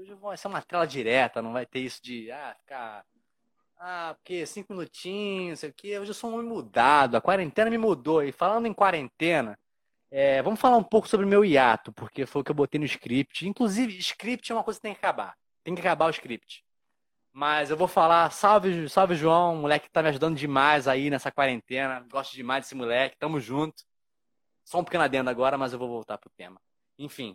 Hoje vai ser uma tela direta, não vai ter isso de ficar. Porque 5 minutinhos, não sei o quê. Hoje eu sou um homem mudado, a quarentena me mudou. E falando em quarentena, vamos falar um pouco sobre o meu hiato, porque foi o que eu botei no script. Inclusive, script é uma coisa que tem que acabar. Tem que acabar o script. Mas eu vou falar, salve, salve João, moleque que tá me ajudando demais aí nessa quarentena. Gosto demais desse moleque, tamo junto. Só um pequeno adendo agora, mas eu vou voltar pro tema. Enfim,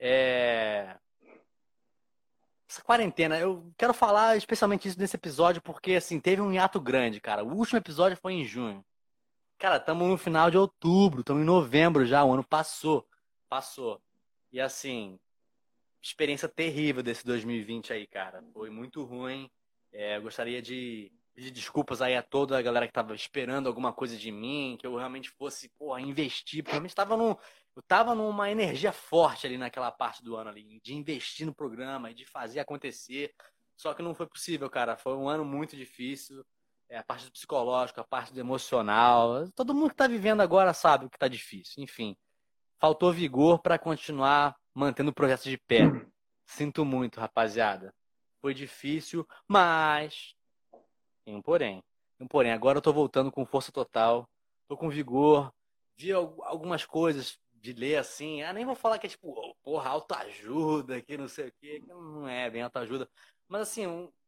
essa quarentena, eu quero falar especialmente isso nesse episódio, porque assim, teve um hiato grande, cara. O último episódio foi em junho. Cara, estamos no final de outubro, estamos em novembro já, o ano passou. Passou. E assim, experiência terrível desse 2020 aí, cara. Foi muito ruim. Eu gostaria de pedir desculpas aí a toda a galera que tava esperando alguma coisa de mim, que eu realmente fosse, porra, investir, porque eu realmente eu tava numa energia forte ali naquela parte do ano ali, de investir no programa e de fazer acontecer. Só que não foi possível, cara. Foi um ano muito difícil. A parte do psicológico, a parte do emocional. Todo mundo que tá vivendo agora sabe o que tá difícil. Enfim, faltou vigor para continuar mantendo o projeto de pé. Sinto muito, rapaziada. Foi difícil, mas tem um porém. Tem um porém. Agora eu tô voltando com força total. Tô com vigor. Vi algumas coisas de ler assim. Nem vou falar que é tipo, porra, autoajuda, que não sei o quê. Que não é bem autoajuda. Mas assim,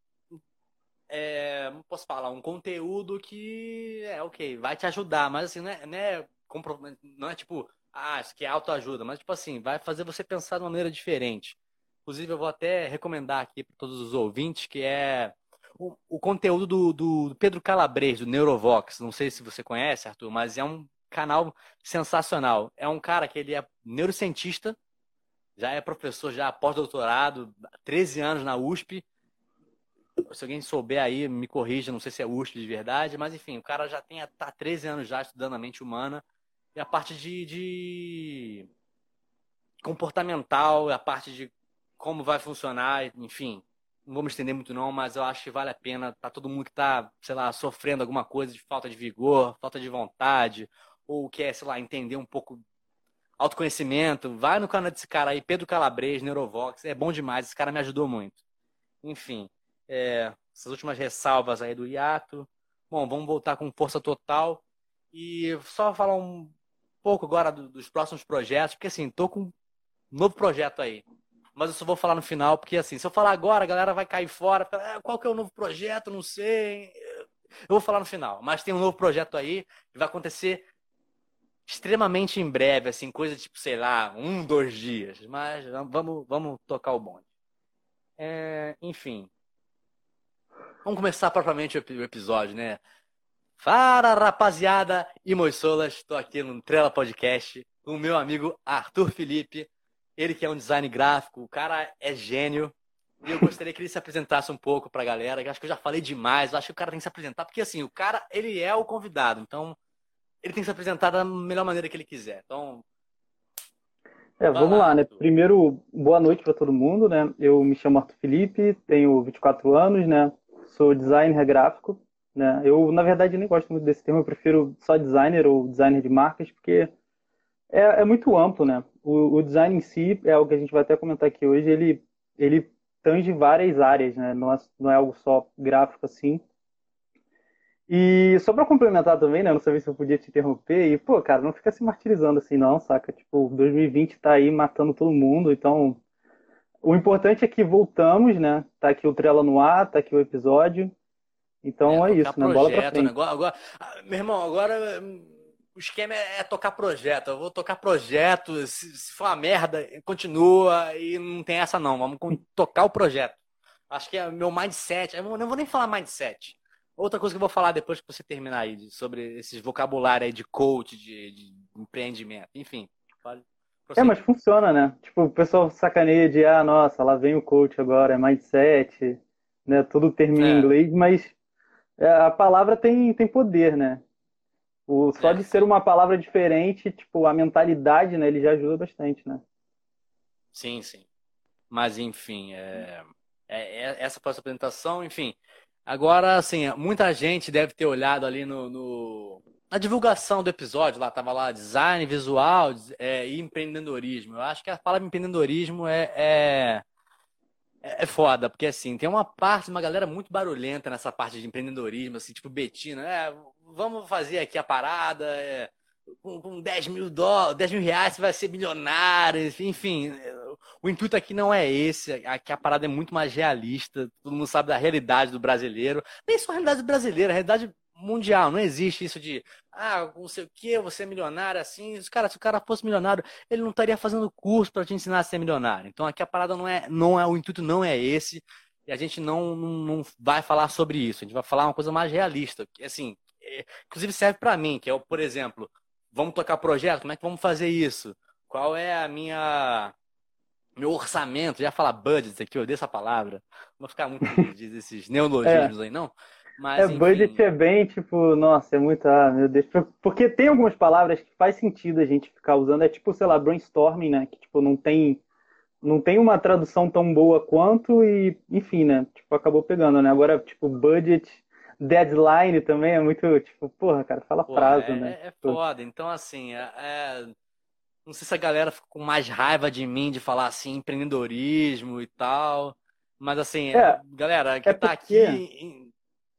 não posso falar, um conteúdo que ok, vai te ajudar, mas assim, não é tipo, isso aqui é autoajuda, mas tipo assim, vai fazer você pensar de uma maneira diferente. Inclusive, eu vou até recomendar aqui para todos os ouvintes, que é o conteúdo do Pedro Calabres, do Neurovox. Não sei se você conhece, Arthur, mas é um canal sensacional. É um cara que ele é neurocientista, já é professor, já pós-doutorado, 13 anos na USP. Se alguém souber aí, me corrija, não sei se é USP de verdade, mas enfim, o cara já tá há 13 anos já estudando a mente humana e a parte de comportamental, a parte de como vai funcionar, enfim. Não vou me estender muito não, mas eu acho que vale a pena. Tá todo mundo que tá, sei lá, sofrendo alguma coisa de falta de vigor, falta de vontade, ou quer, sei lá, entender um pouco autoconhecimento. Vai no canal desse cara aí, Pedro Calabres, Neurovox. É bom demais, esse cara me ajudou muito. Enfim, essas últimas ressalvas aí do hiato. Bom, vamos voltar com força total. E só falar um pouco agora dos próximos projetos, porque assim, tô com um novo projeto aí. Mas eu só vou falar no final, porque assim, se eu falar agora, a galera vai cair fora. Qual que é o novo projeto? Não sei. Eu vou falar no final. Mas tem um novo projeto aí, que vai acontecer extremamente em breve, assim, coisa tipo, sei lá, 2 dias. Mas vamos tocar o bonde. Enfim, vamos começar propriamente o episódio, né? Fala, rapaziada e moçolas, estou aqui no Trela Podcast com o meu amigo Arthur Felipe, ele que é um design gráfico, o cara é gênio, e eu gostaria que ele se apresentasse um pouco pra galera, que acho que eu já falei demais, eu acho que o cara tem que se apresentar, porque assim, o cara, ele é o convidado, então ele tem que se apresentar da melhor maneira que ele quiser. Então, vai Vamos lá, lá, né? Arthur. Primeiro, boa noite para todo mundo, né? Eu me chamo Arthur Felipe, tenho 24 anos, né? Sou designer gráfico, né? Eu, na verdade, nem gosto muito desse termo, eu prefiro só designer ou designer de marcas, porque é muito amplo, né? O design em si é algo que a gente vai até comentar aqui hoje, ele tange várias áreas, né? Não é algo só gráfico assim. E só pra complementar também, né? Não sabia se eu podia te interromper. E, pô, cara, não fica se martirizando assim, não, saca? Tipo, 2020 tá aí matando todo mundo. Então, o importante é que voltamos, né? Tá aqui o Trela no ar, tá aqui o episódio. Então é Tocar isso, né? Bola pra projeto, né? frente. Agora, meu irmão, agora o esquema é tocar projeto. Eu vou tocar projeto, se for uma merda, continua e não tem essa não. Vamos tocar o projeto. Acho que é o meu mindset. Eu não vou nem falar mindset. Outra coisa que eu vou falar depois que você terminar aí, sobre esses vocabulário aí de coach, de empreendimento. Enfim, pode Mas prosseguir. funciona, né? Tipo, o pessoal sacaneia de, nossa, lá vem o coach agora, é mindset, né? Tudo termina em É, inglês, mas a palavra tem poder, né? Só de ser sim. uma palavra diferente, tipo, a mentalidade, né? Ele já ajuda bastante, né? Sim, sim. Mas, enfim, essa foi a sua apresentação, enfim. Agora, assim, muita gente deve ter olhado ali na divulgação do episódio, lá tava lá design visual e empreendedorismo. Eu acho que a palavra empreendedorismo é foda, porque assim, tem uma galera muito barulhenta nessa parte de empreendedorismo, assim, tipo Betina, vamos fazer aqui a parada, com 10 mil dólares, 10 mil reais você vai ser milionário, enfim, o intuito aqui não é esse, aqui a parada é muito mais realista, todo mundo sabe da realidade do brasileiro, nem só a realidade brasileira, a realidade mundial, não existe isso de, não sei o que, você é milionário, assim, se o cara fosse milionário, ele não estaria fazendo curso para te ensinar a ser milionário. Então aqui a parada não é o intuito não é esse, e a gente não vai falar sobre isso. A gente vai falar uma coisa mais realista, que assim, inclusive serve para mim, que é, por exemplo, vamos tocar projeto, como é que vamos fazer isso? Qual é a minha meu orçamento? Já falar budget aqui, eu odeio essa palavra. Não vou ficar muito desses É, neologismos aí, não. Mas budget enfim, é bem, tipo, nossa, é muito, meu Deus. Porque tem algumas palavras que faz sentido a gente ficar usando, é tipo, sei lá, brainstorming, né? Que, tipo, não tem uma tradução tão boa quanto e, enfim, né? Tipo, acabou pegando, né? Agora, tipo, budget, deadline também é muito, tipo, porra, cara, fala porra, prazo, né? é Tipo, foda. Então, assim, não sei se a galera ficou com mais raiva de mim de falar assim, empreendedorismo e tal. Mas assim, é, galera, é que tá porque, aqui.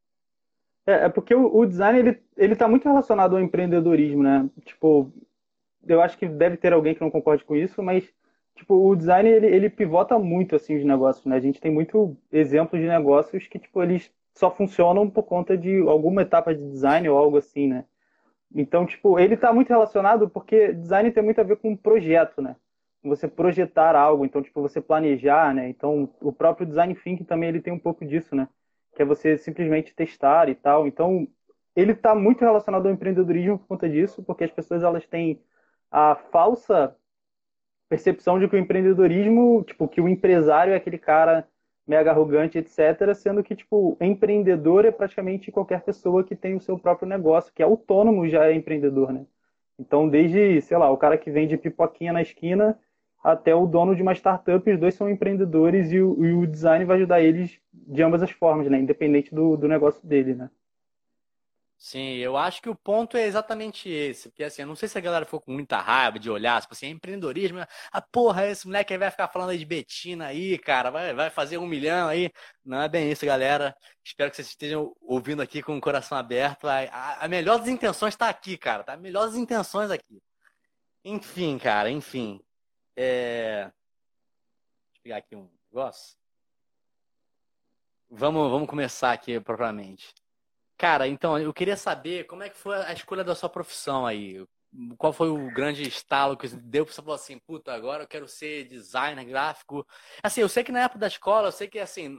é porque o design, ele tá muito relacionado ao empreendedorismo, né? Tipo, eu acho que deve ter alguém que não concorde com isso, mas tipo, o design ele pivota muito assim os negócios, né? A gente tem muito exemplos de negócios que tipo eles só funcionam por conta de alguma etapa de design ou algo assim, né? Então, tipo, ele está muito relacionado porque design tem muito a ver com um projeto, né? Você projetar algo, então, tipo, você planejar, né? Então, o próprio design thinking também ele tem um pouco disso, né? Que é você simplesmente testar e tal. Então, ele está muito relacionado ao empreendedorismo por conta disso, porque as pessoas elas têm a falsa percepção de que o empreendedorismo, tipo, que o empresário é aquele cara mega arrogante, etc., sendo que, tipo, empreendedor é praticamente qualquer pessoa que tem o seu próprio negócio, que é autônomo já é empreendedor, né? Então, desde, sei lá, o cara que vende pipoquinha na esquina até o dono de uma startup, os dois são empreendedores e o design vai ajudar eles de ambas as formas, né? Independente do negócio dele, né? Sim, eu acho que o ponto é exatamente esse. Porque assim, eu não sei se a galera ficou com muita raiva de olhar, tipo assim, empreendedorismo. Porra, esse moleque aí vai ficar falando aí de Betina aí, cara, vai fazer 1 milhão aí. Não é bem isso, galera. Espero que vocês estejam ouvindo aqui com o coração aberto. A melhor das intenções tá aqui, cara. Tá? A melhor das intenções aqui. Enfim, cara, enfim. Deixa eu pegar aqui um negócio. Vamos começar aqui propriamente. Cara, então, eu queria saber como é que foi a escolha da sua profissão aí. Qual foi o grande estalo que deu pra você falar assim, puta, agora eu quero ser designer gráfico. Assim, eu sei que na época da escola, eu sei que assim,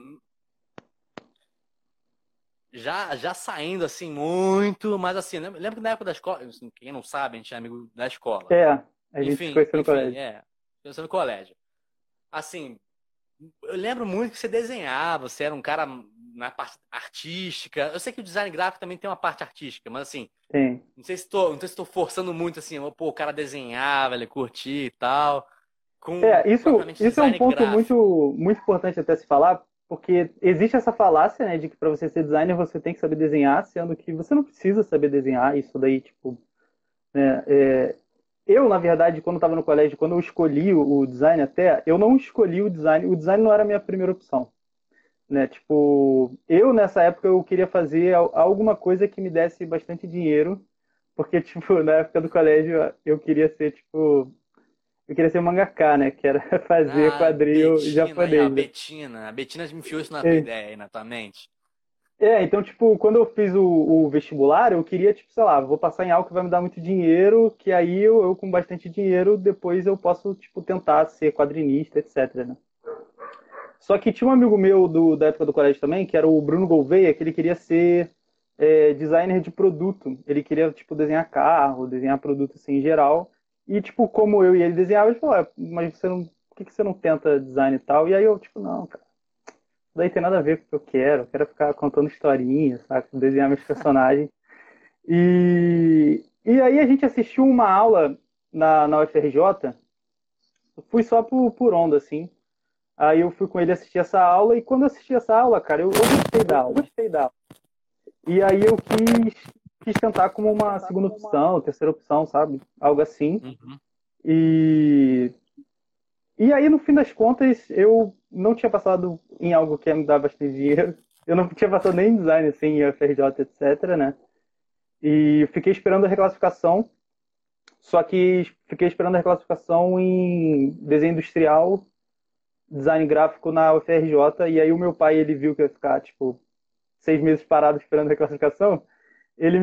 já saindo assim muito, mas assim, lembro que na época da escola, assim, quem não sabe, a gente é amigo da escola. É, a gente se Enfim, conheceu no enfim, colégio. eu no colégio. Assim, eu lembro muito que você desenhava, você era um cara na parte artística. Eu sei que o design gráfico também tem uma parte artística, mas assim, Tem. não sei se tô forçando muito assim, pô, o cara desenhava, ele curtia e tal, com Isso, propriamente isso é um design ponto gráfico. muito, muito importante até se falar, porque existe essa falácia, né, de que para você ser designer você tem que saber desenhar, sendo que você não precisa saber desenhar, isso daí, tipo, né, eu, na verdade, quando estava no colégio, quando eu escolhi o design até, eu não escolhi o design não era a minha primeira opção, né, tipo, eu nessa época eu queria fazer alguma coisa que me desse bastante dinheiro, porque, tipo, na época do colégio eu queria ser, tipo, eu queria ser mangaka, né? Que era fazer Ah, quadrinho Betina, aí, ó, japonês, né? Betina. A Betina me enfiou isso na tua É, ideia aí, na tua mente. então, tipo, quando eu fiz o vestibular, eu queria, tipo, sei lá, vou passar em algo que vai me dar muito dinheiro, que aí eu com bastante dinheiro, depois eu posso, tipo, tentar ser quadrinista, etc, né? Só que tinha um amigo meu da época do colégio também, que era o Bruno Gouveia, que ele queria ser designer de produto. Ele queria, tipo, desenhar carro, desenhar produto, assim, em geral. E, tipo, como eu e ele desenhava, ele falou, mas você não, por que você não tenta design e tal? E aí eu, tipo, não, cara, isso daí tem nada a ver com o que eu quero ficar contando historinhas, sabe? Desenhar meus personagens. E aí a gente assistiu uma aula na UFRJ, eu fui só por onda, assim. Aí eu fui com ele assistir essa aula, e quando eu assisti essa aula, cara, eu gostei da aula. E aí eu quis tentar como uma segunda opção, terceira opção, sabe? Algo assim. Uhum. E E aí, no fim das contas, eu não tinha passado em algo que ia me dar bastante dinheiro. Eu não tinha passado nem em design, assim, em UFRJ, etc, né? E fiquei esperando a reclassificação, só que fiquei esperando a reclassificação em desenho industrial, design gráfico na UFRJ, e aí o meu pai, ele viu que eu ia ficar, tipo, 6 meses parado esperando a reclassificação, ele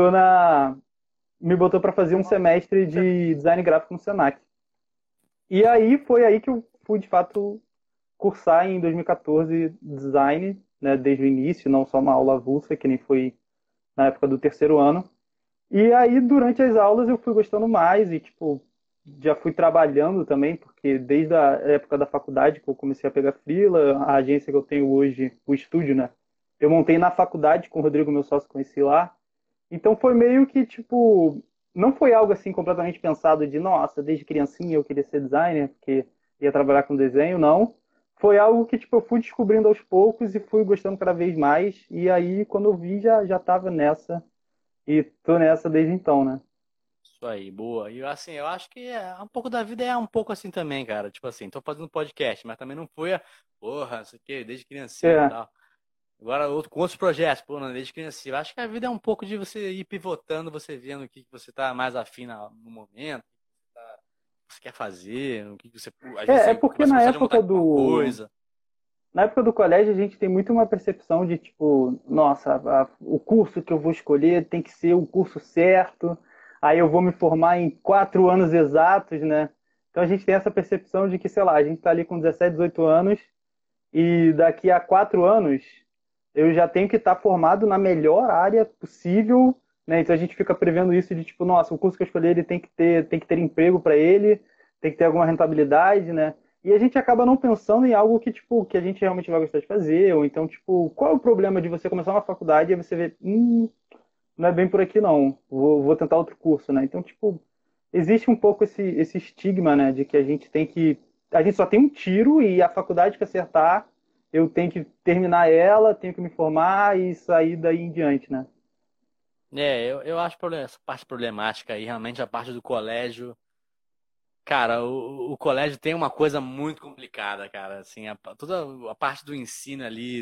me botou para fazer um semestre de design gráfico no Senac. E aí foi aí que eu fui, de fato, cursar em 2014 design, né, desde o início, não só uma aula avulsa, que nem foi na época do terceiro ano. E aí, durante as aulas, eu fui gostando mais e, tipo, já fui trabalhando também, porque desde a época da faculdade que eu comecei a pegar freela, a agência que eu tenho hoje, o estúdio, né? Eu montei na faculdade com o Rodrigo, meu sócio, conheci lá. Então foi meio que, tipo, não foi algo assim completamente pensado de, nossa, desde criancinha eu queria ser designer, porque ia trabalhar com desenho, não. Foi algo que, tipo, eu fui descobrindo aos poucos e fui gostando cada vez mais. E aí, quando eu vi, já tava nessa. E tô nessa desde então, né? Isso aí, boa. E assim, eu acho que um pouco da vida é um pouco assim também, cara. Tipo assim, tô fazendo podcast, mas também não foi porra, isso aqui, desde criancinha e É, tal. Agora, com outros projetos, pô, não, desde criancinha. Eu acho que a vida é um pouco de você ir pivotando, você vendo o que que você tá mais afim no momento, o que você quer fazer, o que que você, às vezes é você porque começa a gostar de uma coisa. na época do colégio a gente tem muito uma percepção de tipo, nossa, o curso que eu vou escolher tem que ser o curso certo, aí eu vou me formar em 4 anos exatos, né? Então a gente tem essa percepção de que, sei lá, a gente está ali com 17, 18 anos e daqui a 4 anos eu já tenho que estar formado na melhor área possível, né? Então a gente fica prevendo isso de tipo, nossa, o curso que eu escolher ele tem que ter emprego para ele, tem que ter alguma rentabilidade, né? E a gente acaba não pensando em algo que tipo que a gente realmente vai gostar de fazer, ou então tipo, qual é o problema de você começar uma faculdade e você ver, não é bem por aqui não, vou tentar outro curso, né? Então tipo, existe um pouco esse estigma, né, de que a gente só tem um tiro e a faculdade que acertar, eu tenho que terminar ela, tenho que me formar e sair daí em diante, né? Eu acho essa parte problemática aí, realmente a parte do colégio. Cara, o colégio tem uma coisa muito complicada, cara. Assim, toda a parte do ensino ali,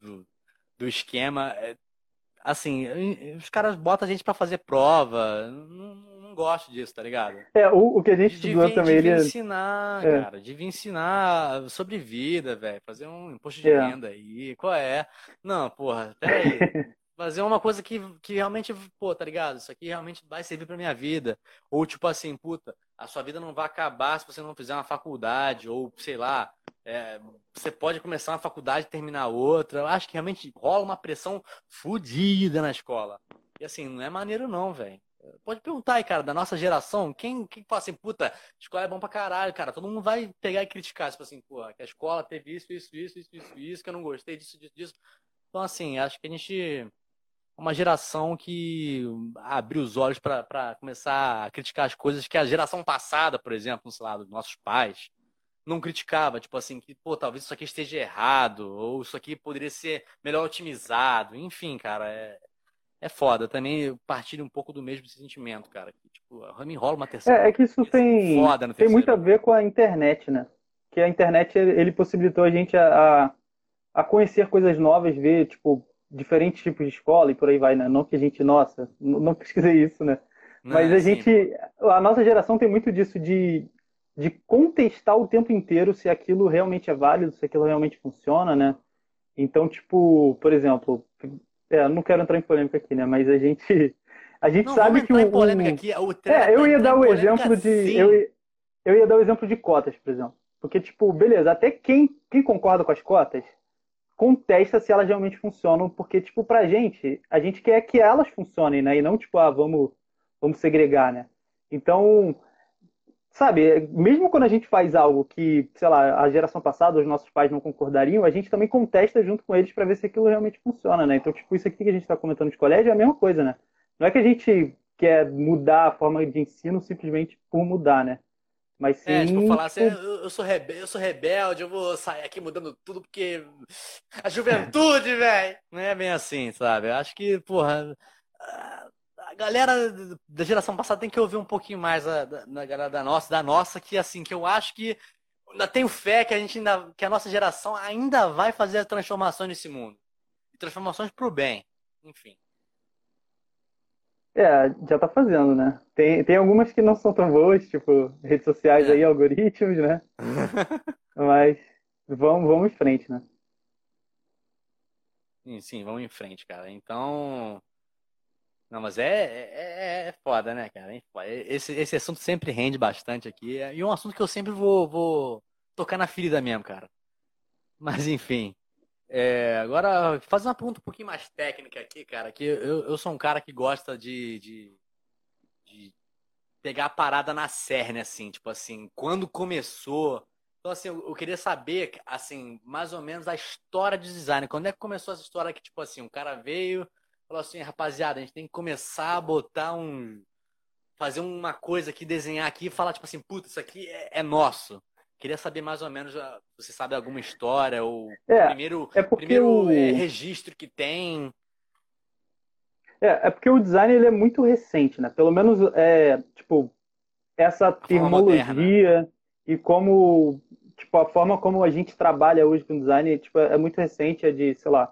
do esquema, assim, os caras botam a gente pra fazer prova. Não gosto disso, tá ligado? O que a gente estudou também, Devia ensinar, é, cara. Devia ensinar sobre vida, velho. Fazer um imposto de é, renda aí. Qual é? Não, porra, pera aí. Fazer uma coisa que realmente, pô, tá ligado? Isso aqui realmente vai servir pra minha vida. Ou tipo assim, puta, a sua vida não vai acabar se você não fizer uma faculdade. Ou, sei lá, você pode começar uma faculdade e terminar outra. Eu acho que realmente rola uma pressão fodida na escola. E assim, não é maneiro não, velho. Pode perguntar aí, cara, da nossa geração, quem fala assim, puta, escola é bom pra caralho, cara. Todo mundo vai pegar e criticar, tipo assim, pô, que a escola teve isso, que eu não gostei disso. Então, assim, acho que a gente é uma geração que abriu os olhos pra começar a criticar as coisas que a geração passada, por exemplo, sei lá, dos nossos pais, não criticava, tipo assim, que, pô, talvez isso aqui esteja errado, ou isso aqui poderia ser melhor otimizado, enfim, cara, é foda. Também eu partilho um pouco do mesmo sentimento, cara. Que, tipo, me enrola uma é terceira que isso vez tem, foda no tem muito terceiro a ano. ver com a internet, né? Que a internet ele possibilitou a gente a conhecer coisas novas, ver, tipo, diferentes tipos de escola e por aí vai, né? Não que a gente, nossa, não pesquisei isso, né? Não, Mas é assim, pô. a nossa geração tem muito disso de contestar o tempo inteiro se aquilo realmente é válido, se aquilo realmente funciona, né? Então, tipo, por exemplo, não quero entrar em polêmica aqui, né? Mas a gente Não, vamos sabe que entrar em polêmica aqui. O trela é eu pra ia entrar dar em o polêmica exemplo sim. eu ia dar o exemplo de cotas, por exemplo. Porque, tipo, beleza, até quem concorda com as cotas contesta se elas realmente funcionam, porque, tipo, pra gente, a gente quer que elas funcionem, né? E não, tipo, vamos segregar, né? Então, sabe, mesmo quando a gente faz algo que, sei lá, a geração passada, os nossos pais não concordariam, a gente também contesta junto com eles para ver se aquilo realmente funciona, né? Então, tipo, isso aqui que a gente está comentando de colégio é a mesma coisa, né? Não é que a gente quer mudar a forma de ensino simplesmente por mudar, né? Mas Tipo, sim, falar assim, tipo, eu sou rebelde, eu vou sair aqui mudando tudo porque a juventude, velho. Não é bem assim, sabe? Eu acho que, porra, a galera da geração passada tem que ouvir um pouquinho mais da galera da nossa, que assim, que eu acho que ainda tenho fé que que a nossa geração ainda vai fazer a transformação nesse mundo. E transformações pro bem. Enfim. É, já tá fazendo, né? Tem algumas que não são tão boas, tipo redes sociais aí, É. algoritmos, né? Mas vamos em frente, né? Sim, sim, vamos em frente, cara. Então. Não, mas é foda, né, cara? É foda. Esse assunto sempre rende bastante aqui. E é um assunto que eu sempre vou tocar na ferida mesmo, cara. Mas enfim. Agora, fazer uma pergunta um pouquinho mais técnica aqui, cara. Que eu sou um cara que gosta de pegar a parada na cerne, assim. Tipo assim, quando começou. Então, assim, eu queria saber, assim, mais ou menos a história de design. Quando é que começou essa história que, tipo assim, um cara veio, falou assim, rapaziada, a gente tem que começar a botar fazer uma coisa aqui, desenhar aqui e falar, tipo assim, puta, isso aqui é nosso. Queria saber mais ou menos, você sabe alguma história, ou É, primeiro, é porque primeiro o, registro que tem. é porque o design ele é muito recente, né? Pelo menos tipo, essa A forma moderna. termologia e como, tipo, a forma como a gente trabalha hoje com design, tipo, é muito recente, é de, sei lá,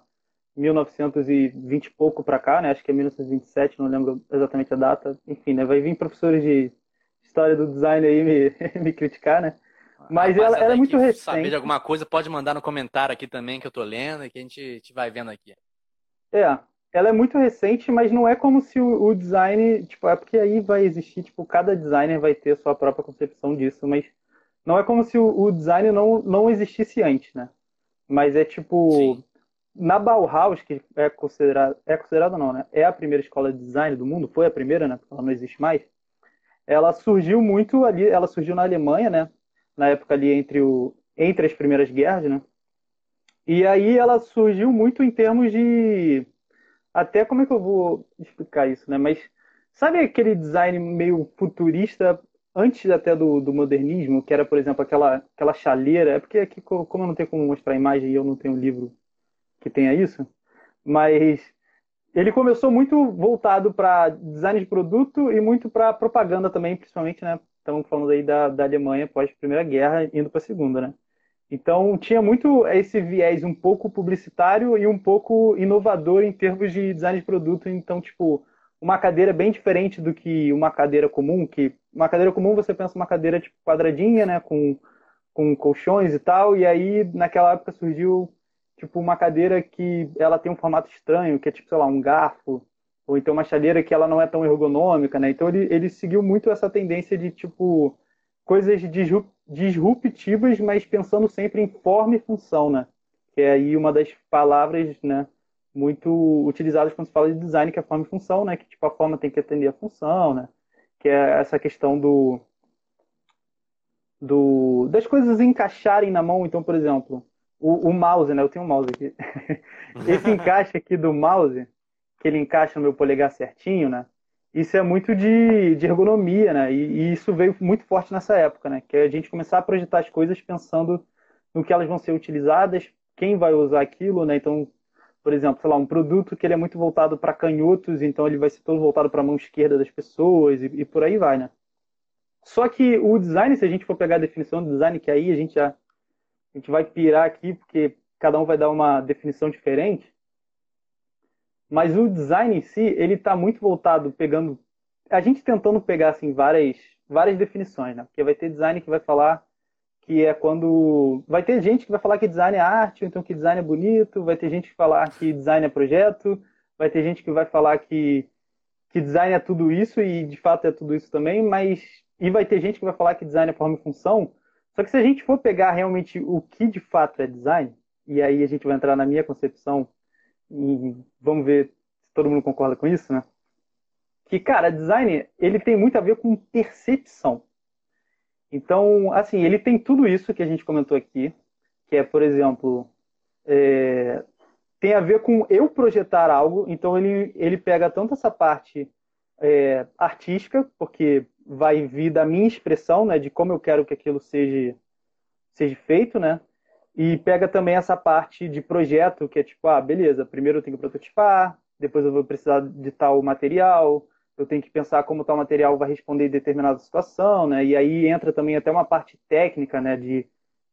1920 e pouco para cá, né? Acho que é 1927, não lembro exatamente a data. Enfim, né? Vai vir professores de história do design aí me criticar, né? A Mas ela rapaziada é aí muito que saber de recente. alguma coisa pode mandar no comentário aqui também que eu tô lendo e que a gente vai vendo aqui. É, ela é muito recente, mas não é como se o design, tipo, é porque aí vai existir, tipo, cada designer vai ter sua própria concepção disso, mas não é como se o design não existisse antes, né? Mas é Sim. tipo, na Bauhaus, que é considerada não, né? É a primeira escola de design do mundo, foi a primeira, né? Porque ela não existe mais. Ela surgiu muito ali, ela surgiu na Alemanha, né? Na época ali entre as primeiras guerras, né? E aí ela surgiu muito em termos de, até como é que eu vou explicar isso, né? Mas sabe aquele design meio futurista antes até do modernismo, que era, por exemplo, aquela chaleira? É porque aqui, como eu não tenho como mostrar a imagem e eu não tenho um livro que tenha isso, mas ele começou muito voltado para design de produto e muito para propaganda também, principalmente, né? Estamos falando aí da Alemanha pós Primeira Guerra, indo para a Segunda, né? Então tinha muito esse viés um pouco publicitário e um pouco inovador em termos de design de produto. Então, tipo, uma cadeira bem diferente do que uma cadeira comum, que uma cadeira comum você pensa uma cadeira tipo quadradinha, né, com colchões e tal, e aí naquela época surgiu tipo uma cadeira que ela tem um formato estranho, que é tipo, sei lá, um garfo, ou então uma cadeira que ela não é tão ergonômica, né? Então ele seguiu muito essa tendência de tipo coisas disruptivas, mas pensando sempre em forma e função, né? Que é aí uma das palavras, né, muito utilizadas quando se fala de design, que é forma e função, né? Que tipo a forma tem que atender a função, né? Que é essa questão das coisas encaixarem na mão. Então, por exemplo, o mouse, né? Eu tenho um mouse aqui. Esse encaixe aqui do mouse, que ele encaixa no meu polegar certinho, né? Isso é muito de ergonomia, né? E isso veio muito forte nessa época, né? Que é a gente começar a projetar as coisas pensando no que elas vão ser utilizadas, quem vai usar aquilo, né? Então, por exemplo, sei lá, um produto que ele é muito voltado para canhotos, então ele vai ser todo voltado para a mão esquerda das pessoas e por aí vai, né? Só que o design, se a gente for pegar a definição do design, que aí a gente vai pirar aqui, porque cada um vai dar uma definição diferente, mas o design em si, ele está muito voltado pegando, a gente tentando pegar assim várias definições, né? Porque vai ter design que vai falar que é quando vai ter gente que vai falar que design é arte, ou então que design é bonito, vai ter gente que falar que design é projeto, vai ter gente que vai falar que design é tudo isso, e de fato é tudo isso também, mas. E vai ter gente que vai falar que design é forma e função. Só que se a gente for pegar realmente o que de fato é design, e aí a gente vai entrar na minha concepção, e vamos ver se todo mundo concorda com isso, né? Que, cara, design, ele tem muito a ver com percepção. Então, assim, ele tem tudo isso que a gente comentou aqui, que é, por exemplo, tem a ver com eu projetar algo, então ele pega tanto essa parte artística, porque vai vir da minha expressão, né, de como eu quero que aquilo seja feito, né, e pega também essa parte de projeto, que é tipo, ah, beleza, primeiro eu tenho que prototipar, depois eu vou precisar de tal material, eu tenho que pensar como tal material vai responder em determinada situação, né, e aí entra também até uma parte técnica, né,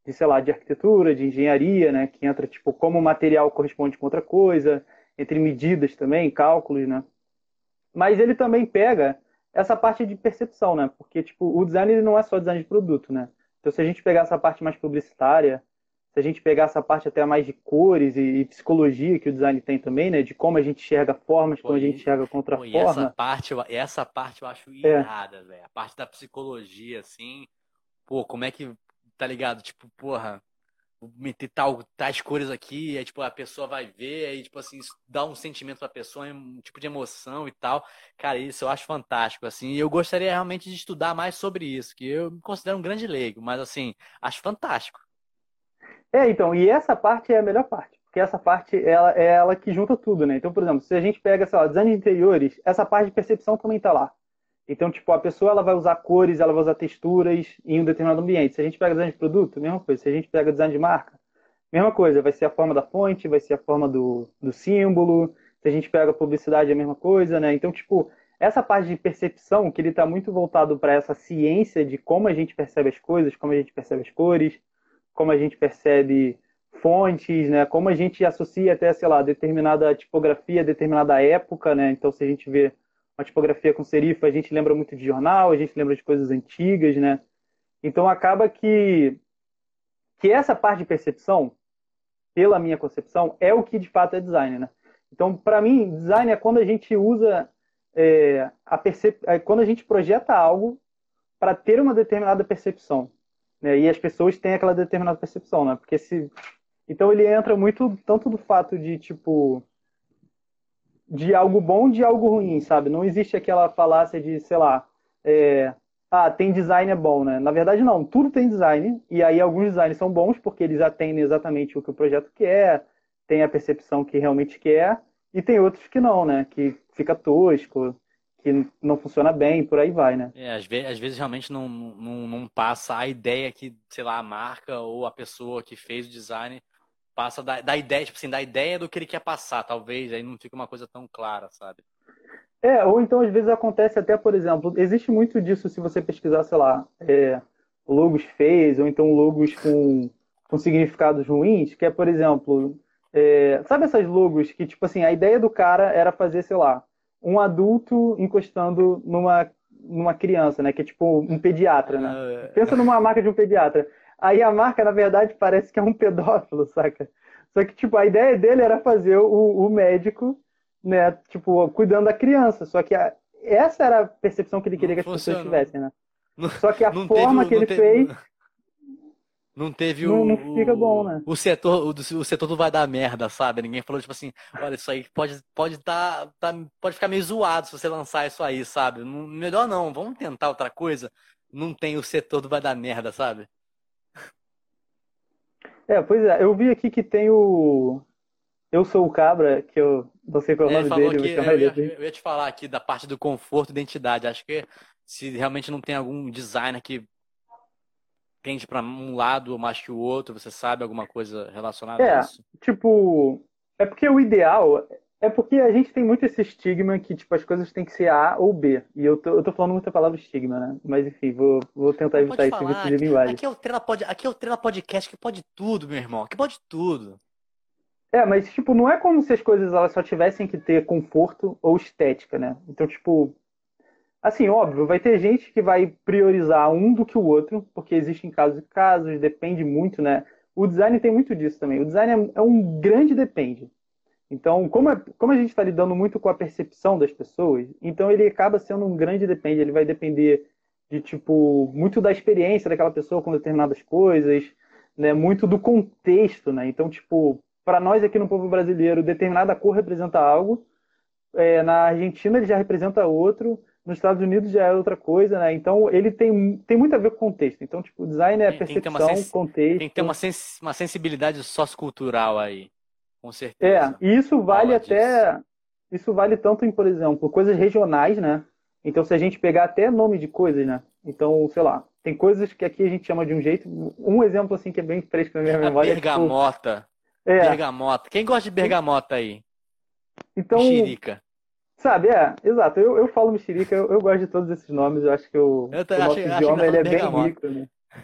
sei lá, de arquitetura, de engenharia, né? Que entra, tipo, como o material corresponde com outra coisa, entre medidas também, cálculos, né? Mas ele também pega essa parte de percepção, né? Porque, tipo, o design ele não é só design de produto, né? Então, se a gente pegar essa parte mais publicitária, se a gente pegar essa parte até mais de cores e psicologia que o design tem também, né? De como a gente enxerga formas, Pô, como a gente enxerga contra e forma, essa parte eu acho é, irada, velho. A parte da psicologia, assim, pô, como é que, tá ligado? Tipo, porra, vou meter tais cores aqui, aí, tipo, a pessoa vai ver, aí, tipo, assim, isso dá um sentimento pra pessoa, um tipo de emoção e tal. Cara, isso eu acho fantástico, assim, e eu gostaria realmente de estudar mais sobre isso, que eu me considero um grande leigo, mas, assim, acho fantástico. então, e essa parte é a melhor parte, porque essa parte ela, é ela que junta tudo, né? Então, por exemplo, se a gente pega, sei lá, design de interiores, essa parte de percepção também tá lá. Então, tipo, a pessoa ela vai usar cores, ela vai usar texturas em um determinado ambiente. Se a gente pega design de produto, mesma coisa. Se a gente pega design de marca, mesma coisa. Vai ser a forma da fonte, vai ser a forma do símbolo. Se a gente pega publicidade, é a mesma coisa, né? Então, tipo, essa parte de percepção, que ele está muito voltado para essa ciência de como a gente percebe as coisas, como a gente percebe as cores, como a gente percebe fontes, né? Como a gente associa até, sei lá, determinada tipografia, determinada época, né? Então, se a gente vê uma tipografia com serifa, a gente lembra muito de jornal, a gente lembra de coisas antigas, né? Então, acaba que essa parte de percepção, pela minha concepção, é o que de fato é design, né? Então, para mim, design é quando a gente usa quando a gente projeta algo para ter uma determinada percepção, né? E as pessoas têm aquela determinada percepção, né? Porque se então ele entra muito tanto do fato de tipo de algo bom de algo ruim, sabe? Não existe aquela falácia de, sei lá, tem design é bom, né? Na verdade, não, tudo tem design, e aí alguns designs são bons porque eles atendem exatamente o que o projeto quer, tem a percepção que realmente quer, e tem outros que não, né? Que fica tosco, que não funciona bem, por aí vai, né? Às vezes realmente não passa a ideia que, sei lá, a marca ou a pessoa que fez o design passa da ideia, tipo assim, da ideia do que ele quer passar, talvez, aí não fica uma coisa tão clara, sabe? Ou então às vezes acontece até, por exemplo, existe muito disso se você pesquisar, sei lá, logos feios, ou então logos com significados ruins, que é, por exemplo, sabe essas logos que, tipo assim, a ideia do cara era fazer, sei lá, um adulto encostando numa criança, né? Que é tipo um pediatra, né? Pensa numa marca de um pediatra. Aí a marca, na verdade, parece que é um pedófilo, saca? Só que, tipo, a ideia dele era fazer o médico, né, tipo, cuidando da criança. Só que essa era a percepção que ele queria Não que as pessoas funcionou. tivessem, né? Não, Só que a não teve, forma que ele fez não teve não fica bom, né? o setor do vai dar merda, sabe? Ninguém falou, tipo assim, olha, isso aí pode ficar meio zoado se você lançar isso aí, sabe? Melhor não, vamos tentar outra coisa. Não tem o setor do vai dar merda, sabe? Pois é, eu vi aqui que tem o Eu Sou o Cabra, que eu não sei qual é o Ele nome falou dele, eu aqui, vou chamar ele assim. eu ia te falar aqui da parte do conforto e identidade. Acho que se realmente não tem algum designer que tende para um lado mais que o outro, você sabe alguma coisa relacionada a É, isso? tipo, é porque o ideal é porque a gente tem muito esse estigma que, tipo, as coisas têm que ser A ou B. E eu tô falando muita palavra estigma, né? Mas enfim, vou tentar Não, pode evitar esse vício falar. de linguagem. Aqui é o Trela Podcast que pode tudo, meu irmão. Que pode tudo. Mas, tipo, não é como se as coisas elas só tivessem que ter conforto ou estética, né? Então, tipo, assim, óbvio, vai ter gente que vai priorizar um do que o outro, porque existem casos e casos, depende muito, né? O design tem muito disso também. O design é um grande depende. Então, como a gente está lidando muito com a percepção das pessoas, então ele acaba sendo um grande depende. Ele vai depender de, tipo, muito da experiência daquela pessoa com determinadas coisas, né? Muito do contexto, né? Então, tipo, para nós aqui no povo brasileiro, determinada cor representa algo, na Argentina ele já representa outro, nos Estados Unidos já é outra coisa, né? Então ele tem muito a ver com contexto. Então, tipo, design é Tem que ter percepção, tem que ter contexto. uma sensibilidade sociocultural aí. Com certeza. E isso vale Rola disso. até. Isso vale tanto em, por exemplo, coisas regionais, né? Então, se a gente pegar até nome de coisas, né? Então, sei lá, tem coisas que aqui a gente chama de um jeito. Um exemplo, assim, que é bem fresco na minha A memória é tipo. bergamota. É. Bergamota. Quem gosta de e- bergamota aí? Então, Mexerica. sabe, exato. Eu falo mexerica, eu gosto de todos esses nomes. Eu acho que o Acho nosso engraçado idioma ele é bem bergamota. rico, né?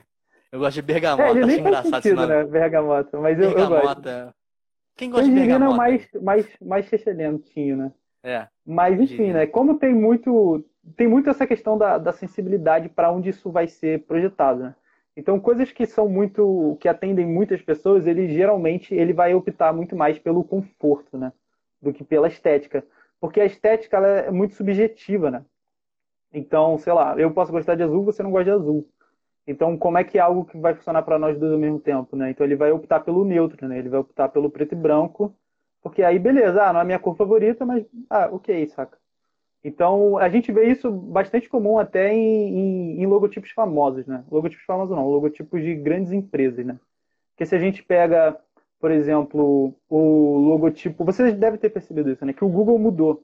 Eu gosto de É, ele bergamota, acho nem faz engraçado esse sentido, nome. né? Bergamota, mas eu gosto. Bergamota. Quem gosta de Tangerina é o bergamota? mais excelentinho, né? É, Mas, enfim, né? tangerina. Como tem muito essa questão da sensibilidade para onde isso vai ser projetado, né? Então, coisas que são muito, que atendem muitas pessoas, ele vai optar muito mais pelo conforto, né? Do que pela estética. Porque a estética, ela é muito subjetiva, né? Então, sei lá, eu posso gostar de azul, você não gosta de azul. Então, como é que é algo que vai funcionar para nós dois ao mesmo tempo, né? Então, ele vai optar pelo neutro, né? Ele vai optar pelo preto e branco, porque aí, beleza, não é a minha cor favorita, mas, ok, saca? Então, a gente vê isso bastante comum até em logotipos famosos, né? Logotipos famosos não, logotipos de grandes empresas, né? Porque se a gente pega, por exemplo, o logotipo, você deve ter percebido isso, né? Que o Google mudou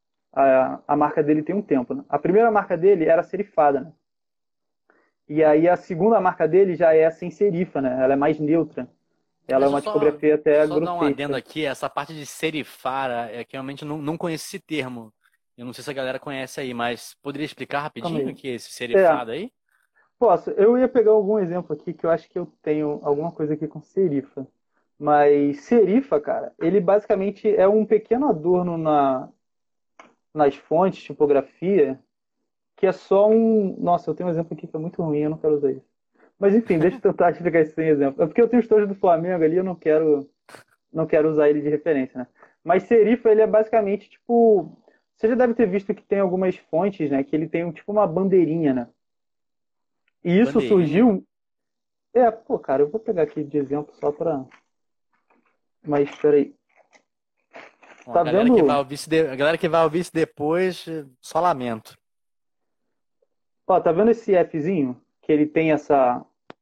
a marca dele tem um tempo, né? A primeira marca dele era serifada, né? E aí a segunda marca dele já é sem serifa, né? Ela é mais neutra. Ela é Deixa eu uma só, tipografia até só dar um adendo grotesca. aqui. Essa parte de serifara é que realmente eu não conheço esse termo. Eu não sei se a galera conhece aí, mas poderia explicar Calma rapidinho o aí. que é esse É, serifado aí? posso. Eu ia pegar algum exemplo aqui que eu acho que eu tenho alguma coisa aqui com serifa. Mas serifa, cara, ele basicamente é um pequeno adorno nas fontes, tipografia, que é só um. Nossa, eu tenho um exemplo aqui que é muito ruim, eu não quero usar isso. Mas enfim, deixa eu tentar explicar isso sem exemplo. É porque eu tenho os tojos do Flamengo ali, eu não quero usar ele de referência, né? Mas serifa, ele é basicamente tipo. Você já deve ter visto que tem algumas fontes, né? Que ele tem tipo uma bandeirinha, né? E isso Bandeirinha. surgiu. Pô, cara, eu vou pegar aqui de exemplo só pra. Mas peraí. Bom, Tá vendo? a galera que vai ouvir isso depois, só lamento. Ó, tá vendo esse Fzinho? Que ele tem essa.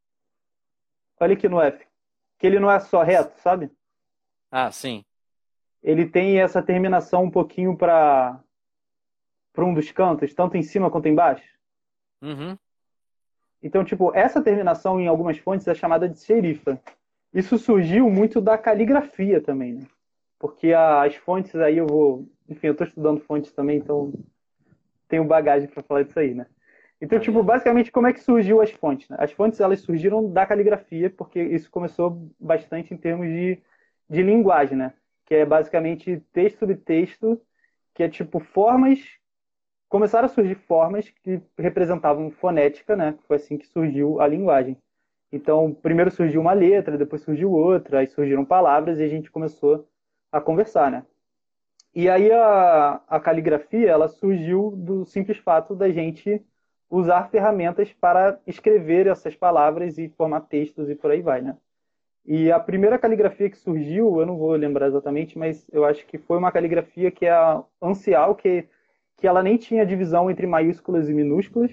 Olha aqui no F. Que ele não é só reto, sabe? Ah, sim. Ele tem essa terminação um pouquinho para um dos cantos, tanto em cima quanto embaixo. Uhum. Então, tipo, essa terminação em algumas fontes é chamada de serifa. Isso surgiu muito da caligrafia também, né? Porque as fontes aí eu vou. Enfim, eu estou estudando fontes também, então tenho bagagem para falar disso aí, né? Então, tipo, Maneiro. basicamente, como é que surgiu as fontes, né? As fontes, elas surgiram da caligrafia, porque isso começou bastante em termos de linguagem, né? Que é basicamente texto sobre texto, que é tipo formas. Começaram a surgir formas que representavam fonética, né? Foi assim que surgiu a linguagem. Então, primeiro surgiu uma letra, depois surgiu outra, aí surgiram palavras e a gente começou a conversar, né? E aí a caligrafia, ela surgiu do simples fato da gente usar ferramentas para escrever essas palavras e formar textos e por aí vai, né? E a primeira caligrafia que surgiu, eu não vou lembrar exatamente, mas eu acho que foi uma caligrafia que é a ancial, que ela nem tinha divisão entre maiúsculas e minúsculas,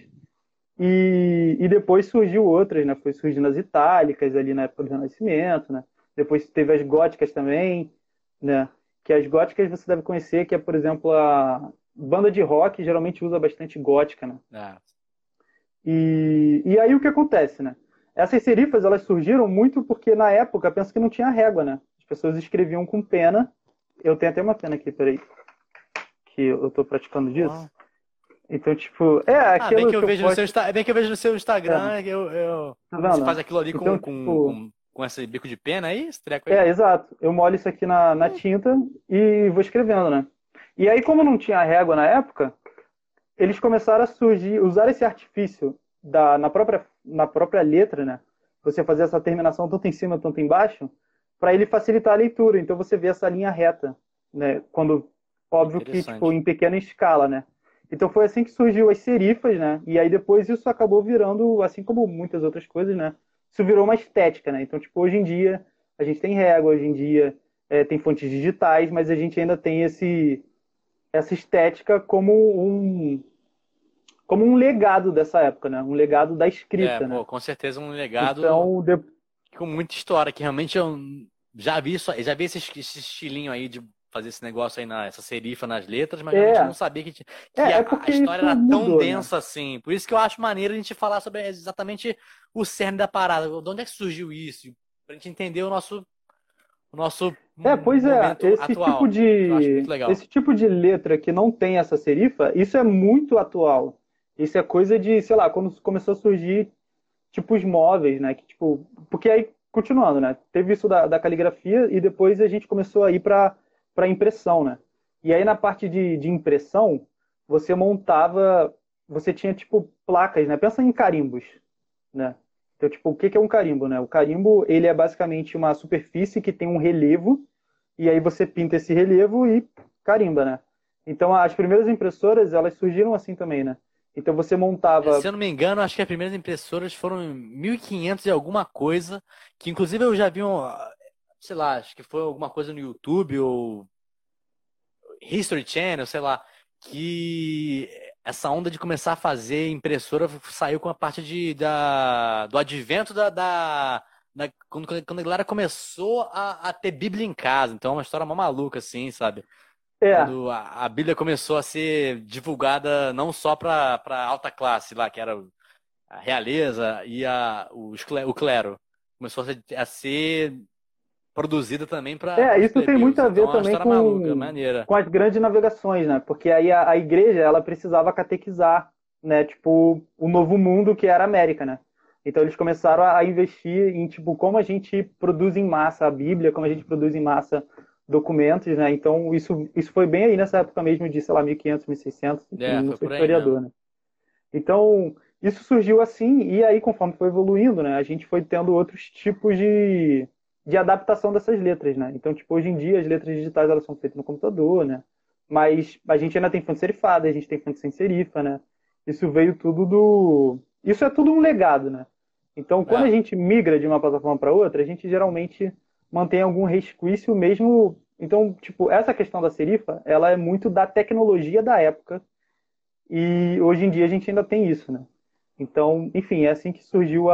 e depois surgiu outras, né? Foi surgindo as itálicas ali na época do Renascimento, né? Depois teve as góticas também, né? Que as góticas você deve conhecer, que é, por exemplo, a banda de rock geralmente usa bastante gótica, né? Ah, E aí o que acontece, né? Essas serifas, elas surgiram muito porque na época, penso que não tinha régua, né? As pessoas escreviam com pena. Eu tenho até uma pena aqui, peraí, que eu tô praticando disso. ó. Então, tipo, Bem que aquilo eu que eu vejo no seu, posto. bem que eu vejo no seu É, Instagram, tá você faz vendo? aquilo ali Então, tipo, com esse bico de pena aí, esse treco aí? exato. Eu molho isso aqui na tinta e vou escrevendo, né? E aí, como não tinha régua na época, eles começaram a surgir, usar esse artifício na própria letra, né? Você fazer essa terminação tanto em cima quanto embaixo, para ele facilitar a leitura. Então você vê essa linha reta, né? Quando, óbvio que tipo Interessante. em pequena escala, né? Então foi assim que surgiu as serifas, né? E aí depois isso acabou virando, assim como muitas outras coisas, né? Isso virou uma estética, né? Então tipo hoje em dia a gente tem régua, hoje em dia tem fontes digitais, mas a gente ainda tem essa estética como um legado dessa época, né? Um legado da escrita, né? Pô, com certeza um legado Então, com muita história, que realmente eu já vi isso, já vi esse estilinho aí de fazer esse negócio aí, essa serifa nas letras, mas realmente eu não é, sabia que é a porque história isso era tão mudou, né? densa assim. Por isso que eu acho maneiro a gente falar sobre exatamente o cerne da parada, de onde é que surgiu isso, pra gente entender o nosso Pois é, momento atual. Eu acho muito legal. esse tipo de letra que não tem essa serifa, isso é muito atual. Isso é coisa de, sei lá, quando começou a surgir, tipos móveis, né? Que, tipo, porque aí, continuando, né? Teve isso da caligrafia e depois a gente começou a ir para impressão, né? E aí na parte de impressão, você montava, você tinha tipo placas, né? Pensa em carimbos, né? Então, tipo, o que que é um carimbo, né? O carimbo, ele é basicamente uma superfície que tem um relevo e aí você pinta esse relevo e carimba, né? Então, as primeiras impressoras, elas surgiram assim também, né? Então, você Se montava. eu não me engano, acho que as primeiras impressoras foram em 1500 e alguma coisa, que inclusive eu já vi sei lá, acho que foi alguma coisa no YouTube ou History Channel, sei lá, que essa onda de começar a fazer impressora saiu com a parte do advento quando a galera começou a ter Bíblia em casa. Então é uma história mó maluca, assim, sabe? É, Quando a Bíblia começou a ser divulgada não só para alta classe lá, que era a realeza e o clero. Começou a ser produzida também para os isso tem muito plebeus. a ver Então é uma também história maluca, maneira. com as grandes navegações, né? Porque aí a igreja, ela precisava catequizar, né? Tipo, o novo mundo que era a América, né? Então eles começaram a investir em, tipo, como a gente produz em massa a Bíblia, como a gente produz em massa documentos, né? Então isso foi bem aí nessa época mesmo de, sei lá, 1500, 1600, enfim, É, não foi sou por aí mesmo. historiador, né? Então, isso surgiu assim, e aí, conforme foi evoluindo, né, a gente foi tendo outros tipos de adaptação dessas letras, né? Então, tipo, hoje em dia as letras digitais elas são feitas no computador, né? Mas a gente ainda tem fonte serifada, a gente tem fonte sem serifa, né? Isso veio tudo do. Isso é tudo um legado, né? Então, quando a É. gente migra de uma plataforma para outra, a gente geralmente mantém algum resquício mesmo. Então, tipo, essa questão da serifa, ela é muito da tecnologia da época e hoje em dia a gente ainda tem isso, né? Então, enfim, é assim que surgiu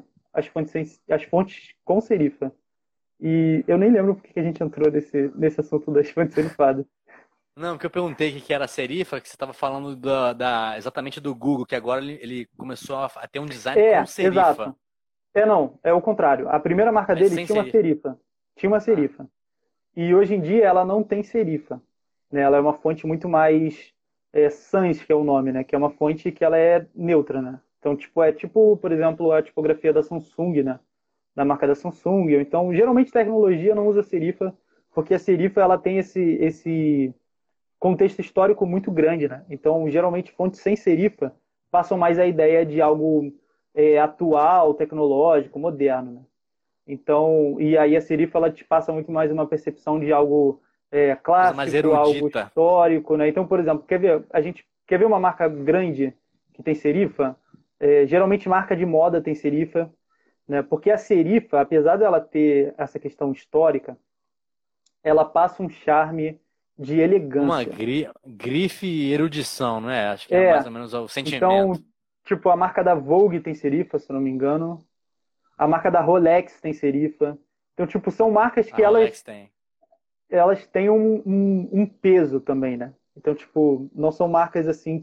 as fontes com serifa. E eu nem lembro porque que a gente entrou nesse assunto das fontes serifadas. Não, que eu perguntei o que que era a serifa, que você estava falando exatamente do Google, que agora ele começou a ter um design com serifa, Exato. Não, é o contrário. A primeira marca mas dele sem tinha uma serifa. serifa. Tinha uma Ah, serifa. E hoje em dia ela não tem serifa. Né? Ela é uma fonte muito mais sans, que é o nome, né? Que é uma fonte que ela é neutra, né? Então, tipo, é tipo, por exemplo, a tipografia da Samsung, né? Da marca da Samsung. Então, geralmente tecnologia não usa serifa, porque a serifa ela tem esse contexto histórico muito grande, né? Então, geralmente fontes sem serifa passam mais a ideia de algo atual, tecnológico, moderno, né? Então, e aí a serifa ela te passa muito mais uma percepção de algo coisa mais clássico, algo erudita. histórico, né? Então, por exemplo, a gente quer ver uma marca grande que tem serifa? Geralmente marca de moda tem serifa, né? Porque a serifa, apesar dela ter essa questão histórica, ela passa um charme de Uma elegância. grife e erudição, não é? Acho que é mais É, ou menos o sentimento. então, tipo, a marca da Vogue tem serifa, se eu não me engano. A marca da Rolex tem serifa. Então, tipo, são marcas A que Rolex tem. elas têm um peso também, né? Então, tipo, não são marcas assim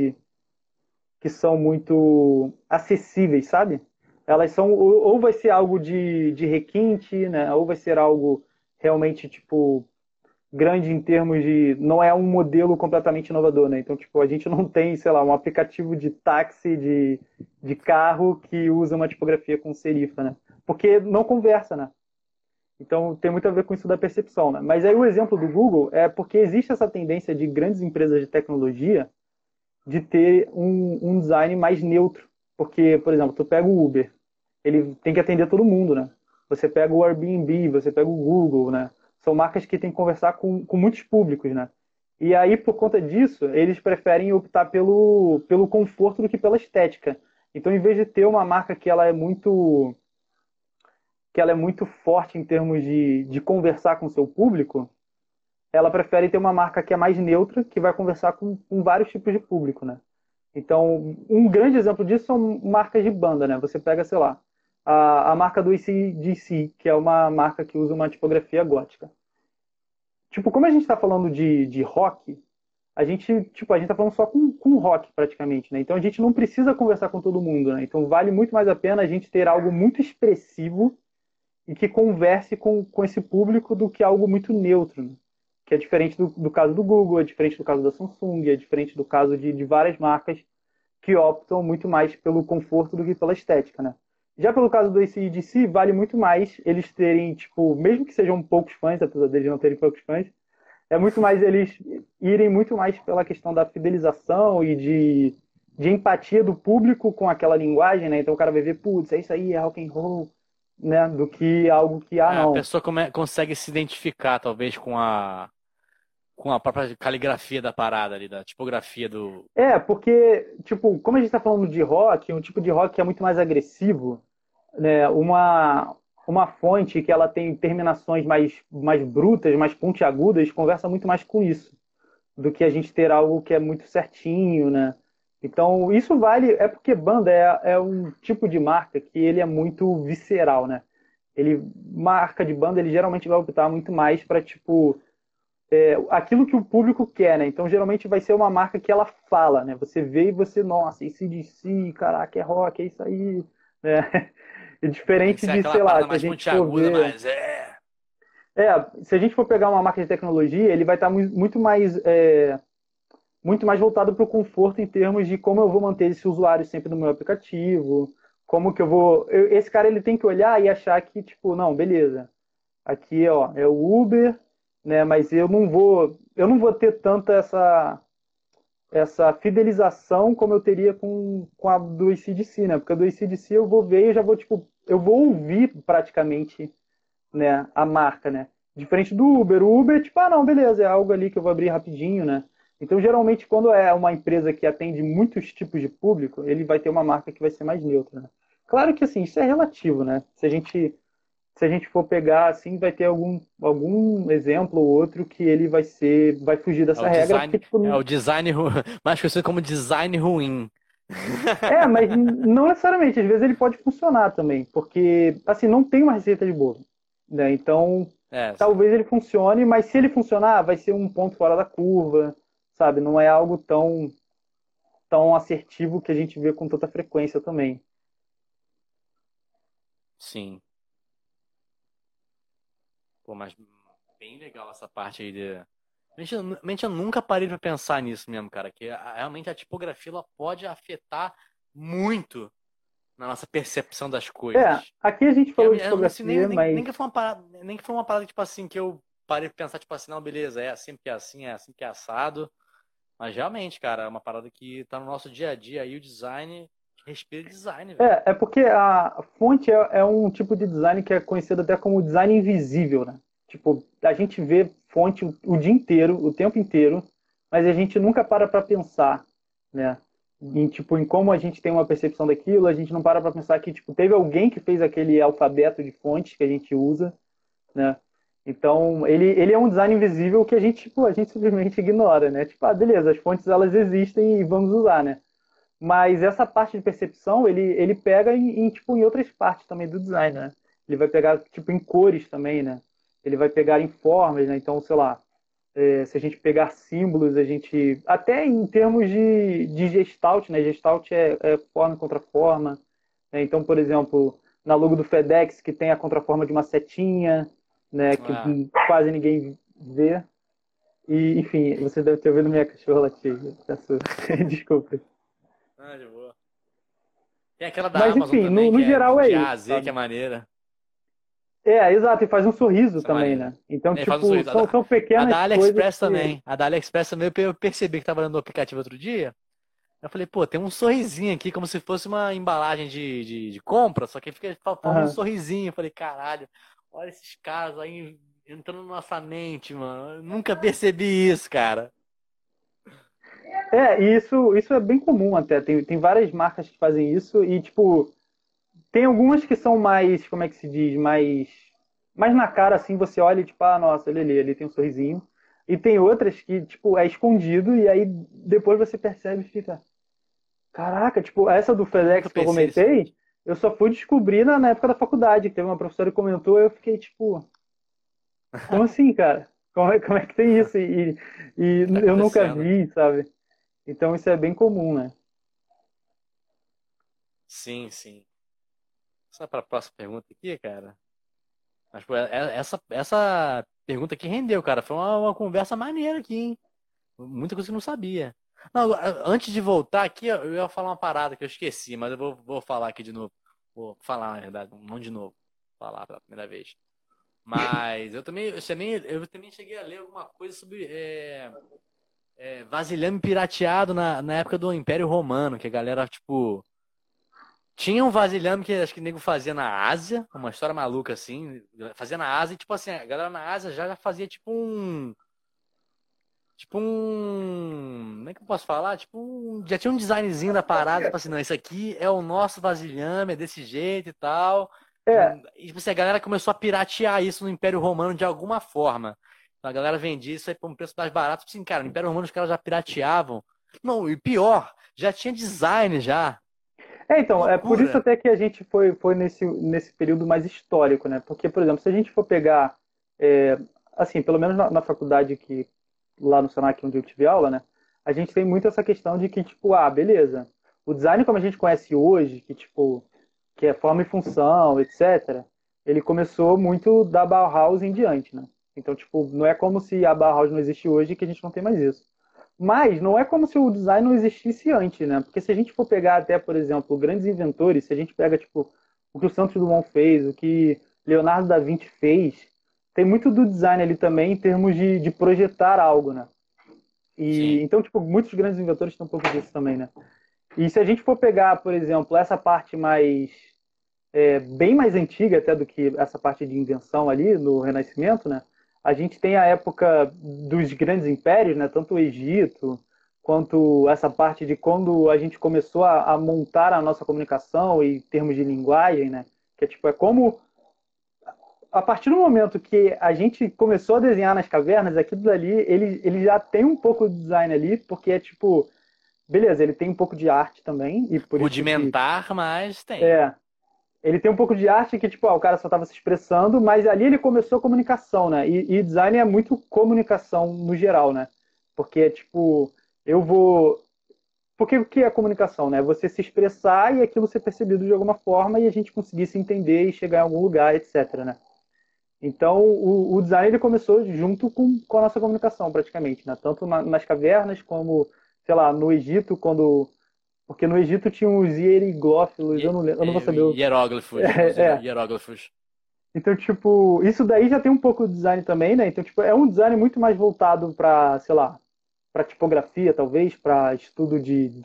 que são muito acessíveis, sabe? Elas são, ou vai ser algo de requinte, né? Ou vai ser algo realmente, tipo, grande em termos de. Não é um modelo completamente inovador, né? Então, tipo, a gente não tem, sei lá, um aplicativo de táxi, de carro que usa uma tipografia com serifa, né? Porque não conversa, né? Então tem muito a ver com isso da percepção, né? Mas aí o exemplo do Google é porque existe essa tendência de grandes empresas de tecnologia de ter um design mais neutro. Porque, por exemplo, tu pega o Uber, ele tem que atender todo mundo, né? Você pega o Airbnb, você pega o Google, né? São marcas que têm que conversar com muitos públicos, né? E aí, por conta disso, eles preferem optar pelo conforto do que pela estética. Então, em vez de ter uma marca que ela é muito forte em termos de conversar com o seu público, ela prefere ter uma marca que é mais neutra, que vai conversar com vários tipos de público, né? Então, um grande exemplo disso são marcas de banda, né? Você pega, sei lá, a marca do AC/DC, que é uma marca que usa uma tipografia gótica. Tipo, como a gente está falando de rock, a gente tá falando só com rock praticamente, né? Então a gente não precisa conversar com todo mundo, né? Então vale muito mais a pena a gente ter algo muito expressivo e que converse com esse público do que algo muito neutro, né? Que é diferente do caso do Google, é diferente do caso da Samsung, é diferente do caso de várias marcas que optam muito mais pelo conforto do que pela estética, né? Já pelo caso do AC/DC, vale muito mais eles terem, tipo, mesmo que sejam poucos fãs, apesar deles não terem poucos fãs, é muito mais eles irem muito mais pela questão da fidelização e de empatia do público com aquela linguagem, né? Então o cara vai ver, putz, é isso aí, é rock and roll, né? Do que algo que, ah, A não. pessoa consegue se identificar, talvez, com a própria caligrafia da parada ali, da tipografia do. É, porque, tipo, como a gente tá falando de rock, um tipo de rock que é muito mais agressivo, né? Uma fonte que ela tem terminações mais brutas, mais pontiagudas, conversa muito mais com isso do que a gente ter algo que é muito certinho, né? Então, isso vale, é porque banda é um tipo de marca que ele é muito visceral, né? Marca de banda, ele geralmente vai optar muito mais para, tipo, aquilo que o público quer, né? Então, geralmente vai ser uma marca que ela fala, né? Você vê e você, nossa, AC/DC, caraca, é rock, é isso aí, né? É Tem que diferente ser de, aquela sei lá, parada se a mais gente for pontiaguda, ver. mas é. Se a gente for pegar uma marca de tecnologia, ele vai estar muito mais voltado para o conforto em termos de como eu vou manter esse usuário sempre no meu aplicativo, como que eu vou. Esse cara ele tem que olhar e achar que, tipo, não, beleza, aqui ó, é o Uber, né? Mas eu não vou ter tanta essa fidelização como eu teria com a do AC/DC, né? Porque a do AC/DC eu vou ver e eu já vou, tipo, eu vou ouvir praticamente, né, a marca, né? Diferente do Uber. O Uber, tipo, ah, não, beleza, é algo ali que eu vou abrir rapidinho, né? Então, geralmente, quando é uma empresa que atende muitos tipos de público, ele vai ter uma marca que vai ser mais neutra, né? Claro que, assim, isso é relativo, né? Se a gente for pegar, assim, vai ter algum exemplo ou outro que ele vai fugir É dessa o regra, design, porque, tipo, é o design mais conhecido como design ruim. mas não necessariamente, às vezes ele pode funcionar também, porque, assim, não tem uma receita de bolo, né? Então, É, talvez ele funcione, mas se ele funcionar, vai ser um ponto fora da curva, sabe? Não é algo tão assertivo que a gente vê com tanta frequência também. sim. Pô, mas bem legal essa parte aí de. Realmente eu nunca parei pra pensar nisso mesmo, cara. Que realmente a tipografia ela pode afetar muito na nossa percepção das coisas. Aqui a gente Que falou de assim, nem, tipografia, nem, mas nem que foi uma parada, nem que foi uma parada, tipo assim, que eu parei pra pensar, tipo assim, não, beleza, é assim que é assado. Mas realmente, cara, é uma parada que tá no nosso dia a dia aí, o design respira design, velho. é porque a fonte é um tipo de design que é conhecido até como design invisível, né? Tipo, a gente vê fonte o dia inteiro, o tempo inteiro, mas a gente nunca para pensar, né? Em como a gente tem uma percepção daquilo, a gente não para pensar que tipo, teve alguém que fez aquele alfabeto de fontes que a gente usa, né? Então, ele é um design invisível que a gente simplesmente ignora, né? Tipo, ah, beleza, as fontes elas existem e vamos usar, né? Mas essa parte de percepção, ele pega tipo, em outras partes também do design, né? Ele vai pegar, tipo, em cores também, né? Ele vai pegar em formas, né? Então, sei lá, se a gente pegar símbolos, a gente... Até em termos de gestalt, né? Gestalt é forma contra forma, né? Então, por exemplo, na logo do FedEx, que tem a contraforma de uma setinha, né? Que Ah, quase ninguém vê. E, enfim, você deve ter ouvido minha cachorra latir. Peço desculpa. de boa. Tem aquela da Mas, Amazon enfim, também, no, que no é geral é de A a isso, Z, que é sabe? maneira. Exato, e faz um sorriso Essa é também, maneira. né? Então, Ele faz um tipo, sorriso. são A pequenas da coisas AliExpress que. também. A da AliExpress também eu percebi que tava no aplicativo outro dia. Eu falei, pô, tem um sorrisinho aqui, como se fosse uma embalagem de compra, só que fica faltando um Aham. sorrisinho. Eu falei, caralho, olha esses caras aí entrando na nossa mente, mano. Eu nunca percebi isso, cara. E isso é bem comum até. Tem várias marcas que fazem isso e, tipo, tem algumas que são mais, como é que se diz, mais na cara, assim, você olha e, tipo, ah, nossa, olha ali tem um sorrisinho. E tem outras que, tipo, é escondido e aí depois você percebe e fica, caraca, tipo, essa do Como nunca FedEx que eu pensei nisso comentei, antes? eu só fui descobrir na época da faculdade, que teve uma professora que comentou, e eu fiquei, tipo, como assim, cara? Como é que tem isso? E O que tá eu nunca acontecendo? vi, sabe? Então isso é bem comum, né? Sim, sim. Só para a próxima pergunta aqui, cara. Mas, pô, essa pergunta aqui rendeu, cara. Foi uma conversa maneira aqui, hein? Muita coisa que eu não sabia. Não, antes de voltar aqui, eu ia falar uma parada que eu esqueci, mas eu vou falar aqui de novo. Vou falar, na verdade, não de novo. Falar pela primeira vez. Mas eu também cheguei a ler alguma coisa sobre vasilhame pirateado na época do Império Romano, que a galera, tipo, tinha um vasilhame que acho que o nego fazia na Ásia, uma história maluca assim, fazia na Ásia, e tipo assim, a galera na Ásia já fazia como é que eu posso falar? Já tinha um designzinho da parada, tipo assim, não, isso aqui é o nosso vasilhame, é desse jeito e tal. É, E tipo assim, a galera começou a piratear isso no Império Romano de alguma forma. Então, a galera vendia isso aí por um preço mais barato. Tipo assim, cara, no Império Romano os caras já pirateavam. Não, e pior, já tinha design já. então, é por isso Loucura. até que a gente foi nesse período mais histórico, né? Porque, por exemplo, se a gente for pegar, é, assim, pelo menos na faculdade que, lá no Senac, onde eu tive aula, né? A gente tem muito essa questão de que, tipo, beleza, o design como a gente conhece hoje, que, tipo, que é forma e função, etc., ele começou muito da Bauhaus em diante, né? Então, tipo, não é como se a Bauhaus não existe hoje que a gente não tem mais isso. Mas não é como se o design não existisse antes, né? Porque se a gente for pegar até, por exemplo, grandes inventores, se a gente pega, tipo, o que o Santos Dumont fez, o que Leonardo da Vinci fez, tem muito do design ali também em termos de projetar algo, né? E Sim. então, tipo, muitos grandes inventores têm um pouco disso também, né? E se a gente for pegar, por exemplo, essa parte mais bem mais antiga até do que essa parte de invenção ali no Renascimento, né? A gente tem a época dos grandes impérios, né? Tanto o Egito quanto essa parte de quando a gente começou a montar a nossa comunicação em termos de linguagem, né? Que é tipo é como a partir do momento que a gente começou a desenhar nas cavernas, aquilo dali ele já tem um pouco de design ali, porque é tipo beleza, ele tem um pouco de arte também e por isso que Rudimentar, mas tem. é ele tem um pouco de arte que, tipo, o cara só estava se expressando, mas ali ele começou a comunicação, né? E design é muito comunicação no geral, né? Porque é tipo, eu vou. Porque o que é comunicação, né? Você se expressar e aquilo ser percebido de alguma forma e a gente conseguir se entender e chegar em algum lugar, etc, né? Então, o design ele começou junto com a nossa comunicação, praticamente, né? Tanto nas cavernas como, sei lá, no Egito, quando. Porque no Egito tinha os hieroglíficos, eu não lembro, eu não vou saber. Hieróglifos, os É, é. hieróglifos. Então, tipo, isso daí já tem um pouco de design também, né? Então, tipo, é um design muito mais voltado para, sei lá, para tipografia, talvez, para estudo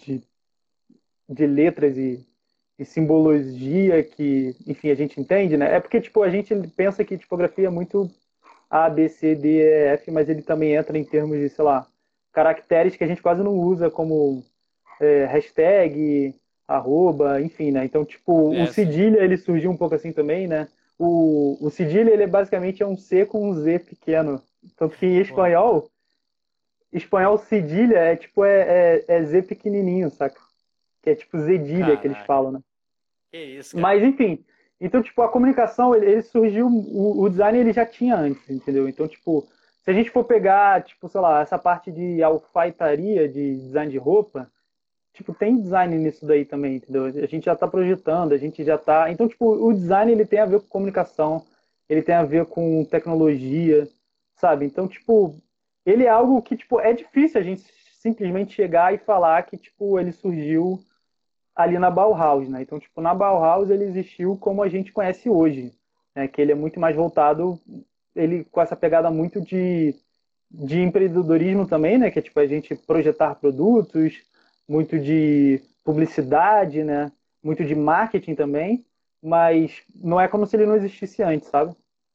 de letras e simbologia que, enfim, a gente entende, né? É porque, tipo, a gente pensa que tipografia é muito A, B, C, D, E, F, mas ele também entra em termos de, sei lá, caracteres que a gente quase não usa como hashtag, arroba, enfim, né? Então, tipo, o É, sim. cedilha, ele surgiu um pouco assim também, né? O cedilha, ele basicamente é um C com um Z pequeno. Tanto que em Pô, espanhol cedilha é tipo, é Z pequenininho, saca? Que é tipo zedilha que eles caraca. falam, né? Que isso, Mas, cara. enfim, então, tipo, a comunicação, ele surgiu, o design ele já tinha antes, entendeu? Então, tipo, se a gente for pegar, tipo, sei lá, essa parte de alfaiataria, de design de roupa, tipo, tem design nisso daí também, entendeu? A gente já está projetando, a gente já está. Então, tipo, o design ele tem a ver com comunicação, ele tem a ver com tecnologia, sabe? Então, tipo, ele é algo que, tipo, é difícil a gente simplesmente chegar e falar que, tipo, ele surgiu ali na Bauhaus, né? Então, tipo, na Bauhaus ele existiu como a gente conhece hoje, né? Que ele é muito mais voltado, ele com essa pegada muito de empreendedorismo também, né? Que é tipo a gente projetar produtos, muito de publicidade, né? Muito de marketing também, mas não é como se ele não existisse antes, sabe?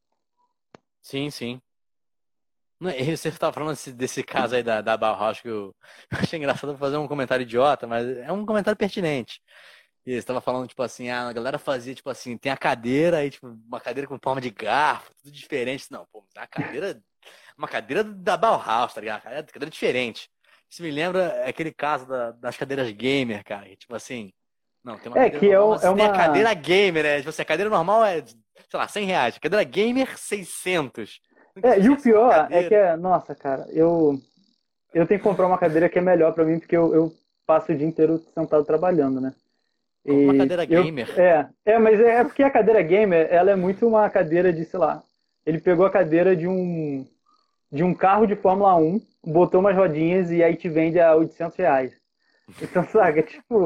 Sim, sim. Não, e você estava falando desse caso aí da Bauhaus que eu eu achei engraçado fazer um comentário idiota, mas é um comentário pertinente. E você estava falando, tipo assim, a galera fazia, tipo assim, tem a cadeira aí, tipo, uma cadeira com forma de garfo, tudo diferente. Não, pô, uma cadeira da Bauhaus, tá ligado? Cadeira diferente. Isso me lembra aquele caso das cadeiras gamer, cara. Que, tipo assim, não, tem uma É cadeira que normal, mas é tem a uma. cadeira gamer, né? Tipo assim, a cadeira normal é, sei lá, R$ 100. A cadeira gamer, 600. Tipo E assim, o é só uma pior é que cadeira. nossa, cara, eu tenho que comprar uma cadeira que é melhor para mim porque eu passo o dia inteiro sentado trabalhando, né? Como uma E cadeira eu, gamer. mas é porque a cadeira gamer, ela é muito uma cadeira de, sei lá, ele pegou a cadeira de um carro de Fórmula 1, botou umas rodinhas e aí te vende a R$ 800. Então, sabe, tipo,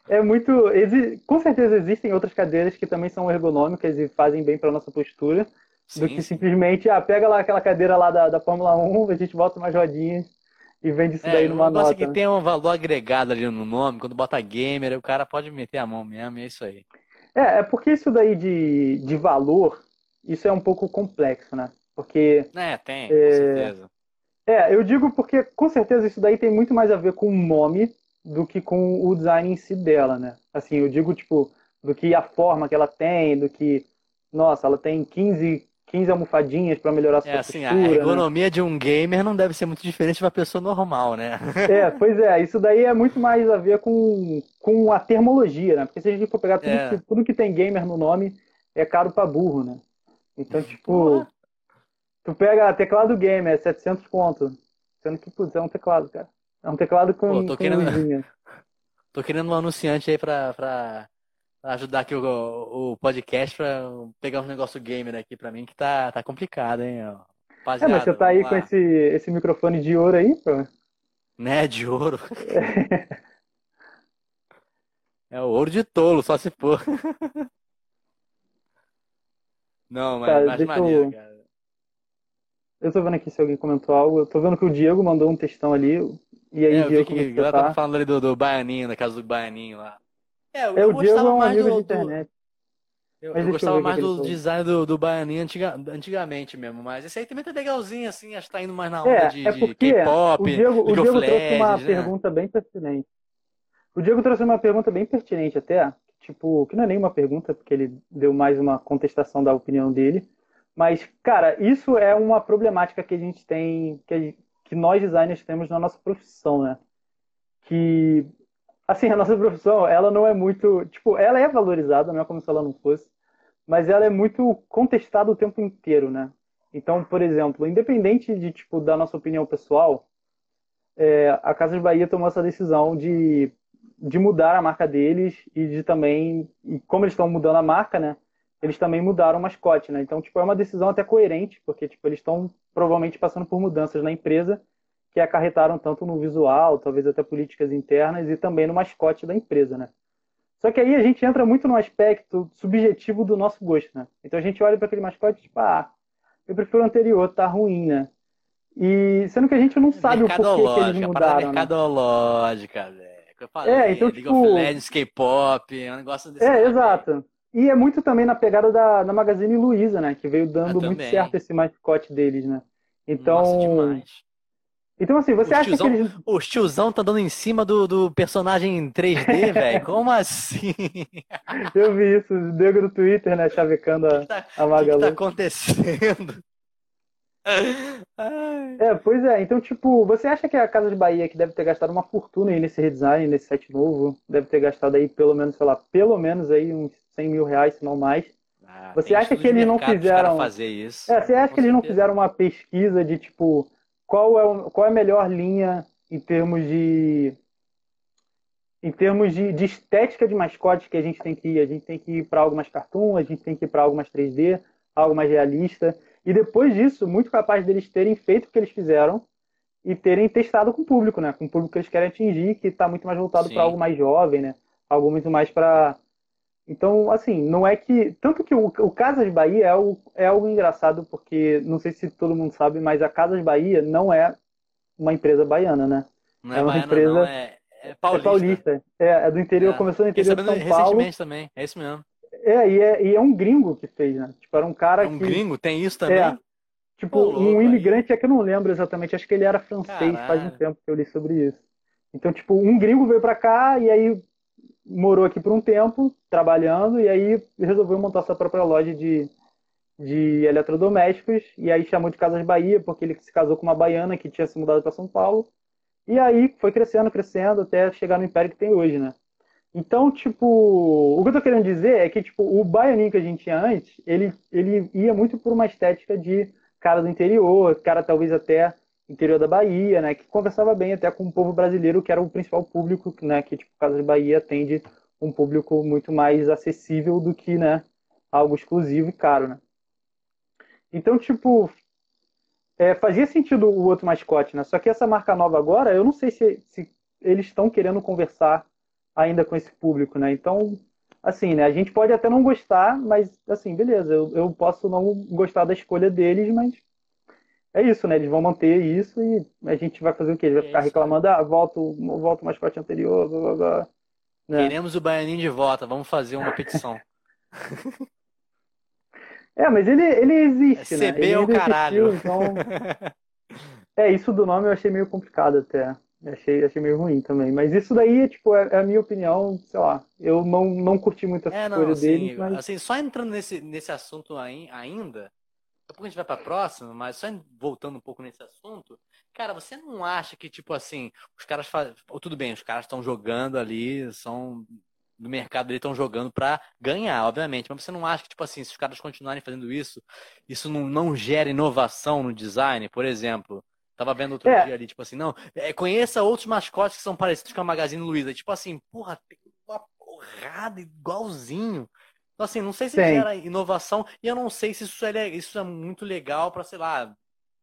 É muito. Com certeza existem outras cadeiras que também são ergonômicas e fazem bem para nossa postura, do Sim, que sim. simplesmente, pega lá aquela cadeira lá da Fórmula 1, a gente bota umas rodinhas e vende isso daí O numa negócio é que nota, né? tem um valor agregado ali no nome, quando bota gamer, o cara pode meter a mão mesmo, e é isso aí. É porque isso daí de valor, isso é um pouco complexo, né? Porque É, tem, com certeza. eu digo porque com certeza isso daí tem muito mais a ver com o nome do que com o design em si dela, né? Assim, eu digo, tipo, do que a forma que ela tem, do que, nossa, ela tem 15 almofadinhas para melhorar a É sua assim, a postura, né? ergonomia de um gamer não deve ser muito diferente de uma pessoa normal, né? Pois é, isso daí é muito mais a ver com a termologia, né? Porque se a gente for pegar É. tudo que tem gamer no nome, é caro pra burro, né? Então, tipo, Porra. tu pega teclado gamer, é 700 conto. Sendo que, putz, é um teclado, cara. É um teclado Pô, com luzinha. tô querendo um anunciante aí pra ajudar aqui o podcast pra pegar um negócio gamer aqui pra mim que tá complicado, hein, ó. Mas você Rapaziada, tá vamos aí com lá. esse microfone de ouro aí, pô. Né, de ouro. É o ouro de tolo, só se for. Não, Tá, mas deixa maneiro, eu. cara. Eu tô vendo aqui se alguém comentou algo. Eu tô vendo que o Diego mandou um textão ali. E aí, Eu vi Diego, que como é que a você galera tava tá? falando ali do Baianinho, da casa do Baianinho lá. O Eu Diego gostava é um mais amigo de internet. Mas eu deixa eu gostava ver o que, mais que ele do falou. design do Baianinho antigamente mesmo, mas esse aí também tá legalzinho, assim, acho que tá indo mais na onda É de porque K-pop, O League of Diego trouxe uma Legends, né? pergunta bem pertinente. O Diego trouxe uma pergunta bem pertinente até, tipo, que não é nem uma pergunta, porque ele deu mais uma contestação da opinião dele. Mas, cara, isso é uma problemática que a gente tem, que nós designers temos na nossa profissão, né? Que, assim, a nossa profissão, ela não é muito, tipo, ela é valorizada, não é como se ela não fosse, mas ela é muito contestada o tempo inteiro, né? Então, por exemplo, independente de, tipo, da nossa opinião pessoal, a Casas Bahia tomou essa decisão de mudar a marca deles e de também, e como eles estão mudando a marca, né? Eles também mudaram o mascote, né? Então, tipo, é uma decisão até coerente, porque, tipo, eles estão provavelmente passando por mudanças na empresa que acarretaram tanto no visual, talvez até políticas internas e também no mascote da empresa, né? Só que aí a gente entra muito no aspecto subjetivo do nosso gosto, né? Então a gente olha para aquele mascote e tipo, eu prefiro o anterior, tá ruim, né? E sendo que a gente não sabe o porquê que eles Mercadológica, a parada é mudaram, né? mercadológica, velho. Que eu falei, Então, League of tipo, Legends, K-pop, é um negócio desse naipe aí. exato. E é muito também na pegada da Magazine Luiza, né? Que veio Ah, dando muito certo também. esse mascote deles, né? Nossa, Então, demais. assim, você acha que eles. Os tiozão tá dando em cima do personagem em 3D, velho. Como assim? Eu vi isso, o nego do Twitter, né? Chavecando a Que tá Magalu. acontecendo? Ai. Pois é. Então, tipo, você acha que a Casa de Bahia, que deve ter gastado uma fortuna aí nesse redesign, nesse set novo, deve ter gastado aí pelo menos, sei lá, pelo menos aí uns 100 mil reais, se não mais. Ah, Você tem acha estudo que de eles não mercado pros caras fizeram. fazer isso. Você acha Com que eles não certeza. fizeram uma pesquisa de, tipo, qual é a melhor linha em termos de estética de mascote que a gente tem que ir? A gente tem que ir para algo mais cartoon, a gente tem que ir para algo mais 3D, algo mais realista. E depois disso, muito capaz deles terem feito o que eles fizeram e terem testado com o público, né? Com o público que eles querem atingir, que está muito mais voltado para Sim. algo mais jovem, né? Algo muito mais para. Então, assim, não é que. Tanto que o Casas Bahia é algo engraçado, porque não sei se todo mundo sabe, mas a Casas Bahia não é uma empresa baiana, né? Não É é uma baiana, não, empresa. é É paulista. paulista. É do interior, É. começou no Fiquei interior de sabendo São Paulo. recentemente também. É isso mesmo. E é um gringo que fez, né? Tipo, era um É cara um que. gringo? Tem isso É, também? tipo, Ô, um louco aí. imigrante, é que eu não lembro exatamente, acho que ele era francês, faz um Caralho. tempo que eu li sobre isso. Então, tipo, um gringo veio pra cá e aí morou aqui por um tempo, trabalhando, e aí resolveu montar sua própria loja de eletrodomésticos, e aí chamou de Casas Bahia, porque ele se casou com uma baiana que tinha se mudado para São Paulo, e aí foi crescendo, crescendo, até chegar no império que tem hoje, né? Então, tipo, o que eu tô querendo dizer é que, tipo, o baianinho que a gente tinha antes, ele ia muito por uma estética de cara do interior, cara talvez até interior da Bahia, né, que conversava bem até com o povo brasileiro, que era o principal público, né, que, tipo, Casa de Bahia atende um público muito mais acessível do que, né, algo exclusivo e caro, né. Então, tipo, fazia sentido o outro mascote, né, só que essa marca nova agora, eu não sei se eles estão querendo conversar ainda com esse público, né? Então, assim, né? A gente pode até não gostar, mas, assim, beleza, eu posso não gostar da escolha deles, mas é isso, né? Eles vão manter isso e a gente vai fazer o quê? Ele vai E é ficar isso aí. reclamando, ah, volta o mascote anterior, blá, blá, blá, né? Queremos o Baianinho de volta, vamos fazer uma petição. É, mas ele É existe, né? CB Ele é o ainda caralho. existiu, então. Isso do nome eu achei meio complicado até. Achei meio ruim também. Mas isso daí, tipo, é a minha opinião, sei lá. Eu não curti muito essa É, não, escolha deles, mas. assim, só entrando nesse assunto ainda, daqui a pouco a gente vai pra próxima, mas só voltando um pouco nesse assunto, cara, você não acha que, tipo assim, os caras fazem. Tudo bem, os caras estão jogando ali, são do mercado ali, estão jogando pra ganhar, obviamente, mas você não acha que, tipo assim, se os caras continuarem fazendo isso, isso não gera inovação no design? Por exemplo, tava vendo outro dia É, ali, tipo assim, não, conheça outros mascotes que são parecidos com a Magazine Luiza. Tipo assim, porra, tem uma porrada igualzinho. Então, assim, não sei se tem. gera inovação e eu não sei se isso é muito legal para, sei lá,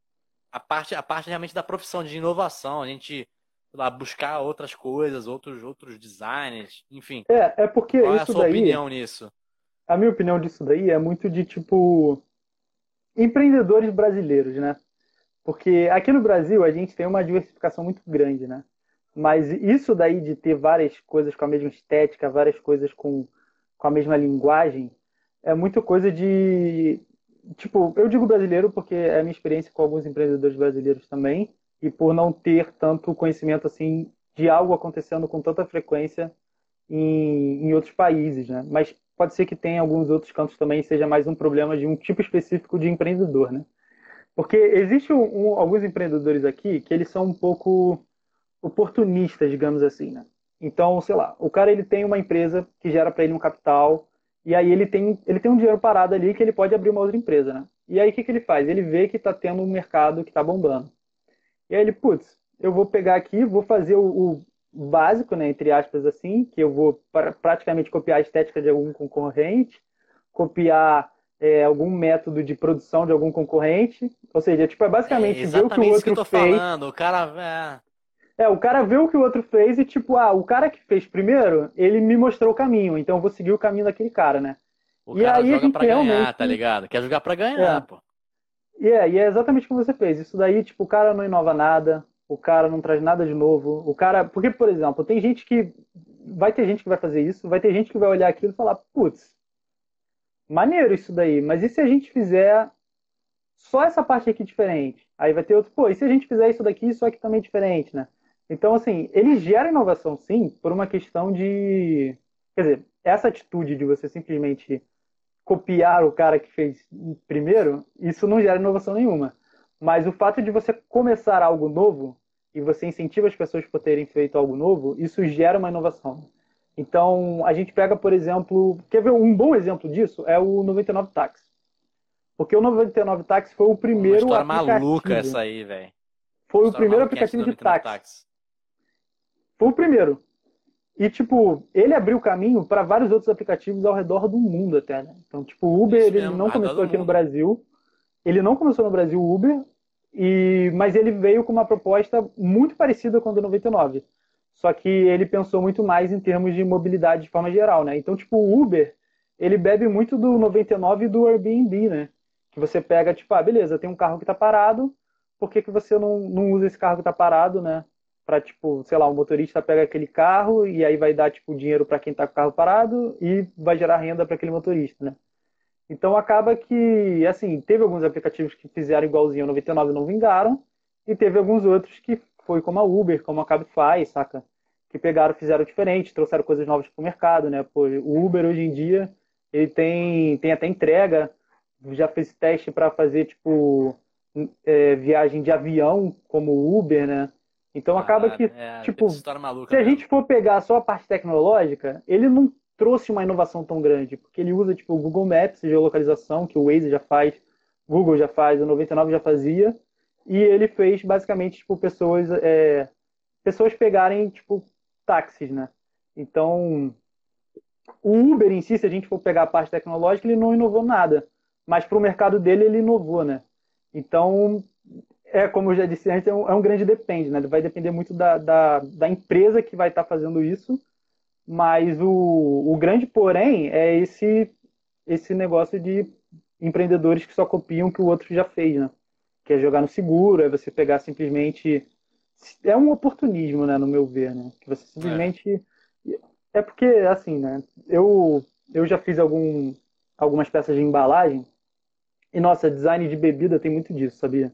a parte realmente da profissão de inovação, a gente, sei lá, buscar outras coisas, outros designers, enfim. É porque Qual é a isso sua daí, opinião nisso? a minha opinião disso daí é muito de, tipo, empreendedores brasileiros, né? Porque aqui no Brasil a gente tem uma diversificação muito grande, né? Mas isso daí de ter várias coisas com a mesma estética, várias coisas com a mesma linguagem, é muito coisa de. Tipo, eu digo brasileiro porque é a minha experiência com alguns empreendedores brasileiros também, e por não ter tanto conhecimento assim de algo acontecendo com tanta frequência em outros países, né? Mas pode ser que tenha alguns outros cantos também seja mais um problema de um tipo específico de empreendedor, né? Porque existe alguns empreendedores aqui que eles são um pouco oportunistas, digamos assim, né? Então, sei lá, o cara ele tem uma empresa que gera para ele um capital e aí ele tem um dinheiro parado ali que ele pode abrir uma outra empresa, né? E aí o que que ele faz? Ele vê que está tendo um mercado que está bombando. E aí ele, putz, eu vou pegar aqui, vou fazer o básico, né, entre aspas assim, que eu vou praticamente copiar a estética de algum concorrente, copiar algum método de produção de algum concorrente, ou seja, tipo, é É basicamente ver o que o exatamente isso que eu outro tô fez. falando. O cara, O cara vê o que o outro fez e, tipo, o cara que fez primeiro, ele me mostrou o caminho, então eu vou seguir o caminho daquele cara, né? o E cara aí a joga gente pra ganhar, realmente. tá ligado? Quer jogar pra ganhar, É, pô. e é exatamente o que você fez. Isso daí, tipo, o cara não inova nada, o cara não traz nada de novo. O cara. Porque, por exemplo, tem gente que. Vai ter gente que vai fazer isso, vai ter gente que vai olhar aquilo e falar, putz, maneiro isso daí, mas e se a gente fizer só essa parte aqui diferente? Aí vai ter outro, pô, e se a gente fizer isso daqui, isso aqui também diferente, né? Então, assim, ele gera inovação sim, por uma questão de. Quer dizer, essa atitude de você simplesmente copiar o cara que fez primeiro, isso não gera inovação nenhuma. Mas o fato de você começar algo novo e você incentiva as pessoas por terem feito algo novo, isso gera uma inovação. Então, a gente pega, por exemplo, quer ver um bom exemplo disso? É o 99 Táxi. Porque o 99 Táxi foi o Uma primeiro história maluca aplicativo. essa aí, velho. Uma Foi o história primeiro maluquete do aplicativo de 99 táxi. táxis. Foi o primeiro. E, tipo, ele abriu caminho para vários outros aplicativos ao redor do mundo até, né? Então, tipo, o Uber, Isso ele mesmo, não ao redor começou do aqui no mundo. Brasil. Ele não começou no Brasil, o Uber, mas ele veio com uma proposta muito parecida com a do 99. Só que ele pensou muito mais em termos de mobilidade de forma geral, né? Então, tipo, o Uber, ele bebe muito do 99 e do Airbnb, né? Que você pega, tipo, beleza, tem um carro que tá parado, por que que você não usa esse carro que tá parado, né? Pra, tipo, sei lá, o motorista pega aquele carro e aí vai dar, tipo, dinheiro para quem tá com o carro parado e vai gerar renda para aquele motorista, né? Então acaba que, assim, teve alguns aplicativos que fizeram igualzinho ao 99 e não vingaram, e teve alguns outros que foi como a Uber, como a Cabify, saca? Que pegaram, fizeram diferente, trouxeram coisas novas para o mercado, né? Pô, o Uber hoje em dia, ele tem até entrega, já fez teste para fazer, tipo, viagem de avião, como o Uber, né? Então acaba Caralho, que, teve tipo, história se maluca a mesmo. gente for pegar só a parte tecnológica, ele não trouxe uma inovação tão grande, porque ele usa tipo o Google Maps, geolocalização, que o Waze já faz, Google já faz, o 99 já fazia, e ele fez basicamente tipo pessoas pegarem tipo táxis, né? Então, o Uber em si, se a gente for pegar a parte tecnológica, ele não inovou nada, mas para o mercado dele ele inovou, né? Então, como eu já disse antes, é um grande depende, né? Vai depender muito da empresa que vai estar fazendo isso, Mas o grande porém é esse negócio de empreendedores que só copiam o que o outro já fez, né? Que é jogar no seguro, é você pegar simplesmente. É um oportunismo, né, no meu ver, né? Que você É. simplesmente. É porque, assim, né? Eu já fiz algumas peças de embalagem e, nossa, design de bebida tem muito disso, sabia?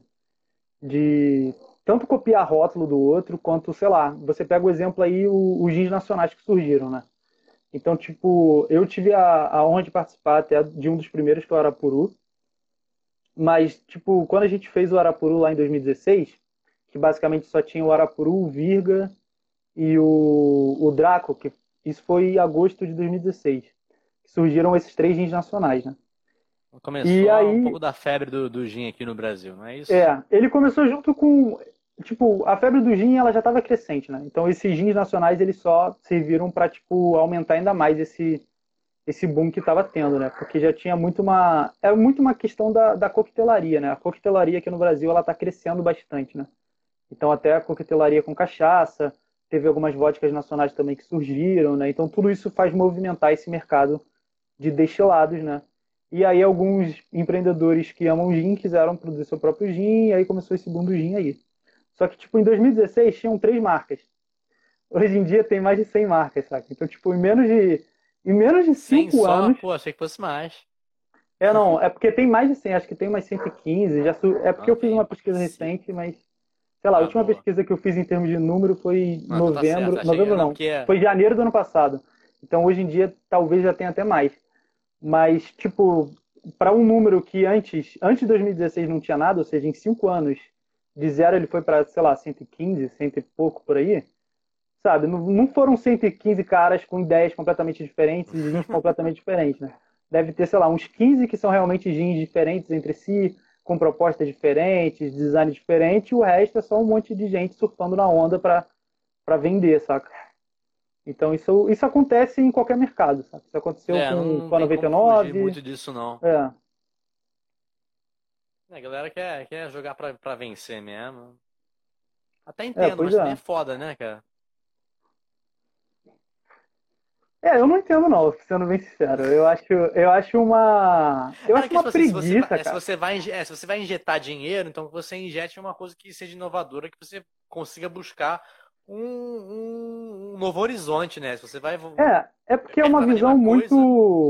De tanto copiar rótulo do outro, quanto, sei lá, você pega o exemplo aí, os jeans nacionais que surgiram, né? Então, tipo, eu tive a honra de participar até de um dos primeiros, que é o Arapuru, mas, tipo, quando a gente fez o Arapuru lá em 2016, que basicamente só tinha o Arapuru, o Virga e o Draco, que isso foi em agosto de 2016, que surgiram esses três jeans nacionais, né? E Começou um aí, pouco da febre do gin aqui no Brasil, não é isso? ele começou junto com, tipo, a febre do gin, ela já estava crescente, né? Então esses jeans nacionais, eles só serviram para, tipo, aumentar ainda mais esse boom que estava tendo, né? Porque já tinha muito uma questão da coquetelaria, né? A coquetelaria aqui no Brasil, ela está crescendo bastante, né? Então até a coquetelaria com cachaça, teve algumas vodkas nacionais também que surgiram, né? Então tudo isso faz movimentar esse mercado de destilados, né? E aí alguns empreendedores que amam gin quiseram produzir seu próprio gin, e aí começou esse boom do gin aí. Só que, tipo, em 2016 tinham três marcas. Hoje em dia tem mais de 100 marcas, saca? Então, tipo, em menos de 100 cinco só? anos. Pô, achei que fosse mais. Não, é porque tem mais de 100, acho que tem mais 115. É porque Ah, eu fiz tem uma pra pesquisa cacete. recente, mas, sei lá, a Ah, última boa. pesquisa que eu fiz em termos de número foi em Ah, então tá certo. novembro. Achei. Novembro Não, não, porque. foi janeiro do ano passado. Então, hoje em dia, talvez já tenha até mais. Mas, tipo, para um número que antes de 2016 não tinha nada, ou seja, em 5 anos, de zero ele foi para, sei lá, 115, cento e pouco por aí, sabe? Não, não foram 115 caras com ideias completamente diferentes e jeans completamente diferentes, né? Deve ter, sei lá, uns 15 que são realmente jeans diferentes entre si, com propostas diferentes, design diferente, e o resto é só um monte de gente surfando na onda para vender, saca? Então isso acontece em qualquer mercado, sabe? Isso aconteceu É, não, com não a tem como fugir 99, muito disso, não. é, A galera quer jogar pra vencer mesmo. Até É, entendo, pois mas também é é. foda, né, cara? Eu não entendo não, sendo bem sincero. Eu É, acho porque, uma tipo assim, se você vai, preguiça, se cara. você vai, se você vai injetar dinheiro, então que você injete uma coisa que seja inovadora, que você consiga buscar um novo horizonte, né? Se você vai É porque é uma apertar na visão mesma coisa,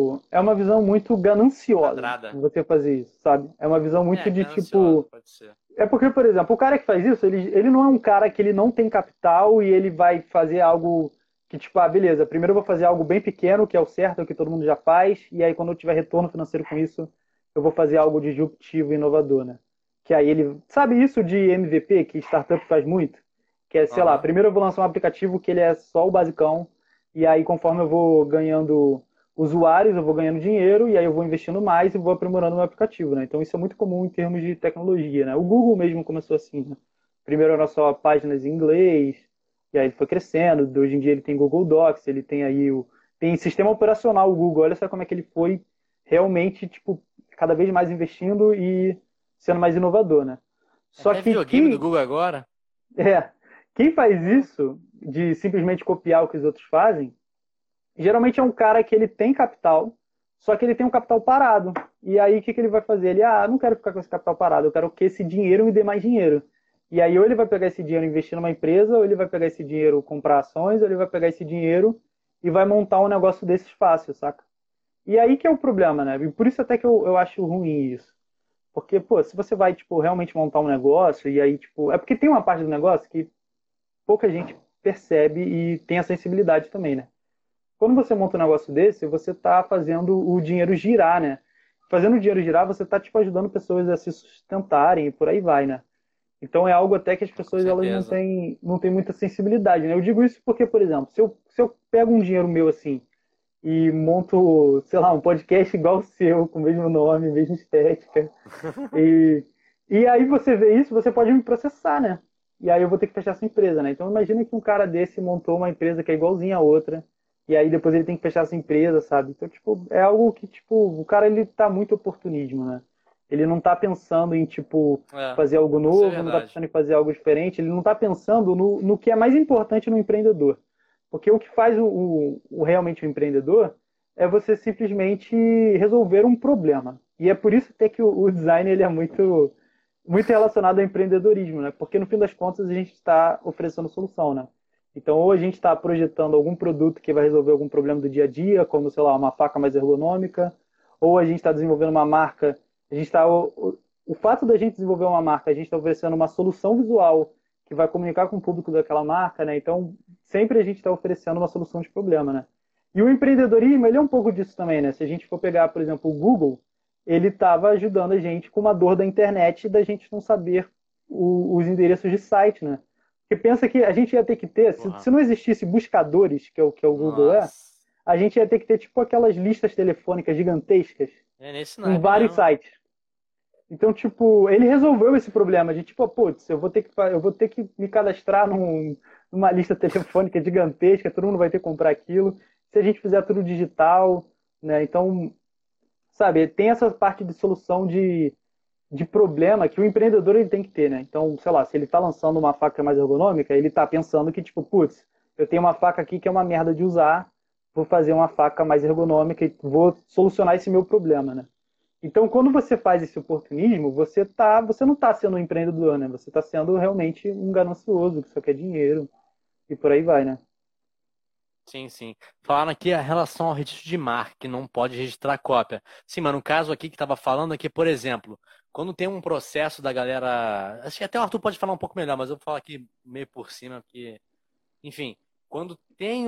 muito gananciosa quadrada. você fazer isso, sabe? É uma visão muito É, de gananciosa, tipo, pode ser. é porque, por exemplo, o cara que faz isso, ele não é um cara que ele não tem capital e ele vai fazer algo que, tipo, beleza, primeiro eu vou fazer algo bem pequeno, que é o certo, é o que todo mundo já faz, e aí quando eu tiver retorno financeiro com isso, eu vou fazer algo disruptivo e inovador, né? Que aí ele. Sabe isso de MVP, que startup faz muito? Que é, sei lá, Aham. primeiro eu vou lançar um aplicativo que ele é só o basicão, e aí conforme eu vou ganhando usuários, eu vou ganhando dinheiro, e aí eu vou investindo mais e vou aprimorando o meu aplicativo, né? Então isso é muito comum em termos de tecnologia, né? O Google mesmo começou assim, né? Primeiro era só páginas em inglês, e aí ele foi crescendo. Hoje em dia ele tem Google Docs, ele tem aí tem sistema operacional o Google. Olha só como é que ele foi realmente, tipo, cada vez mais investindo e sendo mais inovador, né? Só Até que videogame do Google agora. é, quem faz Pô, isso de simplesmente copiar o que os outros fazem, geralmente é um cara que ele tem capital, só que ele tem um capital parado. E aí o que ele vai fazer? Ele, não quero ficar com esse capital parado, eu quero que esse dinheiro me dê mais dinheiro. E aí ou ele vai pegar esse dinheiro e investir numa empresa, ou ele vai pegar esse dinheiro comprar ações, ou ele vai pegar esse dinheiro e vai montar um negócio desses fácil, saca? E aí que é o problema, né? E por isso até que eu acho ruim isso. Porque, pô, se você vai, tipo, realmente montar um negócio, e aí, tipo. É porque tem uma parte do negócio que pouca gente percebe e tem a sensibilidade também, né? Quando você monta um negócio desse, você está fazendo o dinheiro girar, né? Fazendo o dinheiro girar, você está tipo ajudando pessoas a se sustentarem e por aí vai, né? Então é algo até que as com pessoas elas certeza. não têm muita sensibilidade, né? Eu digo isso porque, por exemplo, se eu pego um dinheiro meu assim e monto, sei lá, um podcast igual o seu, com o mesmo nome, mesma estética, e, e aí você vê isso, você pode me processar, né? E aí eu vou ter que fechar essa empresa, né? Então imagina que um cara desse montou uma empresa que é igualzinha a outra, e aí depois ele tem que fechar essa empresa, sabe? Então, tipo, é algo que, tipo, o cara ele tá muito oportunismo, né? Ele não tá pensando em, tipo, É, fazer algo isso é novo, não tá verdade. pensando em fazer algo diferente, ele não tá pensando no que é mais importante no empreendedor. Porque o que faz realmente o empreendedor é você simplesmente resolver um problema. E é por isso até que o design ele é muito relacionado ao empreendedorismo, né? Porque no fim das contas a gente está oferecendo solução, né? Então, ou a gente está projetando algum produto que vai resolver algum problema do dia a dia, como, sei lá, uma faca mais ergonômica, ou a gente está desenvolvendo uma marca, a gente está o fato da gente desenvolver uma marca, a gente está oferecendo uma solução visual que vai comunicar com o público daquela marca, né? Então, sempre a gente está oferecendo uma solução de problema, né? E o empreendedorismo, ele é um pouco disso também, né? Se a gente for pegar, por exemplo, o Google, ele estava ajudando a gente com uma dor da internet da gente não saber os endereços de site, né? Porque pensa que a gente ia ter que ter, se Porra. não existisse buscadores, que é o Google Nossa. a gente ia ter que ter tipo aquelas listas telefônicas gigantescas É nesse com naipe vários mesmo. sites. Então, tipo, ele resolveu esse problema de tipo, putz, eu vou ter que me cadastrar numa lista telefônica gigantesca, todo mundo vai ter que comprar aquilo. Se a gente fizer tudo digital, né? Então, sabe, tem essa parte de solução de problema que o empreendedor ele tem que ter, né? Então, sei lá, se ele está lançando uma faca mais ergonômica, ele está pensando que, tipo, putz, eu tenho uma faca aqui que é uma merda de usar, vou fazer uma faca mais ergonômica e vou solucionar esse meu problema, né? Então, quando você faz esse oportunismo, você não está sendo um empreendedor, né? Você está sendo realmente um ganancioso que só quer dinheiro e por aí vai, né? Sim, sim. Falaram aqui a relação ao registro de marca, que não pode registrar cópia. Sim, mas no caso aqui que estava falando aqui, por exemplo, quando tem um processo da galera. Acho que até o Arthur pode falar um pouco melhor, mas eu vou falar aqui meio por cima, porque, enfim, quando tem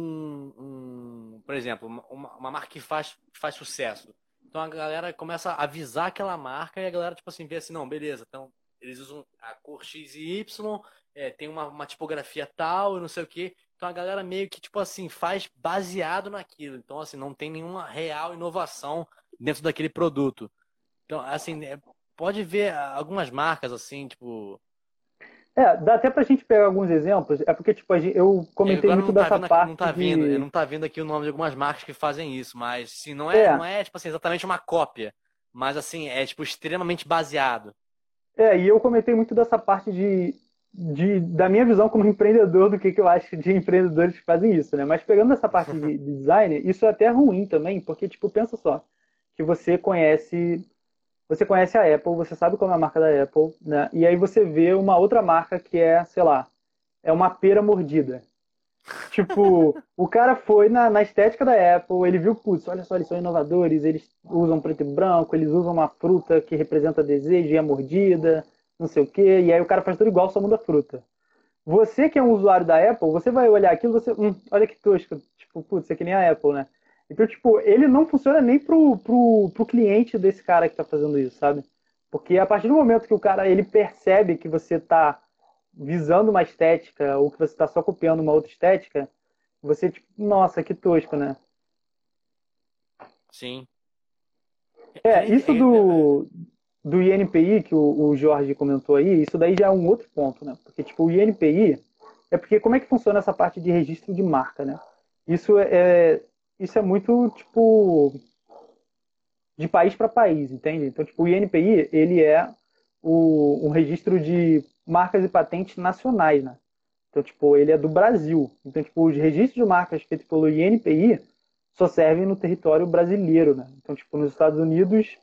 por exemplo, uma marca que faz sucesso. Então a galera começa a avisar aquela marca e a galera, tipo assim, vê assim, não, beleza, então eles usam a cor X e Y, tem uma tipografia tal e não sei o quê. Então a galera meio que, tipo assim, faz baseado naquilo. Então, assim, não tem nenhuma real inovação dentro daquele produto. Então, assim, pode ver algumas marcas, assim, tipo. Dá até pra gente pegar alguns exemplos. É porque, tipo, eu comentei Agora muito não tá dessa vindo, não parte tá vindo, de. não tá vindo aqui o nome de algumas marcas que fazem isso, mas sim, não é, É, não é tipo assim, exatamente uma cópia, mas assim, é tipo extremamente baseado. e eu comentei muito dessa parte da minha visão como empreendedor, do que eu acho de empreendedores que fazem isso, né? Mas pegando essa parte de design, isso é até ruim também, porque, tipo, pensa só, que você conhece a Apple, você sabe como é a marca da Apple, né? E aí você vê uma outra marca que é, sei lá, é uma pera mordida. Tipo, o cara foi na estética da Apple, ele viu, putz, olha só, eles são inovadores, eles usam preto e branco, eles usam uma fruta que representa desejo e a mordida, não sei o quê, e aí o cara faz tudo igual, só muda a fruta. Você que é um usuário da Apple, você vai olhar aquilo, olha que tosco, tipo, putz, isso aqui nem a Apple, né? Então, tipo, ele não funciona nem pro cliente desse cara que tá fazendo isso, sabe? Porque a partir do momento que o cara, ele percebe que você tá visando uma estética ou que você tá só copiando uma outra estética, você, tipo, nossa, que tosco, né? Sim. Isso do INPI que o Jorge comentou aí, isso daí já é um outro ponto, né? Porque, tipo, o INPI é porque como é que funciona essa parte de registro de marca, né? Isso isso é muito, tipo, de país para país, entende? Então, tipo, o INPI, ele é um registro de marcas e patentes nacionais, né? Então, tipo, ele é do Brasil. Então, tipo, os registros de marcas feitos pelo INPI só servem no território brasileiro, né? Então, tipo, nos Estados Unidos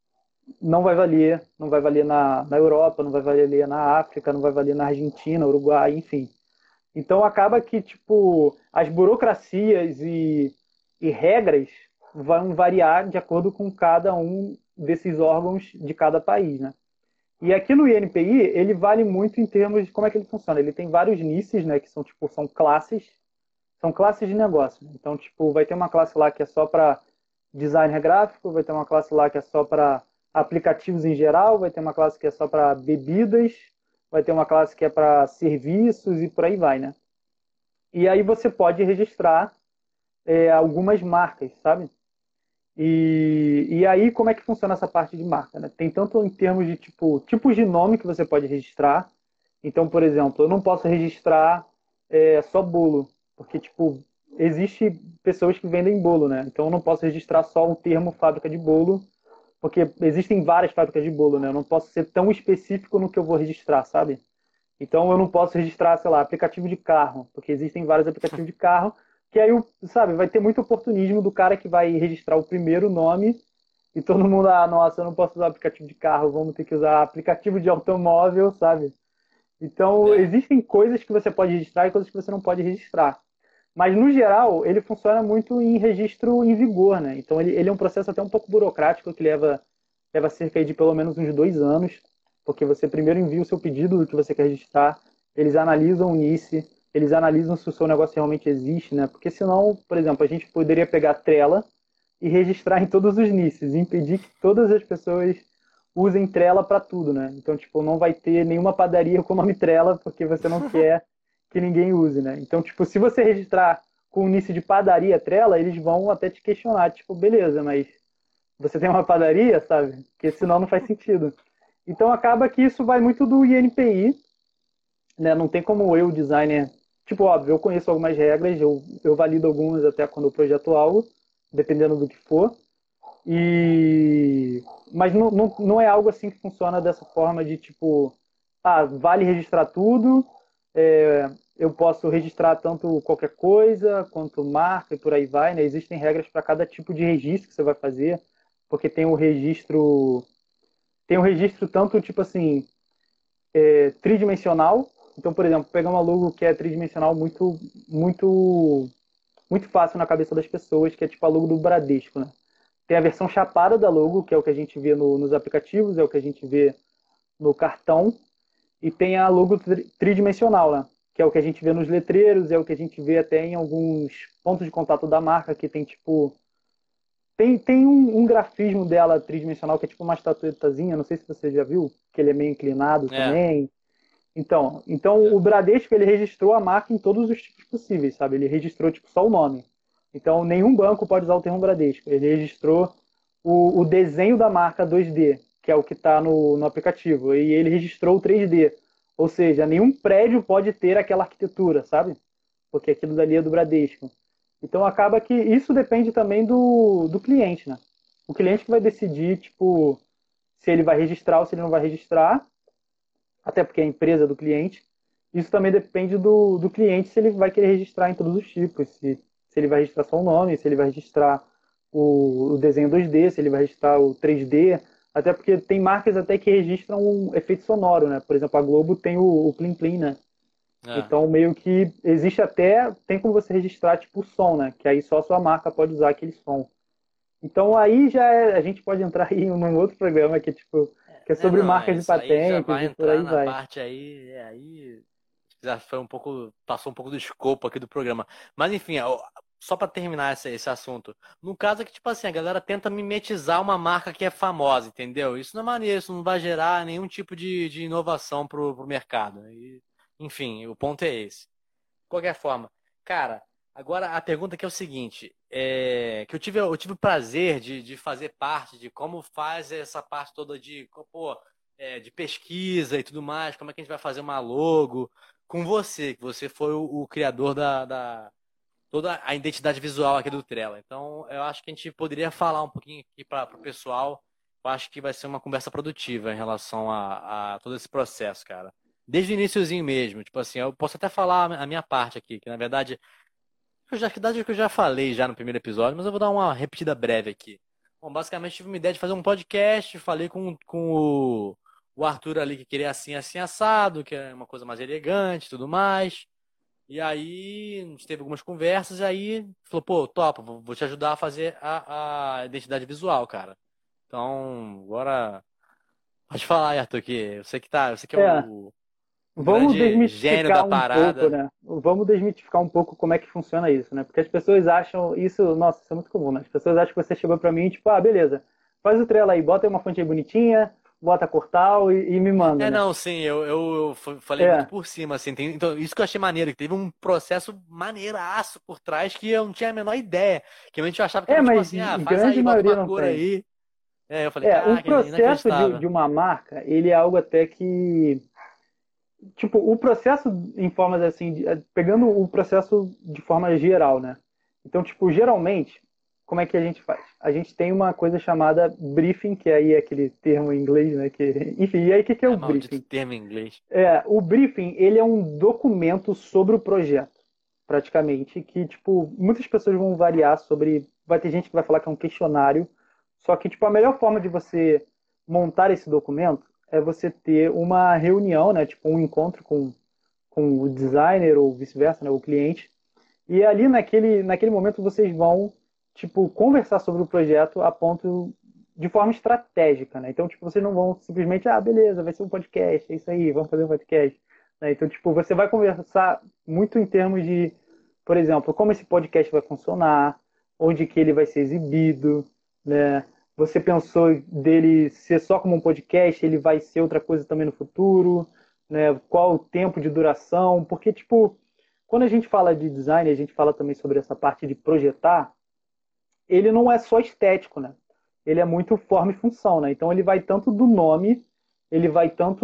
não vai valer na Europa, não vai valer na África, não vai valer na Argentina, Uruguai, enfim. Então acaba que, tipo, as burocracias e regras vão variar de acordo com cada um desses órgãos de cada país, né? E aqui no INPI, ele vale muito em termos de como é que ele funciona. Ele tem vários nichos, né, que são classes de negócio. Então, tipo, vai ter uma classe lá que é só para designer gráfico, vai ter uma classe lá que é só para aplicativos em geral, vai ter uma classe que é só para bebidas, vai ter uma classe que é para serviços e por aí vai, né? E aí você pode registrar algumas marcas, sabe? E aí, como é que funciona essa parte de marca, né? Tem tanto em termos de tipos de nome que você pode registrar. Então, por exemplo, eu não posso registrar só bolo, porque, tipo, existe pessoas que vendem bolo, né? Então, eu não posso registrar só o termo fábrica de bolo, porque existem várias fábricas de bolo, né? Eu não posso ser tão específico no que eu vou registrar, sabe? Então eu não posso registrar, sei lá, aplicativo de carro, porque existem vários aplicativos de carro, que aí, sabe, vai ter muito oportunismo do cara que vai registrar o primeiro nome e todo mundo, ah, nossa, eu não posso usar aplicativo de carro, vamos ter que usar aplicativo de automóvel, sabe? Então, É. existem coisas que você pode registrar e coisas que você não pode registrar. Mas, no geral, ele funciona muito em registro em vigor, né? Então, ele é um processo até um pouco burocrático, que leva cerca de pelo menos uns 2 anos, porque você primeiro envia o seu pedido do que você quer registrar, eles analisam o NICE, eles analisam se o seu negócio realmente existe, né? Porque senão, por exemplo, a gente poderia pegar a Trela e registrar em todos os NICs, e impedir que todas as pessoas usem Trela para tudo, né? Então, tipo, não vai ter nenhuma padaria com o nome Trela, porque você não quer que ninguém use, né? Então, tipo, se você registrar com o NICE de padaria Trela, eles vão até te questionar, tipo, beleza, mas você tem uma padaria, sabe? Porque senão não faz sentido. Então acaba que isso vai muito do INPI, né? Não tem como eu, designer, tipo, óbvio, eu conheço algumas regras, eu valido algumas até quando eu projeto algo, dependendo do que for. E mas não é algo assim que funciona dessa forma de tipo, ah, vale registrar tudo, eu posso registrar tanto qualquer coisa quanto marca e por aí vai, né? Existem regras para cada tipo de registro que você vai fazer, porque tem o registro tanto tipo assim, tridimensional. Então, por exemplo, pegar uma logo que é tridimensional muito muito fácil na cabeça das pessoas, que é tipo a logo do Bradesco, né? Tem a versão chapada da logo, que é o que a gente vê nos aplicativos, é o que a gente vê no cartão, e tem a logo tridimensional, né? Que é o que a gente vê nos letreiros, é o que a gente vê até em alguns pontos de contato da marca, que tem tipo. Tem um grafismo dela tridimensional que é tipo uma estatuetazinha, não sei se você já viu, que ele é meio inclinado É. também. Então o Bradesco ele registrou a marca em todos os tipos possíveis, sabe? Ele registrou tipo só o nome. Então nenhum banco pode usar o termo Bradesco. Ele registrou o desenho da marca 2D, que é o que está no aplicativo, e ele registrou o 3D. Ou seja, nenhum prédio pode ter aquela arquitetura, sabe? Porque aquilo dali é do Bradesco. Então acaba que isso depende também do cliente, né? O cliente que vai decidir, tipo, se ele vai registrar ou se ele não vai registrar, até porque é a empresa do cliente. Isso também depende do cliente se ele vai querer registrar em todos os tipos, se ele vai registrar só o nome, se ele vai registrar o desenho 2D, se ele vai registrar o 3D, até porque tem marcas até que registram um efeito sonoro, né? Por exemplo, a Globo tem o Plim Plim, né? É. Então, meio que existe até, tem como você registrar tipo o som, né? Que aí só a sua marca pode usar aquele som. Então aí a gente pode entrar aí num outro programa que, tipo, que é sobre Não, marcas de isso aí já patentes vai e por entrar aí na vai. parte aí, aí já foi um pouco, passou um pouco do escopo aqui do programa. Mas enfim, ó, só para terminar esse assunto, no caso é que, tipo assim, a galera tenta mimetizar uma marca que é famosa, entendeu? Isso não é maneiro, isso não vai gerar nenhum tipo de inovação pro mercado. E, enfim, o ponto é esse. De qualquer forma, cara, agora a pergunta que é o seguinte, que eu tive o prazer de fazer parte de como faz essa parte toda pô, de pesquisa e tudo mais, como é que a gente vai fazer uma logo com você, que você foi o criador da toda a identidade visual aqui do Trello. Então, eu acho que a gente poderia falar um pouquinho aqui para o pessoal. Eu acho que vai ser uma conversa produtiva em relação a todo esse processo, cara. Desde o iniciozinho mesmo, tipo assim, eu posso até falar a minha parte aqui, que na verdade, que eu já falei já no primeiro episódio, mas eu vou dar uma repetida breve aqui. Bom, basicamente tive uma ideia de fazer um podcast, falei com o Arthur ali que queria assim, assim, assado, que é uma coisa mais elegante e tudo mais. E aí, a gente teve algumas conversas, e aí falou, pô, topa, vou te ajudar a fazer a identidade visual, cara. Então, agora, pode falar aí, Arthur, que você que é É, o vamos grande gênio da desmistificar um pouco, parada. né? Vamos desmistificar um pouco como é que funciona isso, né? Porque as pessoas acham isso, nossa, isso é muito comum, né? As pessoas acham que você chegou pra mim e tipo, ah, beleza, faz o Trello aí, bota aí uma fonte aí bonitinha, bota Cortal e me manda, É, né? não, sim, eu falei muito É, por cima, assim, então, isso que eu achei maneiro, que teve um processo maneiraço por trás que eu não tinha a menor ideia, que eu achava que era tipo mas assim, ah, faz grande aí, bota maioria uma não cor tem. aí. É, eu falei, O caraca, processo de inacreditável. uma marca, ele é algo até que, tipo, o processo em formas assim, pegando o processo de forma geral, né? Então, tipo, geralmente, como é que a gente faz? A gente tem uma coisa chamada briefing, que aí é aquele termo em inglês, né? Enfim, e aí o que é o É maldito briefing? termo em inglês. O briefing, ele é um documento sobre o projeto, praticamente, que, tipo, muitas pessoas vão variar sobre... Vai ter gente que vai falar que é um questionário, só que, tipo, a melhor forma de você montar esse documento é você ter uma reunião, né? Tipo, um encontro com o designer ou vice-versa, né? O cliente. E ali, naquele momento, vocês vão, tipo, conversar sobre o projeto a ponto de forma estratégica, né? Então, tipo, vocês não vão simplesmente, beleza, vai ser um podcast, é isso aí, vamos fazer um podcast. Né? Então, tipo, você vai conversar muito em termos de, por exemplo, como esse podcast vai funcionar, onde que ele vai ser exibido, né? Você pensou dele ser só como um podcast, ele vai ser outra coisa também no futuro, né? Qual o tempo de duração? Porque, tipo, quando a gente fala de design, a gente fala também sobre essa parte de projetar, ele não é só estético, né? Ele é muito forma e função, né? Então ele vai tanto do nome, ele vai tanto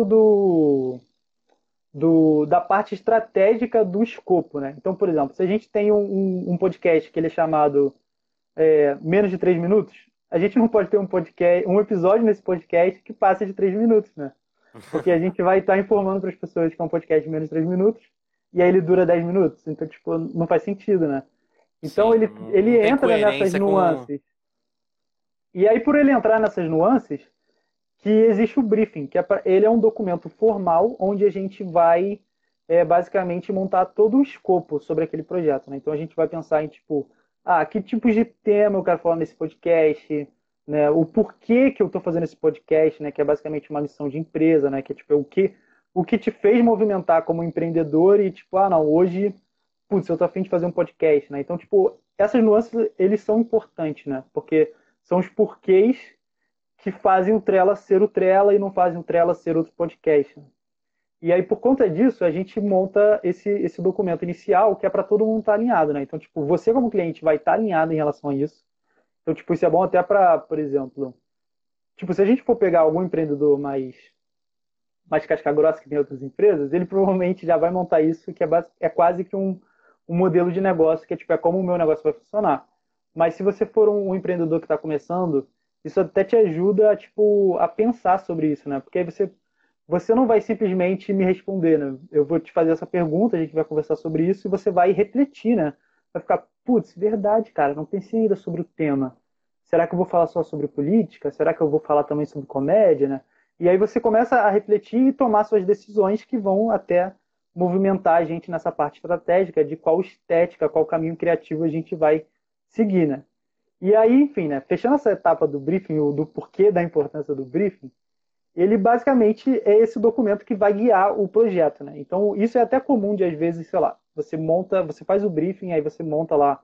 da parte estratégica do escopo, né? Então, por exemplo, se a gente tem um podcast que ele é chamado Menos de 3 minutos, a gente não pode ter um podcast, um episódio nesse podcast que passa de 3 minutos, né? Porque a gente vai estar informando para as pessoas que é um podcast de menos de 3 minutos, e aí ele dura 10 minutos. Então, tipo, não faz sentido, né? Então Sim, ele não tem entra nessas coerência com. nuances. E aí, por ele entrar nessas nuances, que existe o briefing, que ele é um documento formal onde a gente vai basicamente montar todo o escopo sobre aquele projeto. Né? Então a gente vai pensar em tipo, que tipos de tema eu quero falar nesse podcast, né? O porquê que eu estou fazendo esse podcast, né? Que é basicamente uma lição de empresa, né? Que é tipo o que te fez movimentar como empreendedor e tipo, não, hoje, putz, eu tô a fim de fazer um podcast, né? Então, tipo, essas nuances, eles são importantes, né? Porque são os porquês que fazem o Trela ser o Trela e não fazem o Trela ser outro podcast. Né? E aí, por conta disso, a gente monta esse documento inicial que é para todo mundo estar alinhado, né? Então, tipo, você como cliente vai estar alinhado em relação a isso. Então, tipo, isso é bom até para, por exemplo, tipo, se a gente for pegar algum empreendedor mais casca grossa que tem outras empresas, ele provavelmente já vai montar isso, que é quase que um modelo de negócio, que é tipo, é como o meu negócio vai funcionar. Mas se você for um empreendedor que está começando, isso até te ajuda tipo, a pensar sobre isso, né? Porque aí você não vai simplesmente me responder, né? Eu vou te fazer essa pergunta, a gente vai conversar sobre isso e você vai refletir, né? Vai ficar, putz, verdade, cara, não pensei ainda sobre o tema. Será que eu vou falar só sobre política? Será que eu vou falar também sobre comédia, né? E aí você começa a refletir e tomar suas decisões que vão até movimentar a gente nessa parte estratégica de qual estética, qual caminho criativo a gente vai seguir, né? E aí, enfim, né? Fechando essa etapa do briefing, ou do porquê da importância do briefing, ele basicamente é esse documento que vai guiar o projeto, né? Então, isso é até comum de, às vezes, sei lá, você faz o briefing, aí você monta lá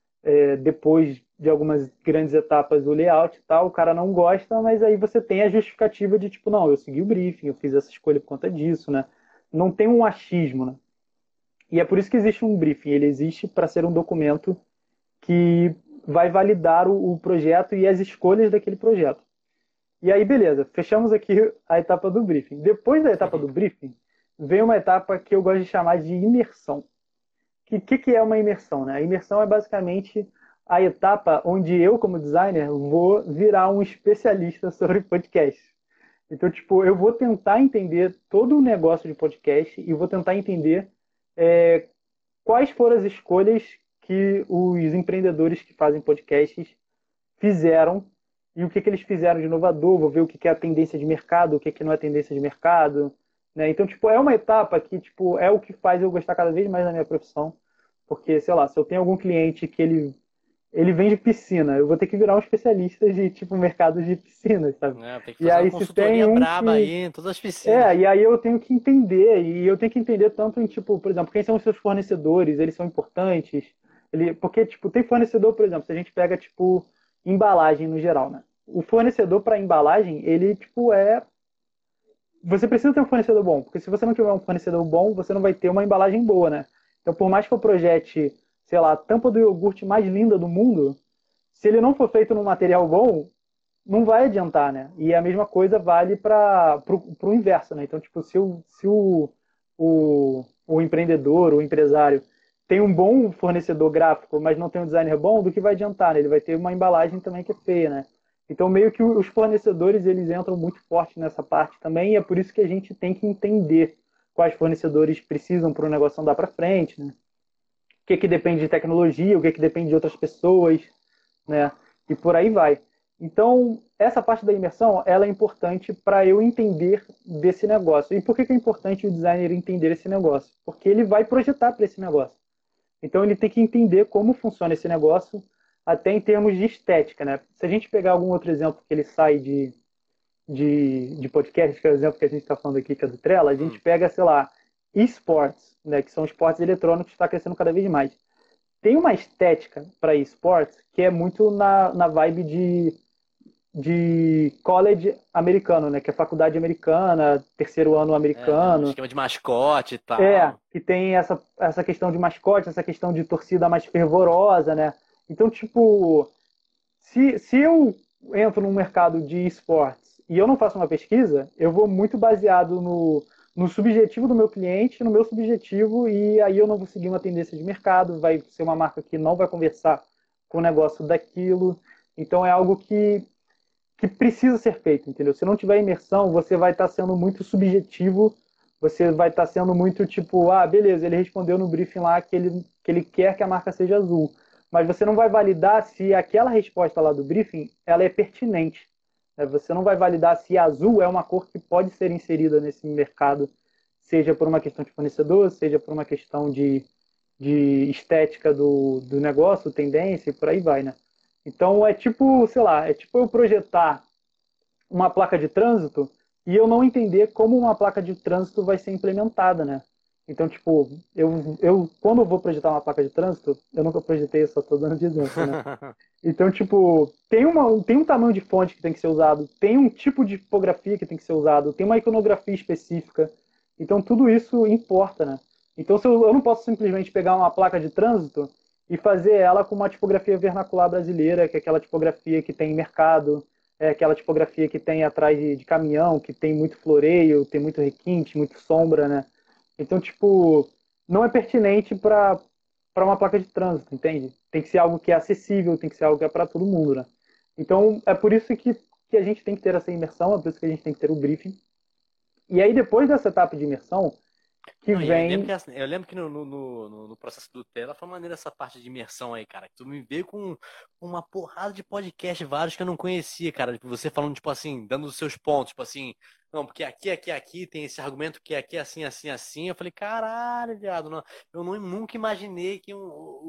depois de algumas grandes etapas do layout e tal, o cara não gosta, mas aí você tem a justificativa de tipo, não, eu segui o briefing, eu fiz essa escolha por conta disso, né? Não tem um achismo, né? E é por isso que existe um briefing, ele existe para ser um documento que vai validar o projeto e as escolhas daquele projeto. E aí, beleza, fechamos aqui a etapa do briefing. Depois da etapa do briefing, vem uma etapa que eu gosto de chamar de imersão. Que é uma imersão, né? A imersão é basicamente a etapa onde eu, como designer, vou virar um especialista sobre podcast. Então, tipo, eu vou tentar entender todo o negócio de podcast e vou tentar entender é, quais foram as escolhas que os empreendedores que fazem podcasts fizeram e o que eles fizeram de inovador, vou ver o que é a tendência de mercado, o que não é tendência de mercado, né? Então, tipo, é uma etapa que, tipo, é o que faz eu gostar cada vez mais da minha profissão, porque, sei lá, se eu tenho algum cliente que ele vende piscina, eu vou ter que virar um especialista de, tipo, mercado de piscinas, sabe? Tem que E fazer uma aí se tem consultoria um braba que aí em todas as piscinas. e aí eu tenho que entender, e eu tenho que entender tanto em, tipo, por exemplo, quem são os seus fornecedores, eles são importantes, porque, tipo, tem fornecedor, por exemplo, se a gente pega, tipo, embalagem no geral, né? O fornecedor para embalagem, ele, tipo, você precisa ter um fornecedor bom, porque se você não tiver um fornecedor bom, você não vai ter uma embalagem boa, né? Então, por mais que eu projete, sei lá, a tampa do iogurte mais linda do mundo, se ele não for feito num material bom, não vai adiantar, né? E a mesma coisa vale para o inverso, né? Então, tipo, se o empreendedor, o empresário, tem um bom fornecedor gráfico, mas não tem um designer bom, do que vai adiantar, né? Ele vai ter uma embalagem também que é feia, né? Então, meio que os fornecedores, eles entram muito forte nessa parte também, e é por isso que a gente tem que entender quais fornecedores precisam para o negócio andar para frente, né? O que depende de tecnologia, o que depende de outras pessoas, né? E por aí vai. Então, essa parte da imersão, ela é importante para eu entender desse negócio. E por que é importante o designer entender esse negócio? Porque ele vai projetar para esse negócio. Então, ele tem que entender como funciona esse negócio, até em termos de estética, né? Se a gente pegar algum outro exemplo que ele sai de podcast, que é o exemplo que a gente está falando aqui, que é do Trello, a gente pega, sei lá, esports, né? Que são esportes eletrônicos que está crescendo cada vez mais. Tem uma estética para esportes que é muito na vibe de college americano, né? Que é faculdade americana, terceiro ano americano. Esquema de mascote e É, tal. que tem essa questão de mascote, essa questão de torcida mais fervorosa, né? Então, tipo, se eu entro num mercado de esportes e eu não faço uma pesquisa, eu vou muito baseado no subjetivo do meu cliente, no meu subjetivo, e aí eu não vou seguir uma tendência de mercado, vai ser uma marca que não vai conversar com o negócio daquilo. Então é algo que precisa ser feito, entendeu? Se não tiver imersão, você vai estar sendo muito subjetivo, você vai estar sendo muito tipo, ah, beleza, ele respondeu no briefing lá que ele quer que a marca seja azul, mas você não vai validar se aquela resposta lá do briefing, ela é pertinente. Né? Você não vai validar se azul é uma cor que pode ser inserida nesse mercado, seja por uma questão de fornecedor, seja por uma questão de estética do negócio, tendência e por aí vai, né? Então é tipo, sei lá, é tipo eu projetar uma placa de trânsito e eu não entender como uma placa de trânsito vai ser implementada, né? Então, tipo, quando eu vou projetar uma placa de trânsito, eu nunca projetei, eu só estou dando de exemplo, né? Então, tipo, tem um tamanho de fonte que tem que ser usado, tem um tipo de tipografia que tem que ser usado, tem uma iconografia específica. Então, tudo isso importa, né? Então, se eu não posso simplesmente pegar uma placa de trânsito e fazer ela com uma tipografia vernacular brasileira, que é aquela tipografia que tem mercado, é aquela tipografia que tem atrás de caminhão, que tem muito floreio, tem muito requinte, muito sombra, né? Então, tipo, não é pertinente para uma placa de trânsito, entende? Tem que ser algo que é acessível, tem que ser algo que é para todo mundo, né? Então, é por isso que a gente tem que ter essa imersão, é por isso que a gente tem que ter o briefing. E aí, depois dessa etapa de imersão, que Não, e eu lembro vem. que, eu lembro que no processo do Tela foi maneira essa parte de imersão aí, cara. Que tu me veio com uma porrada de podcast, vários que eu não conhecia, cara. Tipo, você falando, tipo assim, dando os seus pontos, tipo assim, não, porque aqui tem esse argumento que aqui é assim, assim, assim. Eu falei, caralho, viado, não, nunca imaginei que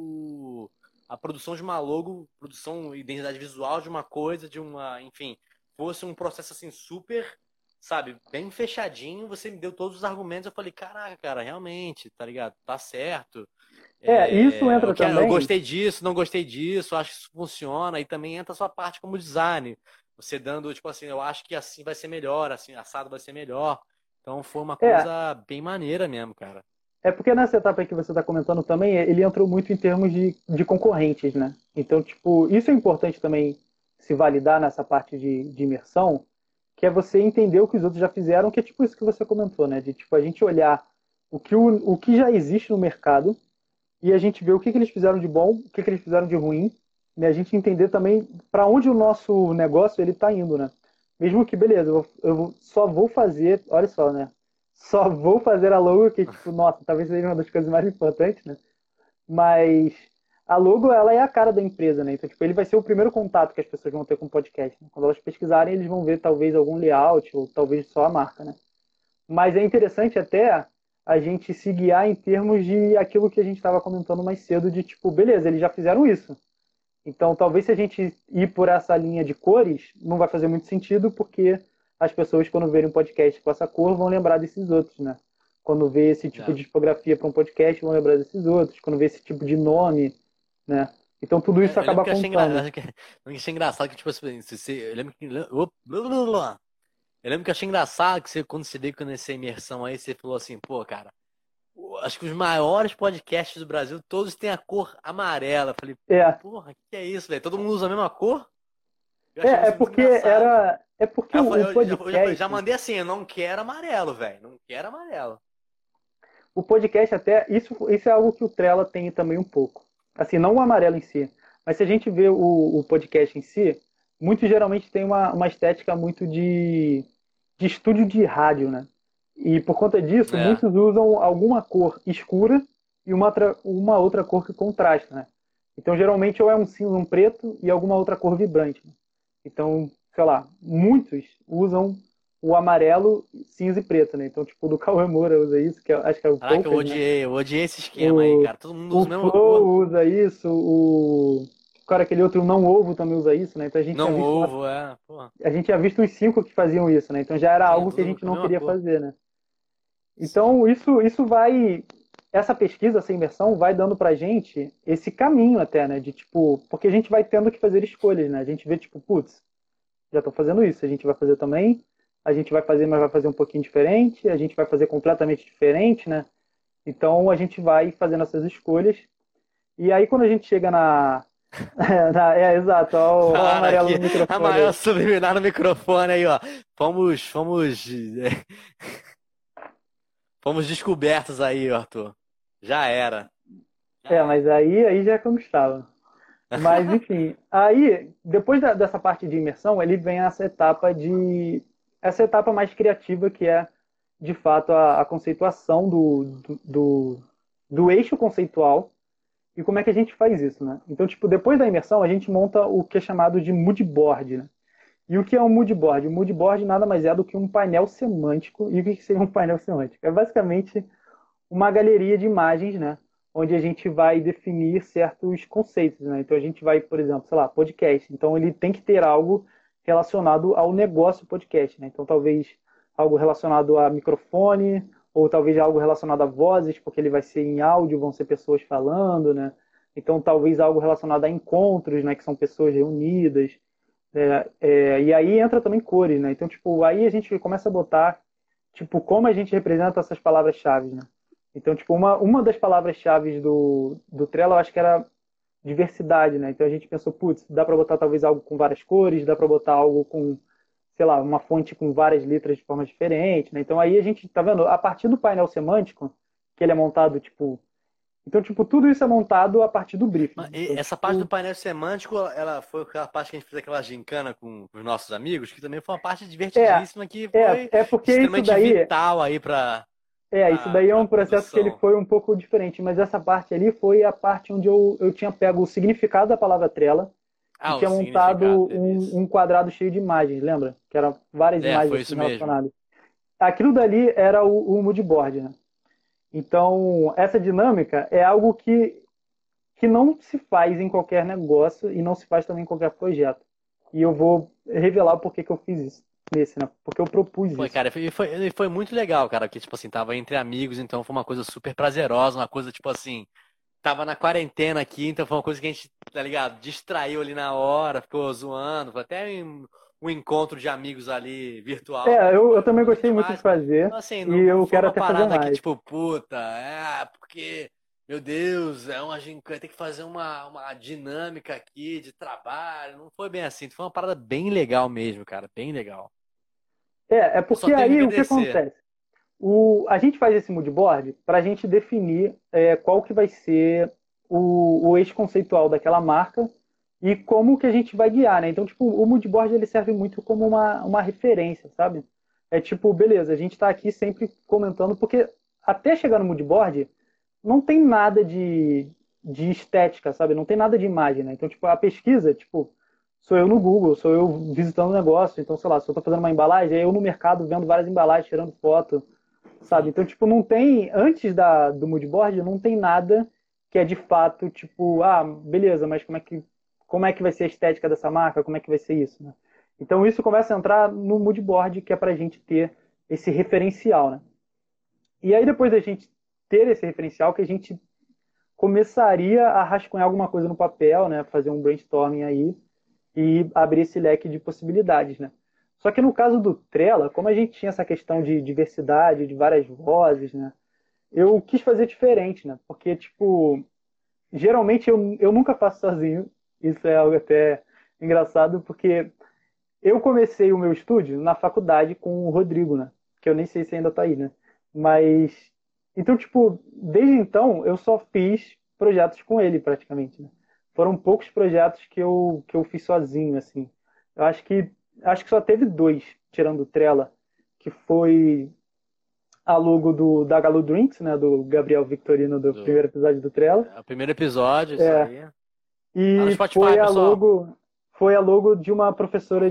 a produção de uma logo, produção, identidade visual de uma coisa, de uma, enfim, fosse um processo assim super, sabe, bem fechadinho. Você me deu todos os argumentos. Eu falei, caraca, cara, realmente, tá ligado? Tá certo. Isso entra Eu também. gostei disso, não gostei disso, acho que isso funciona. E também entra a sua parte como design. Você dando, tipo assim, eu acho que assim vai ser melhor, assim, assado vai ser melhor. Então foi uma É, coisa bem maneira mesmo, cara. É porque nessa etapa aí que você está comentando também, ele entrou muito em termos de concorrentes, né? Então, tipo, isso é importante também se validar nessa parte de imersão, que é você entender o que os outros já fizeram, que é tipo isso que você comentou, né? De tipo, a gente olhar o que já existe no mercado e a gente ver o que eles fizeram de bom, o que eles fizeram de ruim, né? A gente entender também para onde o nosso negócio ele está indo, né? Mesmo que, beleza, só vou fazer, olha só, né? Só vou fazer a logo, que, tipo, nossa, talvez seja uma das coisas mais importantes, né? Mas a logo, ela é a cara da empresa, né? Então, tipo, ele vai ser o primeiro contato que as pessoas vão ter com o podcast. Né? Quando elas pesquisarem, eles vão ver talvez algum layout ou talvez só a marca, né? Mas é interessante até a gente se guiar em termos de aquilo que a gente estava comentando mais cedo, de tipo, beleza, eles já fizeram isso. Então, talvez se a gente ir por essa linha de cores, não vai fazer muito sentido, porque as pessoas, quando verem um podcast com essa cor, vão lembrar desses outros, né? Quando vê esse tipo É. de tipografia para um podcast, vão lembrar desses outros. Quando vê esse tipo de nome, né? Então, tudo isso Eu lembro acaba que eu achei, contando. eu achei engraçado que, tipo assim, eu lembro que. Eu lembro que eu achei engraçado que você, quando você veio com essa imersão aí, você falou assim, pô, cara, acho que os maiores podcasts do Brasil, todos têm a cor amarela. Eu falei, É, porra, que é isso, velho? Todo mundo usa a mesma cor? Eu achei é isso muito porque engraçado, cara. é porque Aí o eu já podcast, mandei assim, eu não quero amarelo, velho. Não quero amarelo. o podcast até, isso é algo que o Trello tem também um pouco. Assim, não o amarelo em si, mas se a gente vê o podcast em si, muito geralmente tem uma estética muito de estúdio de rádio, né? E por conta disso, É. muitos usam alguma cor escura e uma outra cor que contrasta, né? Então, geralmente, ou é um cinza, um preto e alguma outra cor vibrante, né? Então, sei lá, muitos usam o amarelo, cinza e preto, né? Então, tipo, o do Cauê Moura usa isso, acho que é o Caraca, Poucas, né? eu odiei esse esquema aí, O, cara. Todo mundo o usa a mesma cor. Flow usa isso, o cara, aquele outro Não Ovo também usa isso, né? Então Não ovo, é. Porra, a gente tinha visto uns cinco que faziam isso, né? Então já era sim, algo que a tudo gente com a não mesma queria cor. fazer, né? Sim. Então isso vai, essa pesquisa, essa imersão vai dando pra gente esse caminho até, né? De tipo, porque a gente vai tendo que fazer escolhas, né? A gente vê tipo, putz, já tô fazendo isso, a gente vai fazer também, a gente vai fazer, mas vai fazer um pouquinho diferente, a gente vai fazer completamente diferente, né? Então a gente vai fazendo essas escolhas. E aí quando a gente chega na. Exato, ó, o Cara, amarelo aqui, no a microfone maior aí. subliminar no microfone aí, ó. Fomos descobertos aí, Arthur. Já era. Já Mas era. aí já conquistava. Mas enfim, aí depois dessa parte de imersão, ele vem essa etapa mais criativa que é de fato a conceituação do eixo conceitual e como é que a gente faz isso, né? Então, tipo, depois da imersão, a gente monta o que é chamado de mood board, né? E o que é um mood board? O mood board nada mais é do que um painel semântico. E o que seria um painel semântico? É basicamente uma galeria de imagens, né? Onde a gente vai definir certos conceitos, né? Então a gente vai, por exemplo, sei lá, podcast. Então ele tem que ter algo relacionado ao negócio podcast, né? Então talvez algo relacionado a microfone, ou talvez algo relacionado a vozes, porque ele vai ser em áudio, vão ser pessoas falando, né? Então talvez algo relacionado a encontros, né? Que são pessoas reunidas. E aí entra também cores, né? Então, tipo, aí a gente começa a botar, tipo, como a gente representa essas palavras-chave, né? Então, tipo, uma das palavras-chave do Trello, eu acho que era diversidade, né? Então a gente pensou, putz, dá para botar talvez algo com várias cores, dá para botar algo com, sei lá, uma fonte com várias letras de forma diferente, né? Então aí a gente, tá vendo? A partir do painel semântico, que ele é montado, tipo... Então, tipo, tudo isso é montado a partir do briefing. Então, Essa parte do tipo, painel semântico, ela foi aquela parte que a gente fez aquela gincana com os nossos amigos, que também foi uma parte é, divertidíssima que foi é porque isso extremamente daí vital aí para isso daí é para um processo que ele produção. foi um pouco diferente, mas essa parte ali foi a parte onde eu tinha pego o significado da palavra trela e Ah, o tinha significado, montado beleza. um quadrado cheio de imagens, lembra? Que eram várias É, imagens foi assim isso mesmo. relacionadas. Aquilo dali era o mood board, né? Então, essa dinâmica é algo que não se faz em qualquer negócio e não se faz também em qualquer projeto. E eu vou revelar o porquê que eu fiz isso nesse, né? Porque eu propus Foi, isso. cara, foi muito legal, cara, que, tipo assim, tava entre amigos, então foi uma coisa super prazerosa, uma coisa, tipo assim, tava na quarentena aqui, então foi uma coisa que a gente, tá ligado, distraiu ali na hora, ficou zoando, foi até um encontro de amigos ali virtual, mas Eu foi também maneiro gostei muito de demais, cara. fazer Então, assim, e não eu foi quero uma até fazer parada que, mais. tipo, puta, porque, meu Deus, tem que fazer uma dinâmica aqui de trabalho, não foi bem assim, foi uma parada bem legal mesmo, cara, bem legal. É Eu só porque tenho que aí o que agradecer. acontece? A gente faz esse mood board para a gente definir qual que vai ser o eixo conceitual daquela marca e como que a gente vai guiar, né? Então, tipo, o mood board ele serve muito como uma referência, sabe? É tipo, beleza, a gente está aqui sempre comentando, porque até chegar no mood board não tem nada de estética, sabe? Não tem nada de imagem, né? Então, tipo, a pesquisa, tipo, sou eu no Google, sou eu visitando o negócio, então, sei lá, se eu tô fazendo uma embalagem, é eu no mercado vendo várias embalagens, tirando foto, sabe? Sim. Então, tipo, não tem, antes do moodboard, não tem nada que é de fato, tipo, beleza, mas como é que vai ser a estética dessa marca? Como é que vai ser isso, né? Então, isso começa a entrar no moodboard, que é pra gente ter esse referencial, né? E aí, depois da gente ter esse referencial, que a gente começaria a rascunhar alguma coisa no papel, né? Fazer um brainstorming aí e abrir esse leque de possibilidades, né? Só que no caso do Trello, como a gente tinha essa questão de diversidade, de várias vozes, né? Eu quis fazer diferente, né? Porque, tipo, geralmente eu nunca faço sozinho. Isso é algo até engraçado, porque eu comecei o meu estúdio na faculdade com o Rodrigo, né? Que eu nem sei se ainda tá aí, né? Mas Então, tipo, desde então, eu só fiz projetos com ele, praticamente, né? Foram poucos projetos que eu fiz sozinho, assim. Eu acho que só teve dois, tirando o Trella, que foi a logo da Galo Drinks, né? Do Gabriel Victorino, do Do, primeiro episódio do Trella. o primeiro episódio, isso É, aí. Tá no e Spotify, pessoal. foi a logo de uma professora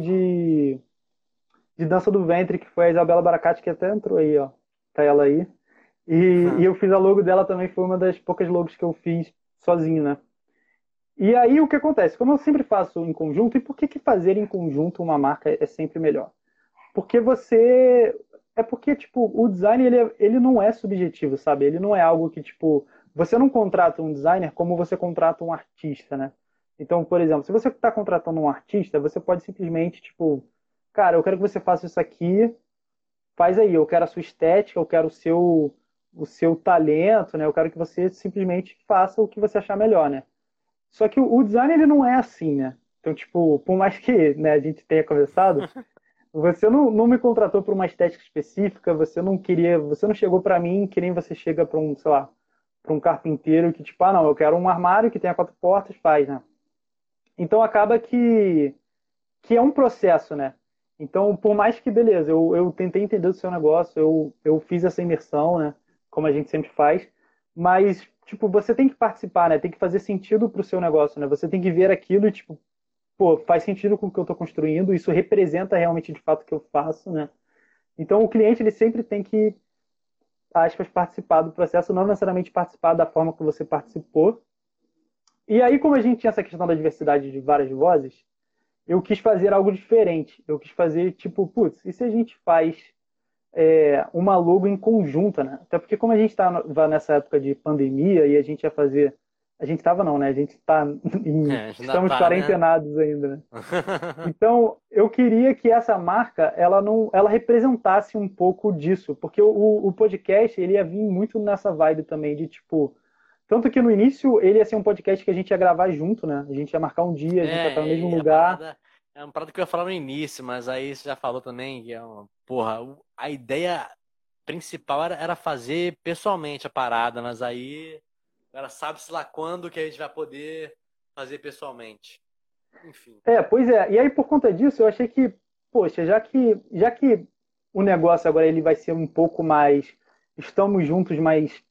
de dança do ventre, que foi a Isabela Baracate, que até entrou aí, ó. Tá ela aí. E eu fiz a logo dela também, foi uma das poucas logos que eu fiz sozinho, né? E aí o que acontece? Como eu sempre faço em conjunto, e por que fazer em conjunto uma marca é sempre melhor? Porque você. É porque, tipo, o design ele não é subjetivo, sabe? Ele não é algo que, tipo, você não contrata um designer como você contrata um artista, né? Então, por exemplo, se você está contratando um artista, você pode simplesmente, tipo, cara, eu quero que você faça isso aqui, faz aí, eu quero a sua estética, eu quero o seu talento, né? Eu quero que você simplesmente faça o que você achar melhor, né? Só que o design ele não é assim, né? Então, tipo, por mais que, né, a gente tenha conversado, você não me contratou por uma estética específica, você não chegou para mim que nem você chega para um, sei lá, para um carpinteiro que tipo, ah, não, eu quero um armário que tenha quatro portas, faz, né? Então acaba que é um processo, né? Então, por mais que, beleza, eu tentei entender o seu negócio, eu fiz essa imersão, né? Como a gente sempre faz, mas, tipo, você tem que participar, né? Tem que fazer sentido pro seu negócio, né? Você tem que ver aquilo e, tipo, pô, faz sentido com o que eu estou construindo, isso representa realmente de fato o que eu faço, né? Então, o cliente, ele sempre tem que, aspas, participar do processo, não necessariamente participar da forma que você participou. E aí, como a gente tinha essa questão da diversidade de várias vozes, eu quis fazer algo diferente. Eu quis fazer, tipo, putz, e se a gente faz uma logo em conjunta, né? Até porque como a gente estava nessa época de pandemia e a gente ia fazer... A gente estava não, né? A gente está É, ainda estamos tá, né? quarentenados ainda, né? Então, eu queria que essa marca, ela representasse um pouco disso, porque o podcast, ele ia vir muito nessa vibe também de, tipo, tanto que no início ele ia ser um podcast que a gente ia gravar junto, né? A gente ia marcar um dia, a gente ia estar no mesmo É, a lugar. parada é uma parada que eu ia falar no início, mas aí você já falou também que porra, a ideia principal era fazer pessoalmente a parada, mas aí ela sabe-se lá quando que a gente vai poder fazer pessoalmente. Enfim. Pois é. E aí, por conta disso, eu achei que, poxa, já que o negócio agora ele vai ser um pouco mais, estamos juntos, mas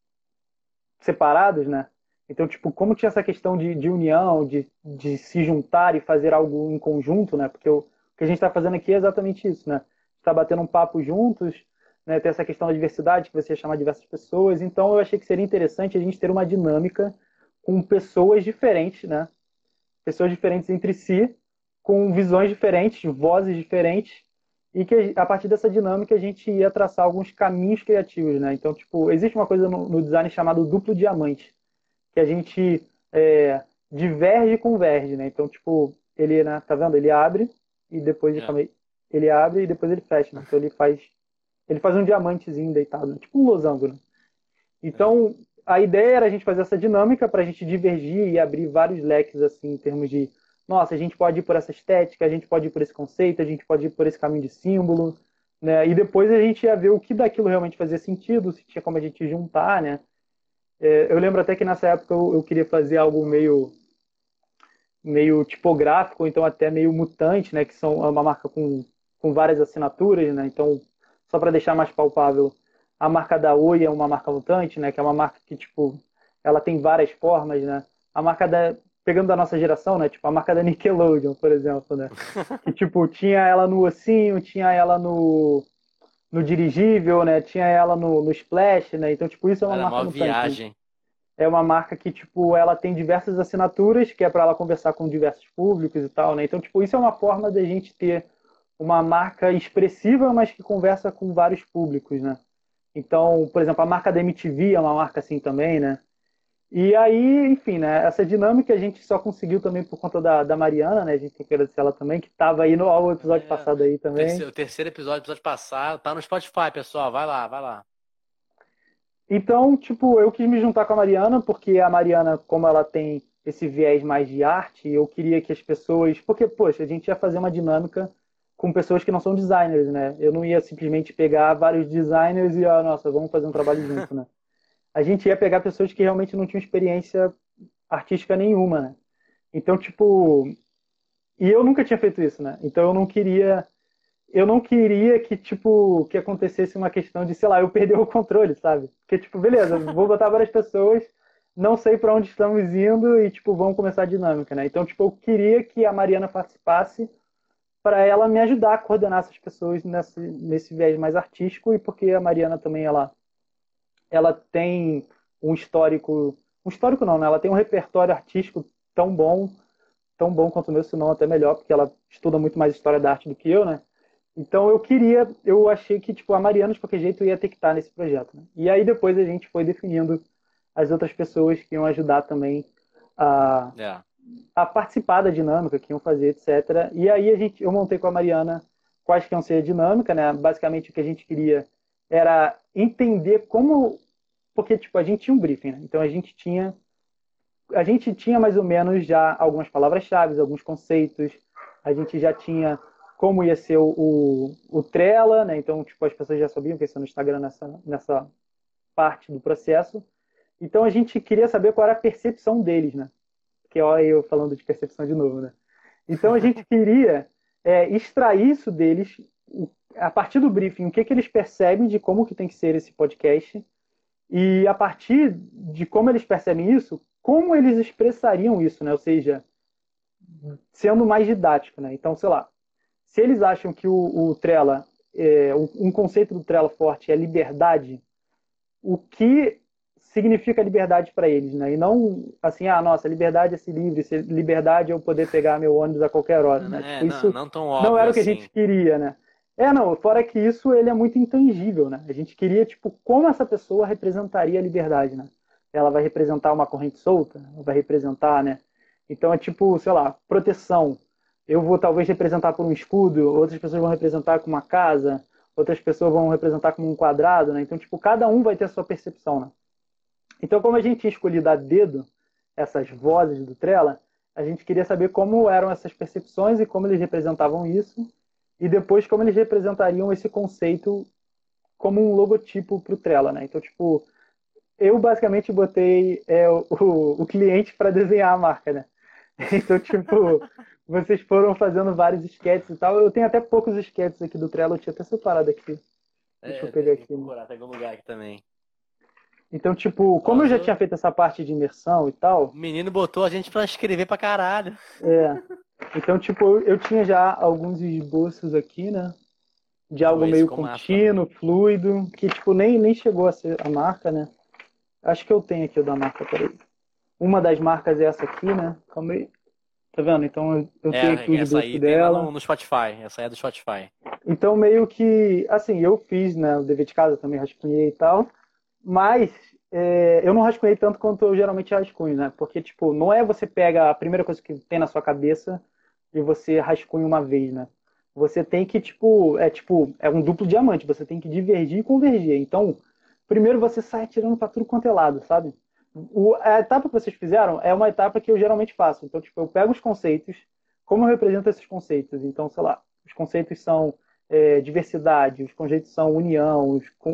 separados, né? Então, tipo, como tinha essa questão de união, de se juntar e fazer algo em conjunto, né? Porque o que a gente está fazendo aqui é exatamente isso, né? Está batendo um papo juntos, né? Tem essa questão da diversidade, que você ia chamar diversas pessoas. Então, eu achei que seria interessante a gente ter uma dinâmica com pessoas diferentes, né? Pessoas diferentes entre si, com visões diferentes, vozes diferentes, e que a partir dessa dinâmica a gente ia traçar alguns caminhos criativos, né? Então, tipo, existe uma coisa no design chamado duplo diamante, que a gente diverge e converge, né? Então, tipo, ele, né, tá vendo? Ele abre e depois, É, calma aí, ele abre e depois ele fecha, né? Então ele faz um diamantezinho deitado, né? Tipo um losango, né? é. Então, a ideia era a gente fazer essa dinâmica para a gente divergir e abrir vários leques, assim, em termos de, nossa, a gente pode ir por essa estética, a gente pode ir por esse conceito, a gente pode ir por esse caminho de símbolo, né? E depois a gente ia ver o que daquilo realmente fazia sentido, se tinha como a gente juntar, né? Eu lembro até que nessa época eu queria fazer algo meio tipográfico, ou então até meio mutante, né? Que são uma marca com várias assinaturas, né? Então, só para deixar mais palpável, a marca da Oi é uma marca mutante, né? Que é uma marca que, tipo, ela tem várias formas, né? A marca pegando da nossa geração, né? Tipo, a marca da Nickelodeon, por exemplo, né? Que, tipo, tinha ela no ossinho, tinha ela no dirigível, né? Tinha ela no Splash, né? Então, tipo, isso é uma Era marca mó mutante, né? viagem. É uma marca que, tipo, ela tem diversas assinaturas, que é para ela conversar com diversos públicos e tal, né? Então, tipo, isso é uma forma da gente ter uma marca expressiva, mas que conversa com vários públicos, né? Então, por exemplo, a marca da MTV é uma marca assim também, né? E aí, enfim, né? Essa dinâmica a gente só conseguiu também por conta da Mariana, né? A gente tem que agradecer ela também, que estava aí no ao episódio É, passado aí também. o terceiro episódio passado, tá no Spotify, pessoal. Vai lá, vai lá. Então, tipo, eu quis me juntar com a Mariana, porque a Mariana, como ela tem esse viés mais de arte, eu queria que as pessoas. Porque, poxa, a gente ia fazer uma dinâmica com pessoas que não são designers, né? Eu não ia simplesmente pegar vários designers e, nossa, vamos fazer um trabalho junto, né? A gente ia pegar pessoas que realmente não tinham experiência artística nenhuma, né? Então, tipo, e eu nunca tinha feito isso, né? Então eu não queria que, tipo, que acontecesse uma questão de, sei lá, eu perder o controle, sabe? Porque, tipo, beleza, vou botar várias pessoas, não sei para onde estamos indo e, tipo, vamos começar a dinâmica, né? Então, tipo, eu queria que a Mariana participasse para ela me ajudar a coordenar essas pessoas nesse viés mais artístico e porque a Mariana também, ela tem um histórico não, né? Ela tem um repertório artístico tão tão bom quanto o meu, se não até melhor, porque ela estuda muito mais história da arte do que eu, né? Então eu achei que tipo a Mariana de qualquer jeito ia ter que estar nesse projeto, né? E aí depois a gente foi definindo as outras pessoas que iam ajudar também a, É. a participar da dinâmica, que iam fazer, etc. E aí eu montei com a Mariana quais que iam ser a dinâmica, né? Basicamente o que a gente queria era entender como, porque tipo a gente tinha um briefing, né? Então a gente tinha mais ou menos já algumas palavras-chave, alguns conceitos, a gente já tinha como ia ser o Trello, né? Então, tipo, as pessoas já sabiam que ia ser no Instagram nessa parte do processo. Então, a gente queria saber qual era a percepção deles, né? Porque, olha, eu falando de percepção de novo, né? Então, a gente queria extrair isso deles, a partir do briefing, o que que eles percebem de como que tem que ser esse podcast, e a partir de como eles percebem isso, como eles expressariam isso, né? Ou seja, sendo mais didático, né? Então, sei lá, se eles acham que o Trello, um conceito do Trello forte é liberdade, o que significa liberdade para eles, né? E não assim, nossa, liberdade é ser livre, liberdade é eu poder pegar meu ônibus a qualquer hora, né? Tipo, Não, isso não tão não óbvio era o que a gente assim. queria, né? Não, fora que isso ele é muito intangível, né? A gente queria, tipo, como essa pessoa representaria a liberdade, né? Ela vai representar uma corrente solta? Ela vai representar, né? Então é tipo, sei lá, proteção. Eu vou talvez representar por um escudo, outras pessoas vão representar com uma casa, outras pessoas vão representar como um quadrado, né? Então, tipo, cada um vai ter a sua percepção, né? Então, como a gente tinha escolhido a dedo essas vozes do Trello, a gente queria saber como eram essas percepções e como eles representavam isso, e depois como eles representariam esse conceito como um logotipo para o Trello, né? Então, tipo, eu basicamente botei o cliente para desenhar a marca, né? Então, tipo, vocês foram fazendo vários esquetes e tal. Eu tenho até poucos esquetes aqui do Trello, eu tinha até separado aqui. Deixa eu pegar Tem que aqui, né? procurar, tem algum lugar aqui também. Então, tipo, como eu já Nossa, tinha feito essa parte de imersão e o tal, menino botou a gente pra escrever pra caralho. é, então, tipo, eu tinha já alguns esboços aqui, né? De Pô, algo esse meio ficou massa também. contínuo, fluido, que, tipo, nem chegou a ser a marca, né? Acho que eu tenho aqui o da marca, peraí. Uma das marcas é essa aqui, né? Calma aí. Tá vendo? Então, eu tenho aqui o Essa esboço aí tem lá dela. no Spotify. Essa aí é do Spotify. Então, meio que, assim, eu fiz, né? O dever de casa também rascunhei e tal. Mas eu não rascunhei tanto quanto eu geralmente rascunho, né? Porque, tipo, não é você pega a primeira coisa que tem na sua cabeça e você rascunha uma vez, né? Você tem que, tipo, é um duplo diamante, você tem que divergir e convergir. Então, primeiro você sai atirando pra tudo quanto é lado, sabe? A etapa que vocês fizeram é uma etapa que eu geralmente faço. Então, tipo, eu pego os conceitos, como eu represento esses conceitos? Então, sei lá, os conceitos são diversidade, os conceitos são união,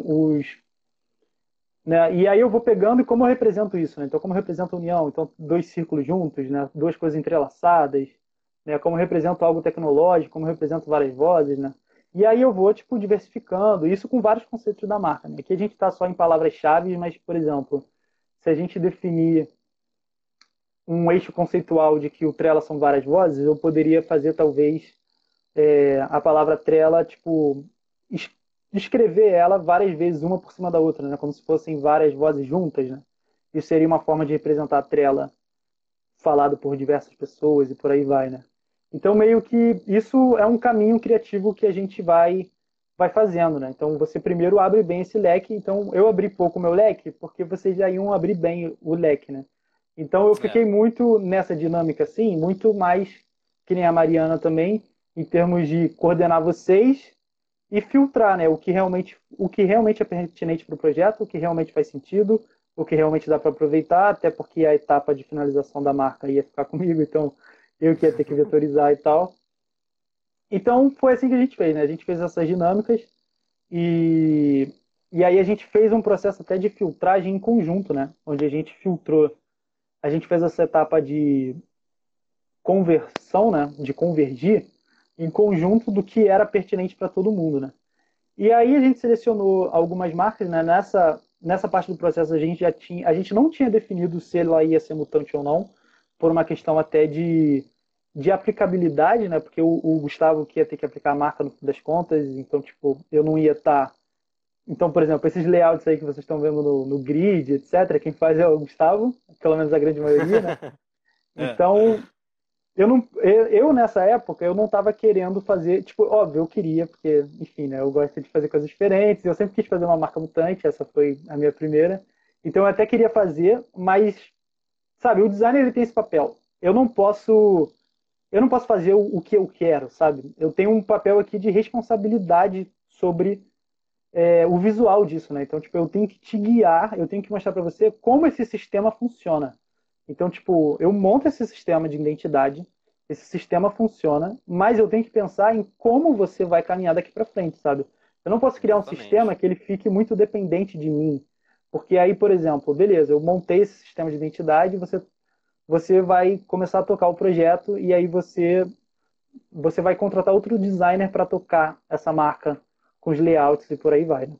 né? E aí eu vou pegando e como eu represento isso, né? Então, como eu represento a união, então dois círculos juntos, né? Duas coisas entrelaçadas, né? Como eu represento algo tecnológico, como eu represento várias vozes, né? E aí eu vou, tipo, diversificando, isso com vários conceitos da marca, né? Aqui a gente está só em palavras-chave, mas, por exemplo, se a gente definir um eixo conceitual de que o Trello são várias vozes, eu poderia fazer, talvez, a palavra Trello, tipo, es- escrever ela várias vezes, uma por cima da outra, né? Como se fossem várias vozes juntas, né? Isso seria uma forma de representar a Trello falado por diversas pessoas e por aí vai, né? Então, meio que isso é um caminho criativo que a gente vai fazendo, né? Então, você primeiro abre bem esse leque. Então, eu abri pouco o meu leque porque vocês já iam abrir bem o leque, né? Então, eu É. fiquei muito nessa dinâmica, assim, muito mais que nem a Mariana também, em termos de coordenar vocês e filtrar, né, o que realmente é pertinente para o projeto, o que realmente faz sentido, o que realmente dá para aproveitar, até porque a etapa de finalização da marca ia ficar comigo, então eu que ia ter que vetorizar e tal. Então foi assim que a gente fez, né? A gente fez essas dinâmicas e, e aí a gente fez um processo até de filtragem em conjunto, né? Onde a gente filtrou, a gente fez essa etapa de conversão, né? De convergir em conjunto do que era pertinente para todo mundo, né? E aí a gente selecionou algumas marcas, né? Nessa parte do processo a gente não tinha definido se ela ia ser mutante ou não, por uma questão até de aplicabilidade, né? Porque o Gustavo que ia ter que aplicar a marca no fim das contas, então, tipo, eu não ia estar. Então, por exemplo, esses layouts aí que vocês estão vendo no grid, etc., quem faz é o Gustavo, pelo menos a grande maioria, né? É. Então, nessa época, eu não estava querendo fazer, tipo, óbvio, eu queria, porque, enfim, né, eu gosto de fazer coisas diferentes, eu sempre quis fazer uma marca mutante, essa foi a minha primeira, então eu até queria fazer, mas, sabe, o designer ele tem esse papel, eu não posso fazer o que eu quero, sabe, eu tenho um papel aqui de responsabilidade sobre o visual disso, né, então, tipo, eu tenho que te guiar, eu tenho que mostrar para você como esse sistema funciona, então, tipo, eu monto esse sistema de identidade, esse sistema funciona, mas eu tenho que pensar em como você vai caminhar daqui para frente, sabe? Eu não posso criar um sistema Exatamente. que ele fique muito dependente de mim. Porque aí, por exemplo, beleza, eu montei esse sistema de identidade, você vai começar a tocar o projeto e aí você vai contratar outro designer para tocar essa marca com os layouts e por aí vai, né?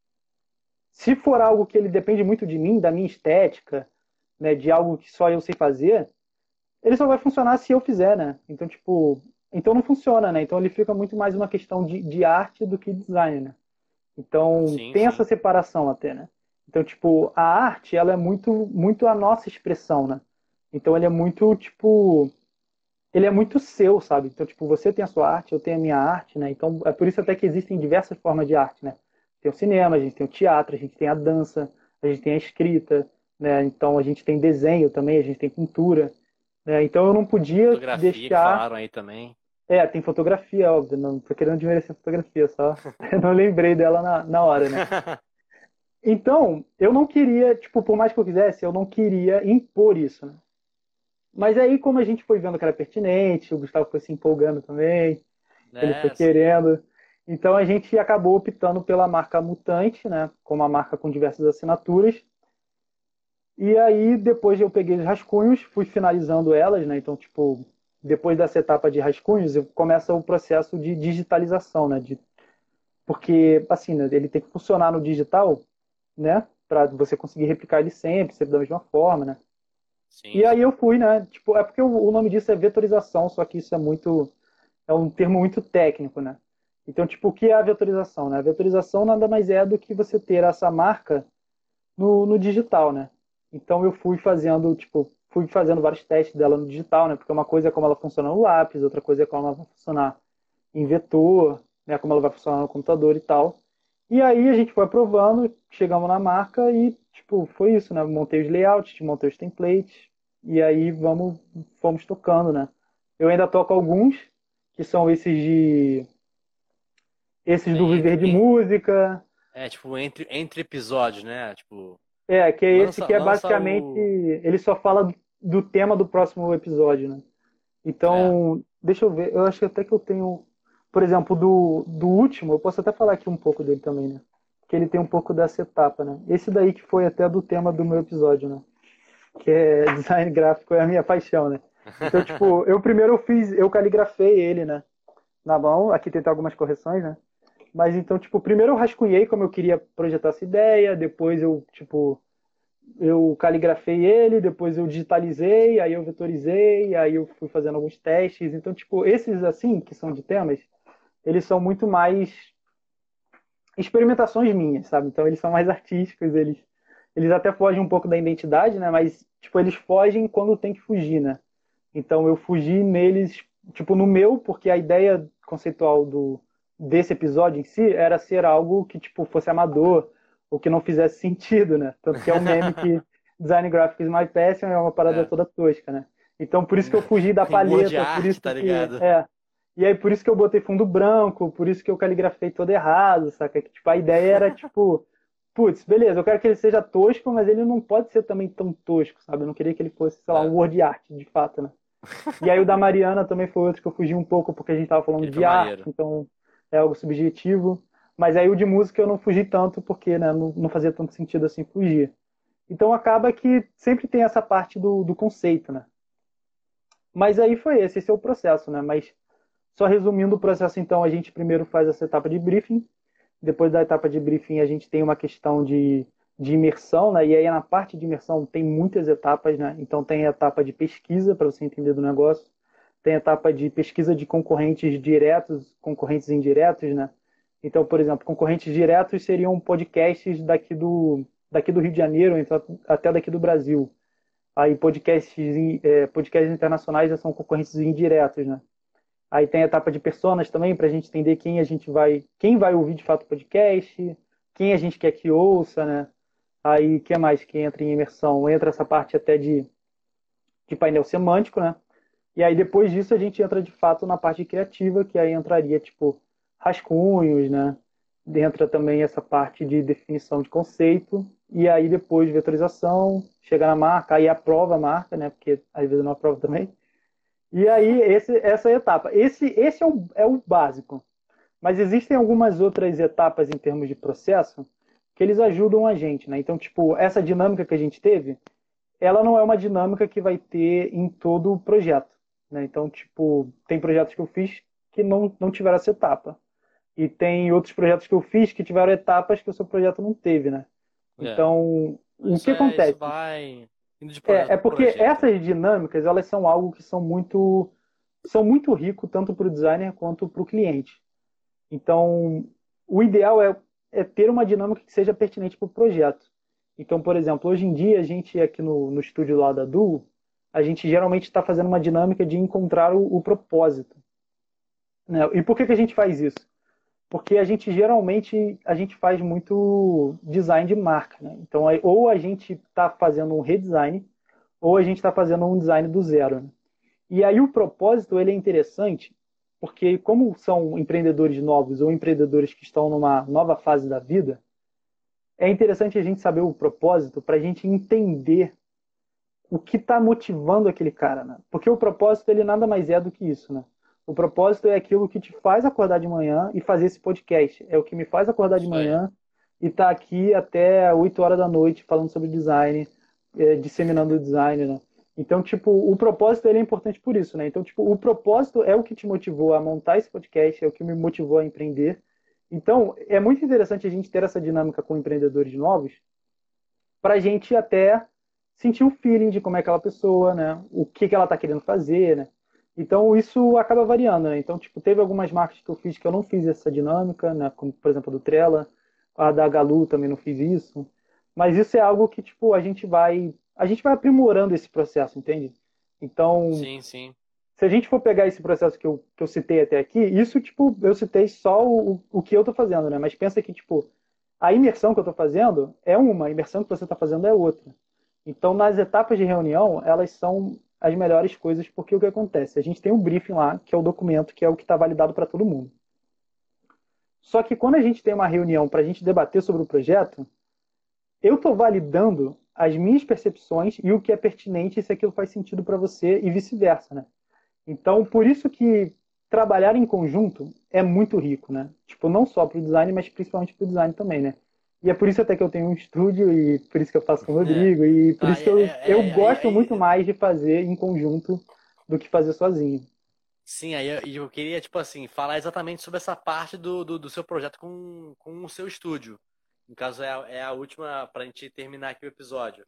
Se for algo que ele depende muito de mim, da minha estética, né, de algo que só eu sei fazer, ele só vai funcionar se eu fizer, né? Então, tipo, então não funciona, né? Então ele fica muito mais uma questão de arte do que design, né? Então Sim, tem essa sim. separação até, né? Então, tipo, a arte, ela é muito a nossa expressão, né? Então ele é muito, tipo, ele é muito seu, sabe? Então, tipo, você tem a sua arte, eu tenho a minha arte, né? Então é por isso até que existem diversas formas de arte, né? Tem o cinema, a gente tem o teatro, a gente tem a dança, a gente tem a escrita, né? Então a gente tem desenho também, a gente tem pintura, né? Então eu não podia Fotografia que deixar. falaram aí também. Tem fotografia, óbvio, não tô querendo desmerecer a fotografia, só. Eu não lembrei dela na hora, né? Então, eu não queria, tipo, por mais que eu quisesse, eu não queria impor isso, né? Mas aí, como a gente foi vendo que era pertinente, o Gustavo foi se empolgando também, ele foi É, sim. querendo. Então a gente acabou optando pela marca Mutante, né? Como uma marca com diversas assinaturas. E aí, depois eu peguei os rascunhos, fui finalizando elas, né? Então, tipo, depois dessa etapa de rascunhos, começa o processo de digitalização, né? Porque, assim, né, ele tem que funcionar no digital, né? Para você conseguir replicar ele sempre da mesma forma, né? Sim, E aí sim. eu fui, né? Tipo, é porque o nome disso é vetorização, só que isso é um termo muito técnico, né? Então, tipo, o que é a vetorização, né? A vetorização nada mais é do que você ter essa marca no digital, né? Então eu fui fazendo vários testes dela no digital, né? Porque uma coisa é como ela funciona no lápis, outra coisa é como ela vai funcionar em vetor, né? Como ela vai funcionar no computador e tal. E aí a gente foi aprovando, chegamos na marca e, tipo, foi isso, né? Montei os layouts, montei os templates, e aí fomos tocando, né? Eu ainda toco alguns, que são esses É, do Viver de Música, tipo, entre episódios, né? Tipo, que é esse que é lança basicamente, o. ele só fala do tema do próximo episódio, né? É. Então, deixa eu ver, eu acho até que eu tenho, por exemplo, do último, eu posso até falar aqui um pouco dele também, né? Que ele tem um pouco dessa etapa, né? Esse daí que foi até do tema do meu episódio, né? Que é design gráfico, é a minha paixão, né? Então, tipo, eu caligrafei ele, né? Na mão, aqui tem algumas correções, né? Mas então, tipo, primeiro eu rascunhei como eu queria projetar essa ideia, depois eu caligrafei ele, depois eu digitalizei, aí eu vetorizei, aí eu fui fazendo alguns testes. Então, tipo, esses assim, que são de temas, eles são muito mais experimentações minhas, sabe? Então eles são mais artísticos, eles até fogem um pouco da identidade, né? Mas, tipo, eles fogem quando tem que fugir, né? Então eu fugi neles, tipo, no meu, porque a ideia conceitual desse episódio em si era ser algo que, tipo, fosse amador, ou que não fizesse sentido, né? Tanto que é um meme que design graphic is my passion é uma parada É. toda tosca, né? Então por isso que eu fugi da Em word paleta, por art, isso tá que, ligado? e aí por isso que eu botei fundo branco, por isso que eu caligrafei todo errado, saca? Que, tipo, a ideia era, tipo, putz, beleza, eu quero que ele seja tosco, mas ele não pode ser também tão tosco, sabe? Eu não queria que ele fosse, sei lá, um É. word art, de fato, né? E aí o da Mariana também foi outro que eu fugi um pouco, porque a gente estava falando Ele foi de arte, maneiro. então é algo subjetivo. Mas aí o de música eu não fugi tanto, porque né, não fazia tanto sentido assim fugir. Então acaba que sempre tem essa parte do conceito, né? Mas aí foi esse é o processo, né? Mas só resumindo o processo, então, a gente primeiro faz essa etapa de briefing, depois da etapa de briefing a gente tem uma questão de imersão, né? E aí na parte de imersão tem muitas etapas, né? Então tem a etapa de pesquisa para você entender do negócio, tem a etapa de pesquisa de concorrentes diretos, concorrentes indiretos, né? Então, por exemplo, concorrentes diretos seriam podcasts daqui do Rio de Janeiro, então, até daqui do Brasil. Aí podcasts internacionais já são concorrentes indiretos, né? Aí tem a etapa de personas também, para a gente entender quem vai ouvir de fato o podcast, quem a gente quer que ouça, né? Aí, o que mais que entra em imersão? Entra essa parte até de painel semântico, né? E aí, depois disso, a gente entra de fato na parte criativa, que aí entraria, tipo, rascunhos, né? Entra também essa parte de definição de conceito, e aí depois vetorização, chega na marca, aí aprova a marca, né? Porque às vezes não aprova também. E aí, essa é a etapa. Esse é o básico. Mas existem algumas outras etapas em termos de processo que eles ajudam a gente, né? Então, tipo, essa dinâmica que a gente teve, ela não é uma dinâmica que vai ter em todo o projeto, né? Então, tipo, tem projetos que eu fiz que não tiveram essa etapa. E tem outros projetos que eu fiz que tiveram etapas que o seu projeto não teve, né? É. Então, o que Isso acontece? vai indo de É, projeto é para porque projeto, né? essas dinâmicas, elas são algo que são muito rico tanto para o designer quanto para o cliente. Então, o ideal é ter uma dinâmica que seja pertinente para o projeto. Então, por exemplo, hoje em dia, a gente aqui no estúdio lá da Duo, a gente geralmente está fazendo uma dinâmica de encontrar o propósito, né? E por que a gente faz isso? Porque a gente faz muito design de marca, né? Então, ou a gente está fazendo um redesign, ou a gente está fazendo um design do zero, né? E aí o propósito ele é interessante, porque como são empreendedores novos ou empreendedores que estão numa nova fase da vida, é interessante a gente saber o propósito para a gente entender o que está motivando aquele cara, né? Porque o propósito ele nada mais é do que isso, né? O propósito é aquilo que te faz acordar de manhã e fazer esse podcast. É o que me faz acordar de Isso aí. manhã e estar aqui até 8 horas da noite falando sobre design, disseminando o design, né? Então, tipo, o propósito ele é importante por isso, né? Então, tipo, o propósito é o que te motivou a montar esse podcast, é o que me motivou a empreender. Então, é muito interessante a gente ter essa dinâmica com empreendedores novos, para a gente até sentir o feeling de como é aquela pessoa, né? O que ela está querendo fazer, né? Então isso acaba variando, né? Então, tipo, teve algumas marcas que eu fiz que eu não fiz essa dinâmica, né? Como, por exemplo, a do Trella, a da Galu também não fiz isso. Mas isso é algo que, tipo, a gente vai aprimorando esse processo, entende? Então, Sim, sim. se a gente for pegar esse processo que eu citei até aqui, isso, tipo, eu citei só o que eu tô fazendo, né? Mas pensa que, tipo, a imersão que eu tô fazendo é uma, a imersão que você está fazendo é outra. Então, nas etapas de reunião, elas são as melhores coisas, porque o que acontece? A gente tem um briefing lá, que é o documento, que é o que está validado para todo mundo. Só que quando a gente tem uma reunião para a gente debater sobre o projeto, eu estou validando as minhas percepções e o que é pertinente e se aquilo faz sentido para você e vice-versa, né? Então, por isso que trabalhar em conjunto é muito rico, né? Tipo, não só para o design, mas principalmente para o design também, né? E é por isso até que eu tenho um estúdio e por isso que eu faço com o É. Rodrigo e por Ah, isso que eu gosto muito mais de fazer em conjunto do que fazer sozinho. sim, aí eu queria, tipo assim, falar exatamente sobre essa parte do seu projeto com o seu estúdio. No caso, é a última para a gente terminar aqui o episódio.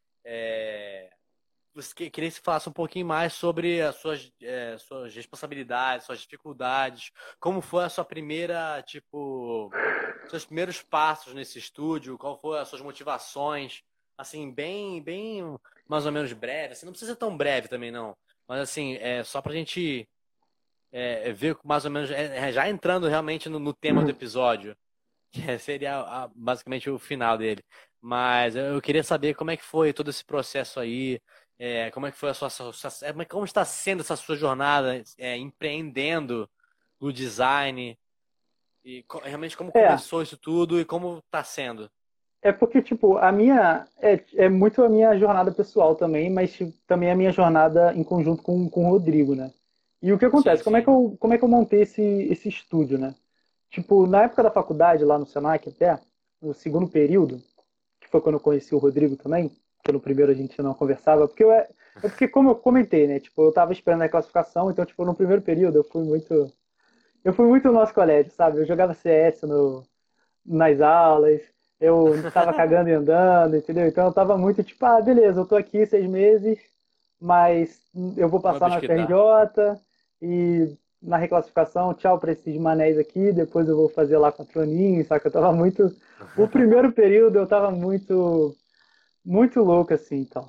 É, queria que você falasse um pouquinho mais sobre as suas responsabilidades, suas dificuldades, como foi a sua primeira, tipo, seus primeiros passos nesse estúdio, qual foram as suas motivações, assim, bem mais ou menos breve, assim, não precisa ser tão breve também não, mas assim, só pra gente ver mais ou menos, já entrando realmente no tema do episódio, que seria basicamente o final dele. Mas eu queria saber como é que foi todo esse processo aí, como é que foi como está sendo essa sua jornada empreendendo no design e realmente como É, começou isso tudo e como está sendo. É porque, tipo, a minha. É muito a minha jornada pessoal também, mas tipo, também a minha jornada em conjunto com o Rodrigo, né? E o que Sim, acontece? sim. Como é que eu montei esse estúdio, né? Tipo, na época da faculdade, lá no Senac até, no segundo período, que foi quando eu conheci o Rodrigo também, porque no primeiro a gente não conversava, é porque, como eu comentei, né? Tipo, eu tava esperando a classificação, então, tipo, no primeiro período eu fui muito no nosso colégio, sabe? Eu jogava CS nas aulas, eu tava cagando e andando, entendeu? Então eu tava muito tipo, ah, beleza, eu tô aqui 6 meses, mas eu vou passar Vamos na que dá. FRJ e na reclassificação, tchau pra esses manés aqui, depois eu vou fazer lá 4 aninhos, saca? Eu tava muito. O primeiro período eu tava muito louco assim, então.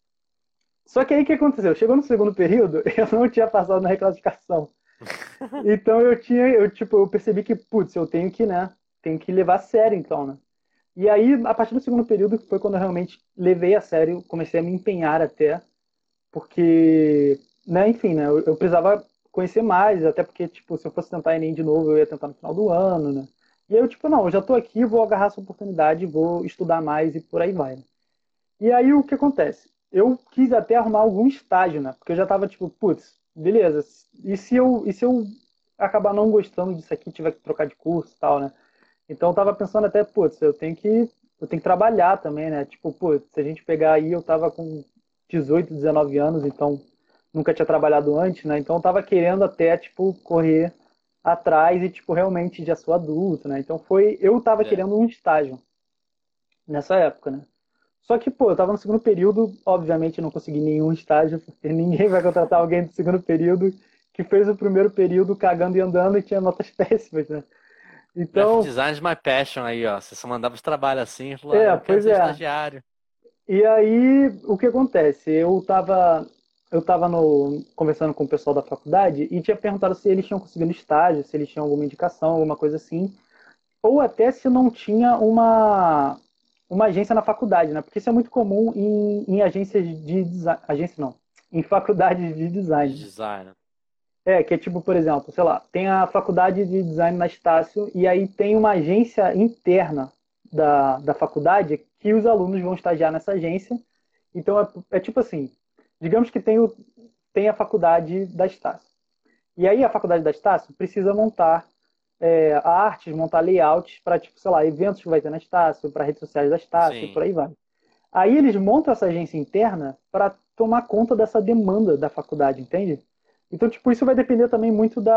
Só que aí o que aconteceu? Chegou no segundo período, eu não tinha passado na reclassificação. Então eu percebi que, putz, eu tenho que, né, tenho que levar a sério então, né? E aí, a partir do segundo período, que foi quando eu realmente levei a sério, comecei a me empenhar até, porque, né, enfim, né, eu precisava conhecer mais, até porque, tipo, se eu fosse tentar Enem de novo, eu ia tentar no final do ano, né? E aí eu, tipo, não, eu já tô aqui, vou agarrar essa oportunidade, vou estudar mais e por aí vai, né? E aí o que acontece? Eu quis até arrumar algum estágio, né? Porque eu já tava, tipo, putz, beleza, e se eu acabar não gostando disso aqui, tiver que trocar de curso e tal, né? Então eu tava pensando até, putz, eu tenho que trabalhar também, né? Tipo, putz, se a gente pegar aí, eu tava com 18, 19 anos, então nunca tinha trabalhado antes, né? Então eu tava querendo até, tipo, correr atrás e, tipo, realmente já sou adulto, né? Então eu tava É. querendo um estágio nessa época, né? Só que, pô, eu tava no segundo período, obviamente não consegui nenhum estágio, porque ninguém vai contratar alguém do segundo período que fez o primeiro período cagando e andando e tinha notas péssimas, né? Graphic Então, design is my passion aí, ó. Você só mandava os trabalhos assim, falou, ah, eu quero pois ser é. estagiário. E aí, o que acontece? Eu tava conversando com o pessoal da faculdade e tinha perguntado se eles tinham conseguido estágio, se eles tinham alguma indicação, alguma coisa assim, ou até se não tinha uma agência na faculdade, né? Porque isso é muito comum em agências de design, agência não, em faculdades de De design, né? design. Que é tipo, por exemplo, sei lá, tem a faculdade de design na Estácio e aí tem uma agência interna da faculdade que os alunos vão estagiar nessa agência. Então é tipo assim, digamos que tem a faculdade da Estácio. E aí a faculdade da Estácio precisa montar artes, montar layouts para, tipo, sei lá, eventos que vai ter na Estácio, para redes sociais da Estácio e Sim. por aí vai. Aí eles montam essa agência interna para tomar conta dessa demanda da faculdade, entende? Então, tipo, isso vai depender também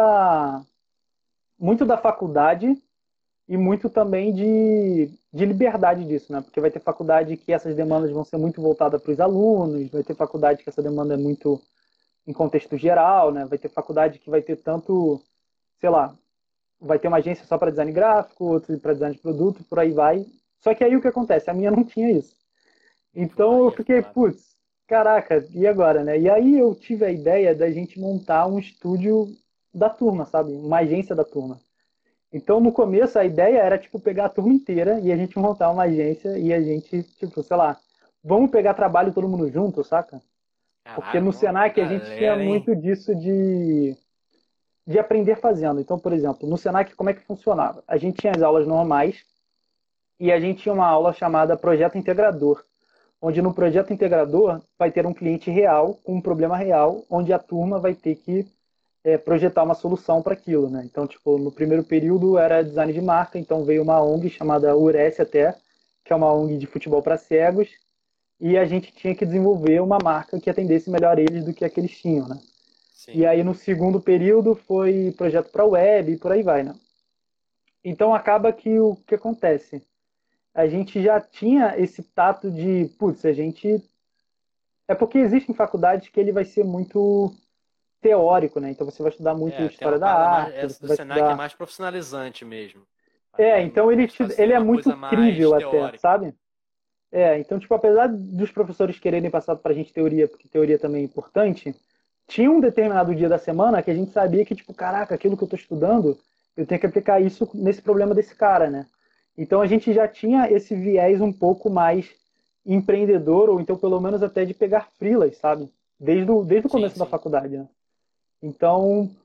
muito da faculdade e muito também de liberdade disso, né? Porque vai ter faculdade que essas É. demandas vão ser muito voltadas para os alunos, vai ter faculdade que essa demanda é muito em contexto geral, né? Vai ter faculdade que vai ter tanto, sei lá, vai ter uma agência só para design gráfico, outra para design de produto, por aí vai. Só que aí o que acontece? A minha não tinha isso. Pô, Então eu aí é fiquei, foda. putz, caraca, e agora, né? E aí eu tive a ideia da gente montar um estúdio da turma, sabe? Uma agência da turma. Então no começo a ideia era, tipo, pegar a turma inteira e a gente montar uma agência e a gente, tipo, sei lá, vamos pegar trabalho todo mundo junto, saca? Porque Caraca, no uma Senac a gente tinha galera, hein? muito disso de aprender fazendo. Então, por exemplo, no Senac como é que funcionava? A gente tinha as aulas normais e a gente tinha uma aula chamada Projeto Integrador, onde no projeto integrador vai ter um cliente real com um problema real, onde a turma vai ter que projetar uma solução para aquilo, né? Então, tipo, no primeiro período era design de marca, então veio uma ONG chamada URES até, que é uma ONG de futebol para cegos, e a gente tinha que desenvolver uma marca que atendesse melhor eles do que aqueles tinham, né? E Sim. aí no segundo período foi projeto para web e por aí vai, né? Então acaba que o que acontece? A gente já tinha esse tato de, putz, a gente é porque existem faculdades que ele vai ser muito teórico, né? Então você vai estudar muito É, tem uma história da parada mais. arte, Essa você do vai Senac é estudar. mais profissionalizante mesmo. Ali é Então mais fácil ser ele é uma muito coisa mais crível até, teórica. sabe? Então, tipo, apesar dos professores quererem passar pra gente teoria, porque teoria também é importante, tinha um determinado dia da semana que a gente sabia que, tipo, caraca, aquilo que eu tô estudando, eu tenho que aplicar isso nesse problema desse cara, né? Então a gente já tinha esse viés um pouco mais empreendedor, ou então pelo menos até de pegar freelas, sabe? Desde o Sim, começo da sim. faculdade, né? Então,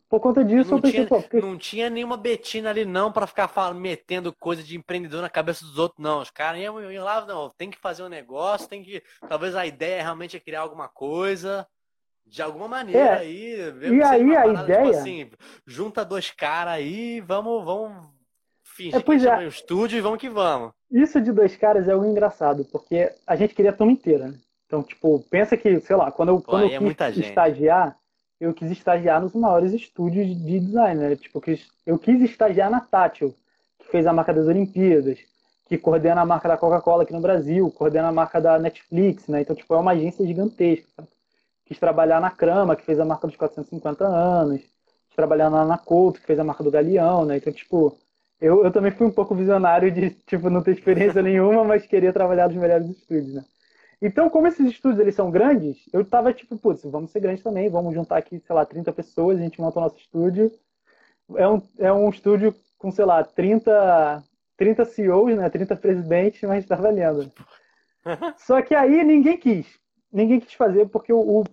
Por conta E disso, eu pensei, pô, porque não tinha nenhuma Betina ali não pra ficar metendo coisa de empreendedor na cabeça dos outros, não. Os caras iam lá, não, tem que fazer um negócio, tem que. Talvez a ideia realmente é criar alguma coisa. De alguma maneira é, aí, mesmo e que seja aí uma a parada tipo ideia, assim, junta dois caras aí, vamos fingir que a pois gente é, abriu um estúdio e vamos que vamos. isso de dois caras é o engraçado, porque a gente queria a turma inteira, né? Então, tipo, pensa que, sei lá, Pô, quando eu aí é quis muita gente. estagiar, eu quis estagiar nos maiores estúdios de design, né? Tipo, eu quis estagiar na Tátil, que fez a marca das Olimpíadas, que coordena a marca da Coca-Cola aqui no Brasil, coordena a marca da Netflix, né? Então, tipo, é uma agência gigantesca. Sabe? Quis trabalhar na Crama, que fez a marca dos 450 anos, quis trabalhar na Couto, que fez a marca do Galeão, né? Então, tipo, eu também fui um pouco visionário de, tipo, não ter experiência nenhuma, mas queria trabalhar nos melhores estúdios, né? Então, como esses estúdios eles são grandes, eu tava tipo, putz, vamos ser grandes também, vamos juntar aqui, sei lá, 30 pessoas, a gente monta o nosso estúdio. É um estúdio com, sei lá, 30 CEOs, né, 30 presidentes, mas tá valendo. Só que aí ninguém quis. Ninguém quis fazer porque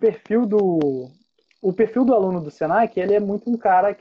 o perfil do aluno do Senac, ele é muito um cara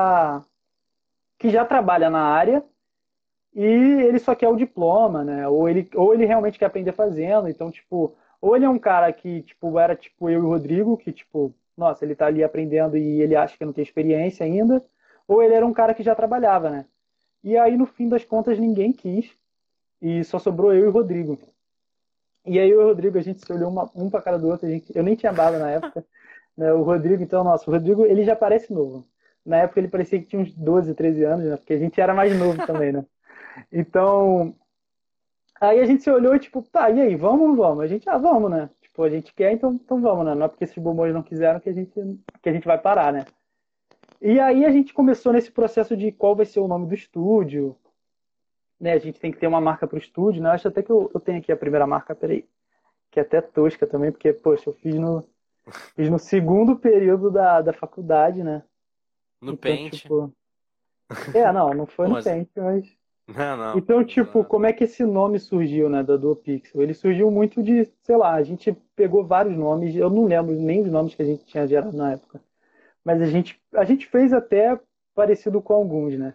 que já trabalha na área e ele só quer o diploma, né? Ou ele realmente quer aprender fazendo. Então, tipo, ou ele é um cara que, tipo, era tipo eu e o Rodrigo, que, tipo, nossa, ele tá ali aprendendo e ele acha que não tem experiência ainda. Ou ele era um cara que já trabalhava, né? E aí, no fim das contas, ninguém quis. E só sobrou eu e o Rodrigo. E aí, eu e o Rodrigo, a gente se olhou um pra cara do outro. Eu nem tinha barba na época. Né? O Rodrigo, então, nossa, o Rodrigo, ele já parece novo. Na época, ele parecia que tinha uns 12, 13 anos, né? Porque a gente era mais novo também, né? Então, aí a gente se olhou e tipo, tá, e aí, vamos ou não vamos? A gente, vamos, né? Tipo, a gente quer, então vamos, né? Não é porque esses bombons não quiseram que a gente vai parar, né? E aí a gente começou nesse processo de qual vai ser o nome do estúdio, né? A gente tem que ter uma marca pro estúdio, né? Acho até que eu tenho aqui a primeira marca, peraí, que é até tosca também, porque, poxa, fiz no segundo período da faculdade, né? No Então, Paint. tipo, não foi Pô, no mas. Paint, mas Não, não. então, tipo, como é que esse nome surgiu, né, da DuoPixel? Ele surgiu muito de, sei lá, a gente pegou vários nomes, eu não lembro nem os nomes que a gente tinha gerado na época, mas a gente fez até parecido com alguns, né?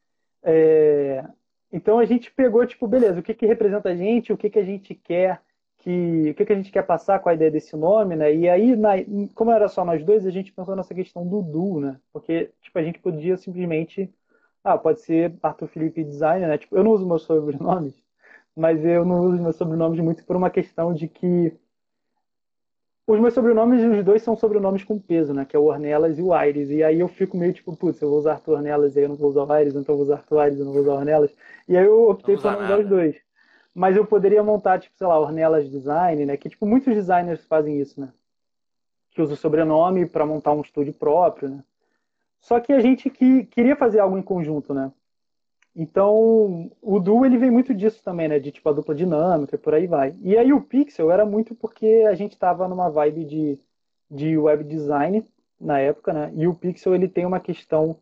É, então a gente pegou, tipo, beleza, o que que representa a gente, o que que a gente quer o que que a gente quer passar com a ideia desse nome, né? E aí, como era só nós dois, a gente pensou nessa questão do duo, né? Porque, tipo, a gente podia simplesmente pode ser Arthur Felipe Designer, né? Tipo, eu não uso meus sobrenomes, mas eu não uso meus sobrenomes muito por uma questão de que os meus sobrenomes, os dois são sobrenomes com peso, né? Que é o Ornelas e o Aires. E aí eu fico meio tipo, putz, eu vou usar Arthur Ornelas e aí eu não vou usar o Aires, então eu vou usar Arthur Aires e eu não vou usar o Ornelas. E aí eu Não optei por usa não usar os nada. dois. Mas eu poderia montar, tipo, sei lá, Ornelas Design, né? Que, tipo, muitos designers fazem isso, né? Que usa o sobrenome para montar um estúdio próprio, né? Só que a gente queria fazer algo em conjunto, né? Então, o Duo ele vem muito disso também, né? De tipo a dupla dinâmica e por aí vai. E aí o Pixel era muito porque a gente estava numa vibe de web design na época, né? E o Pixel ele tem uma questão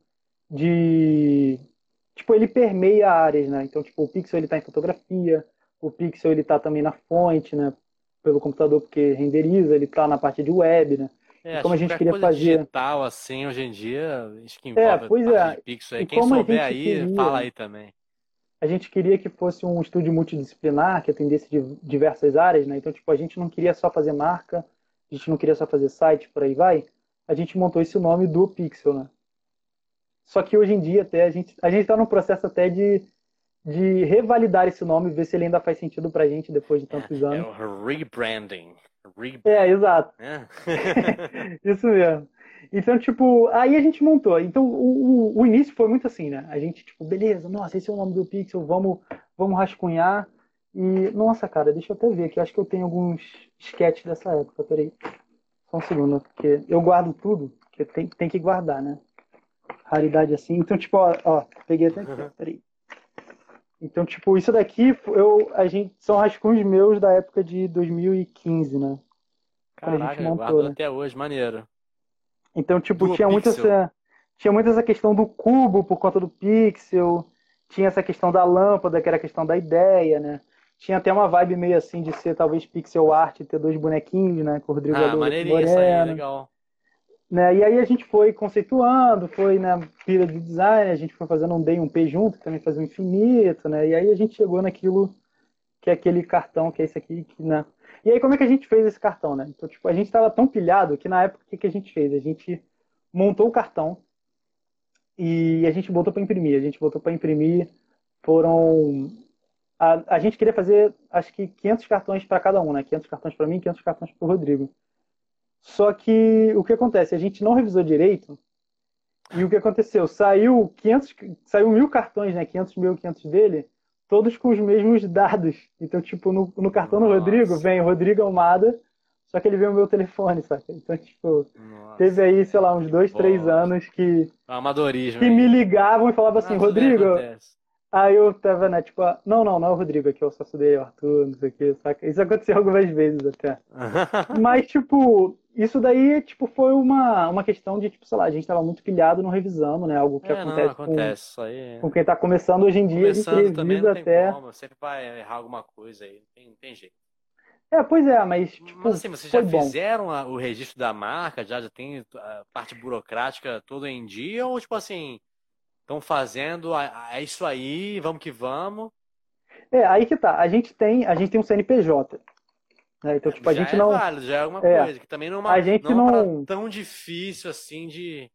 de tipo ele permeia áreas, né? Então, tipo, o Pixel ele tá em fotografia, o Pixel ele tá também na fonte, né? Pelo computador porque renderiza, ele tá na parte de web, né? E É, como acho a que gente qualquer queria coisa fazer, digital assim, hoje em dia, acho que envolve a pois parte de é. pixel aí. E Quem como a souber gente aí, fala queria aí também. a gente queria que fosse um estúdio multidisciplinar, que atendesse diversas áreas, né? Então, tipo, a gente não queria só fazer marca, a gente não queria só fazer site, por aí vai. A gente montou esse nome do Pixel, né? Só que hoje em dia até a gente está num processo até de revalidar esse nome, ver se ele ainda faz sentido pra gente depois de tantos É anos. o rebranding. É, Rebranding, exato. né? Isso mesmo. Então, tipo, aí a gente montou. Então, o início foi muito assim, né? A gente, tipo, beleza, nossa, esse é o nome do Pixel, vamos rascunhar. E, nossa, cara, deixa eu até ver aqui. Acho que eu tenho alguns sketches dessa época. Peraí, só um segundo, porque eu guardo tudo, porque tem que guardar, né? Raridade assim. Então, tipo, peguei até aqui, ó. Peraí. Então, tipo, isso daqui, são rascunhos meus da época de 2015, né? Quando a gente Caraca, montou, guardou né? até hoje, maneiro. Então, tipo, Duopixel. tinha muito essa questão do cubo por conta do pixel, tinha essa questão da lâmpada, que era a questão da ideia, né? Tinha até uma vibe meio assim de ser talvez pixel art, ter dois bonequinhos, né? Com o Rodrigo é Ah, louro, com o maneirinho isso aí, moreno. legal. né? E aí a gente foi conceituando, foi na pira de design, a gente foi fazendo um D e um P junto, que também fazia um infinito, né? E aí a gente chegou naquilo que é aquele cartão, que é esse aqui, que, né? E aí como é que a gente fez esse cartão, né? Então, tipo, a gente estava tão pilhado que na época o que que a gente fez? A gente montou o cartão e a gente botou para imprimir. A gente botou para imprimir, foram a gente queria fazer, acho que 500 cartões para cada um, né? 500 cartões para mim, 500 cartões para o Rodrigo. Só que o que acontece? A gente não revisou direito. E o que aconteceu? Saiu 1.000 cartões, né? 500 mil, 500 dele, todos com os mesmos dados. Então, tipo, no cartão do Rodrigo Nossa, vem Rodrigo Almada, só que ele vem o meu telefone, saca? Então, tipo, teve nossa. aí, sei lá, uns 2, 3 Pô, anos amadorismo que me aí. ligavam e falavam assim, Ah, tudo bem, Rodrigo. acontece. Aí eu tava, né, tipo, não, não, não é o Rodrigo aqui, eu só estudei o Arthur, não sei o que, saca? Isso aconteceu algumas vezes até. Mas, tipo, isso daí, tipo, foi uma questão de, tipo, sei lá, a gente tava muito pilhado, não revisamos, né? Algo que Não, acontece acontece. Isso aí. com quem tá começando hoje em dia, a gente Começando também não revisa tem até. como, sempre vai errar alguma coisa aí, não tem jeito. É, pois é, mas, Mas tipo, assim, vocês já foi bom. fizeram o registro da marca, já tem a parte burocrática toda em dia, ou tipo assim, estão fazendo, é isso aí, vamos que vamos. É, aí que tá, a gente tem um CNPJ, né? Então, tipo, a Já gente é não. válido, já é alguma É, coisa, que também não é a gente não é uma parada não. tão difícil assim de.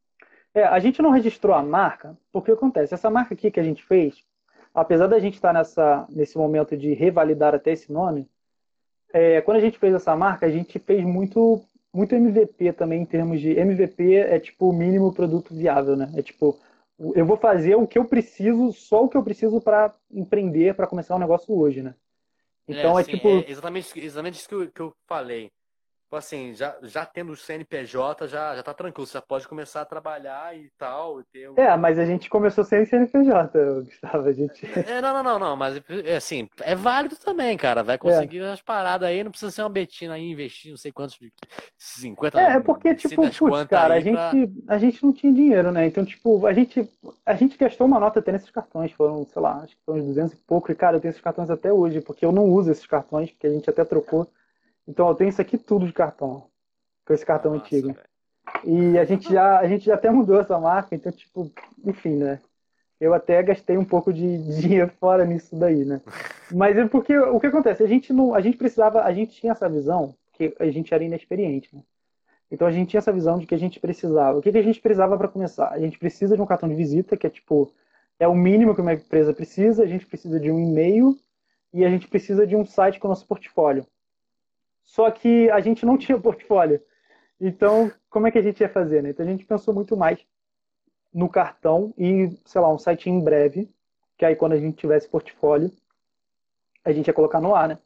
A gente não registrou a marca, porque acontece, essa marca aqui que a gente fez, apesar da gente estar nesse momento de revalidar até esse nome, quando a gente fez essa marca, a gente fez muito MVP também, em termos de MVP é tipo o mínimo produto viável, né? É tipo, eu vou fazer o que eu preciso, só o que eu preciso para empreender, para começar um negócio hoje, né? É, Então é sim, tipo, é exatamente isso que eu falei. Tipo assim, já tendo o CNPJ, já tá tranquilo, você já pode começar a trabalhar e tal, e ter mas a gente começou sem CNPJ, Gustavo, a gente, não, mas assim, é válido também, cara. Vai é. conseguir as paradas aí, não precisa ser uma Betina aí, investir não sei quantos, 50, É porque, não sei tipo, das putz, quantas cara, a aí gente, pra. a gente não tinha dinheiro, né? Então, tipo, a gente gastou uma nota até nesses cartões, foram, sei lá, acho que foram uns 200 e pouco, e, cara, eu tenho esses cartões até hoje, porque eu não uso esses cartões, porque a gente até trocou. Então, eu tenho isso aqui tudo de cartão, com esse cartão Nossa, antigo. velho. E a gente já até mudou essa marca, então, tipo, enfim, né? Eu até gastei um pouco de dinheiro fora nisso daí, né? Mas é porque o que acontece? A gente não, a gente precisava, a gente tinha essa visão, que a gente era inexperiente, né? Então a gente tinha essa visão de que a gente precisava. O que que a gente precisava para começar? A gente precisa de um cartão de visita, que é tipo, é o mínimo que uma empresa precisa, a gente precisa de um e-mail e a gente precisa de um site com o nosso portfólio. Só que a gente não tinha portfólio. Então, como é que a gente ia fazer, né? Então a gente pensou muito mais no cartão e, sei lá, um site em breve, que aí quando a gente tivesse portfólio, a gente ia colocar no ar, né?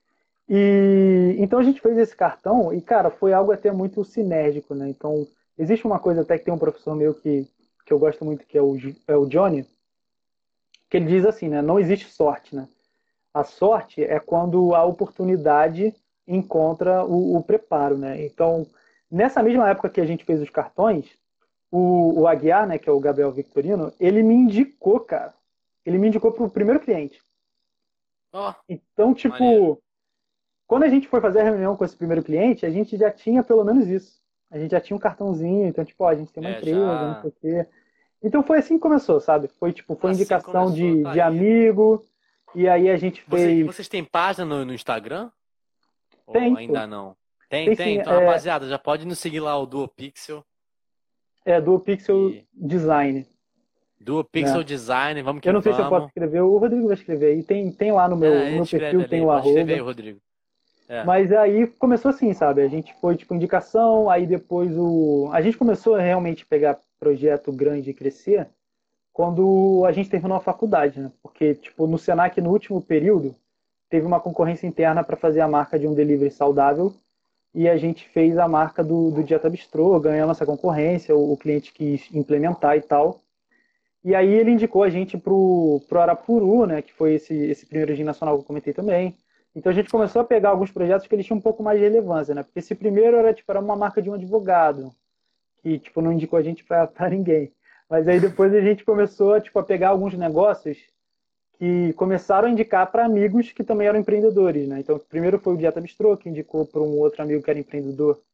E então a gente fez esse cartão e, cara, foi algo até muito sinérgico, né? Então, existe uma coisa até que tem um professor meu que eu gosto muito, que é o Johnny, que ele diz assim, né? Não existe sorte, né? A sorte é quando a oportunidade encontra o preparo, né? Então, nessa mesma época que a gente fez os cartões, o Aguiar, né, que é o Gabriel Victorino, ele me indicou, cara. Ele me indicou para o primeiro cliente. Ó, Então, maneiro. tipo, quando a gente foi fazer a reunião com esse primeiro cliente, a gente já tinha pelo menos isso. A gente já tinha um cartãozinho, então, tipo, ó, a gente tem uma empresa, não Já. sei o quê. Então foi assim que começou, sabe? Foi tipo, foi Assim indicação começou, de, tá de aí. amigo, e aí a gente E fez. vocês têm página no Instagram? Ou Tem, pô. ainda não? Tem, Tem tem. sim, Então, rapaziada, já pode nos seguir lá o DuoPixel. do Pixel E Design, DuoPixel né? Design, vamos que Eu não sei se eu posso vamos. escrever, o Rodrigo vai escrever aí. Tem lá no meu, É, no ele meu escreve perfil, tem ali. o Pode escrever aí, arroba. Rodrigo. É. Mas aí começou assim, sabe? A gente foi, tipo, indicação, aí depois a gente começou a realmente pegar projeto grande e crescer quando a gente terminou a faculdade, né? Porque, tipo, no Senac, no último período, teve uma concorrência interna para fazer a marca de um delivery saudável e a gente fez a marca do Dieta Bistrô, ganhamos essa concorrência, o cliente quis implementar e tal. E aí ele indicou a gente pro Arapuru, né, que foi esse primeiro Gin Nacional que eu comentei também. Então a gente começou a Ah, pegar alguns projetos que eles tinham um pouco mais de relevância, né? Porque esse primeiro era tipo era uma marca de um advogado, que tipo não indicou a gente para ninguém. Mas aí depois a gente começou tipo a pegar alguns negócios que começaram a indicar para amigos que também eram empreendedores, né? Então primeiro foi o Dieta Bistrô, que indicou para um outro amigo que era empreendedor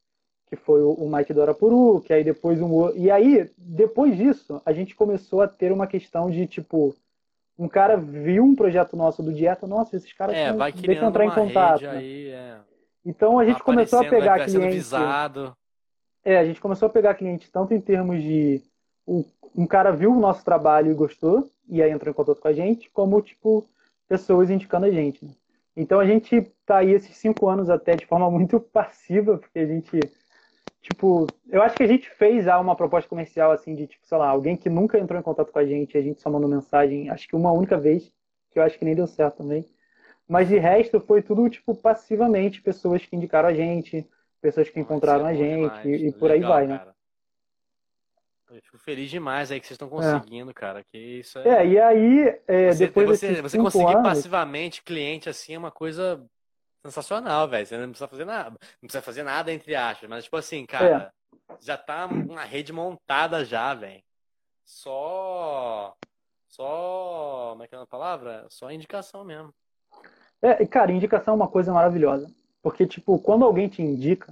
que foi o Mike do Arapuru, que aí depois e aí, depois disso, a gente começou a ter uma questão de, tipo, um cara viu um projeto nosso do Dieta, nossa, esses caras É, são, vai deixa eu criando entrar em uma rede contato, né? aí, Então a vai gente começou a aparecendo, pegar vai sendo cliente, visado. a gente começou a pegar cliente tanto em termos de um cara viu o nosso trabalho e gostou, e aí entrou em contato com a gente, como, tipo, pessoas indicando a gente, né? Então a gente tá aí esses 5 anos até de forma muito passiva, porque a gente, tipo, eu acho que a gente fez uma proposta comercial, assim, de, tipo, sei lá, alguém que nunca entrou em contato com a gente só mandou mensagem, acho que uma única vez, que eu acho que nem deu certo também. Mas de resto foi tudo, tipo, passivamente, pessoas que indicaram a gente, pessoas que Pô, isso é encontraram a bom gente, demais. e por aí Legal, vai, né? cara. Eu fico feliz demais aí que vocês estão É. conseguindo, cara. Que isso E aí, Você, depois desses você 5 conseguir anos, passivamente cliente assim é uma coisa sensacional, velho. Você não precisa fazer nada. Não precisa fazer nada, entre aspas. Mas, tipo assim, é, cara, já tá uma rede montada já, velho. Só. Só. Como é que é a palavra? Só indicação mesmo. e, cara, indicação é uma coisa maravilhosa. Porque, tipo, quando alguém te indica,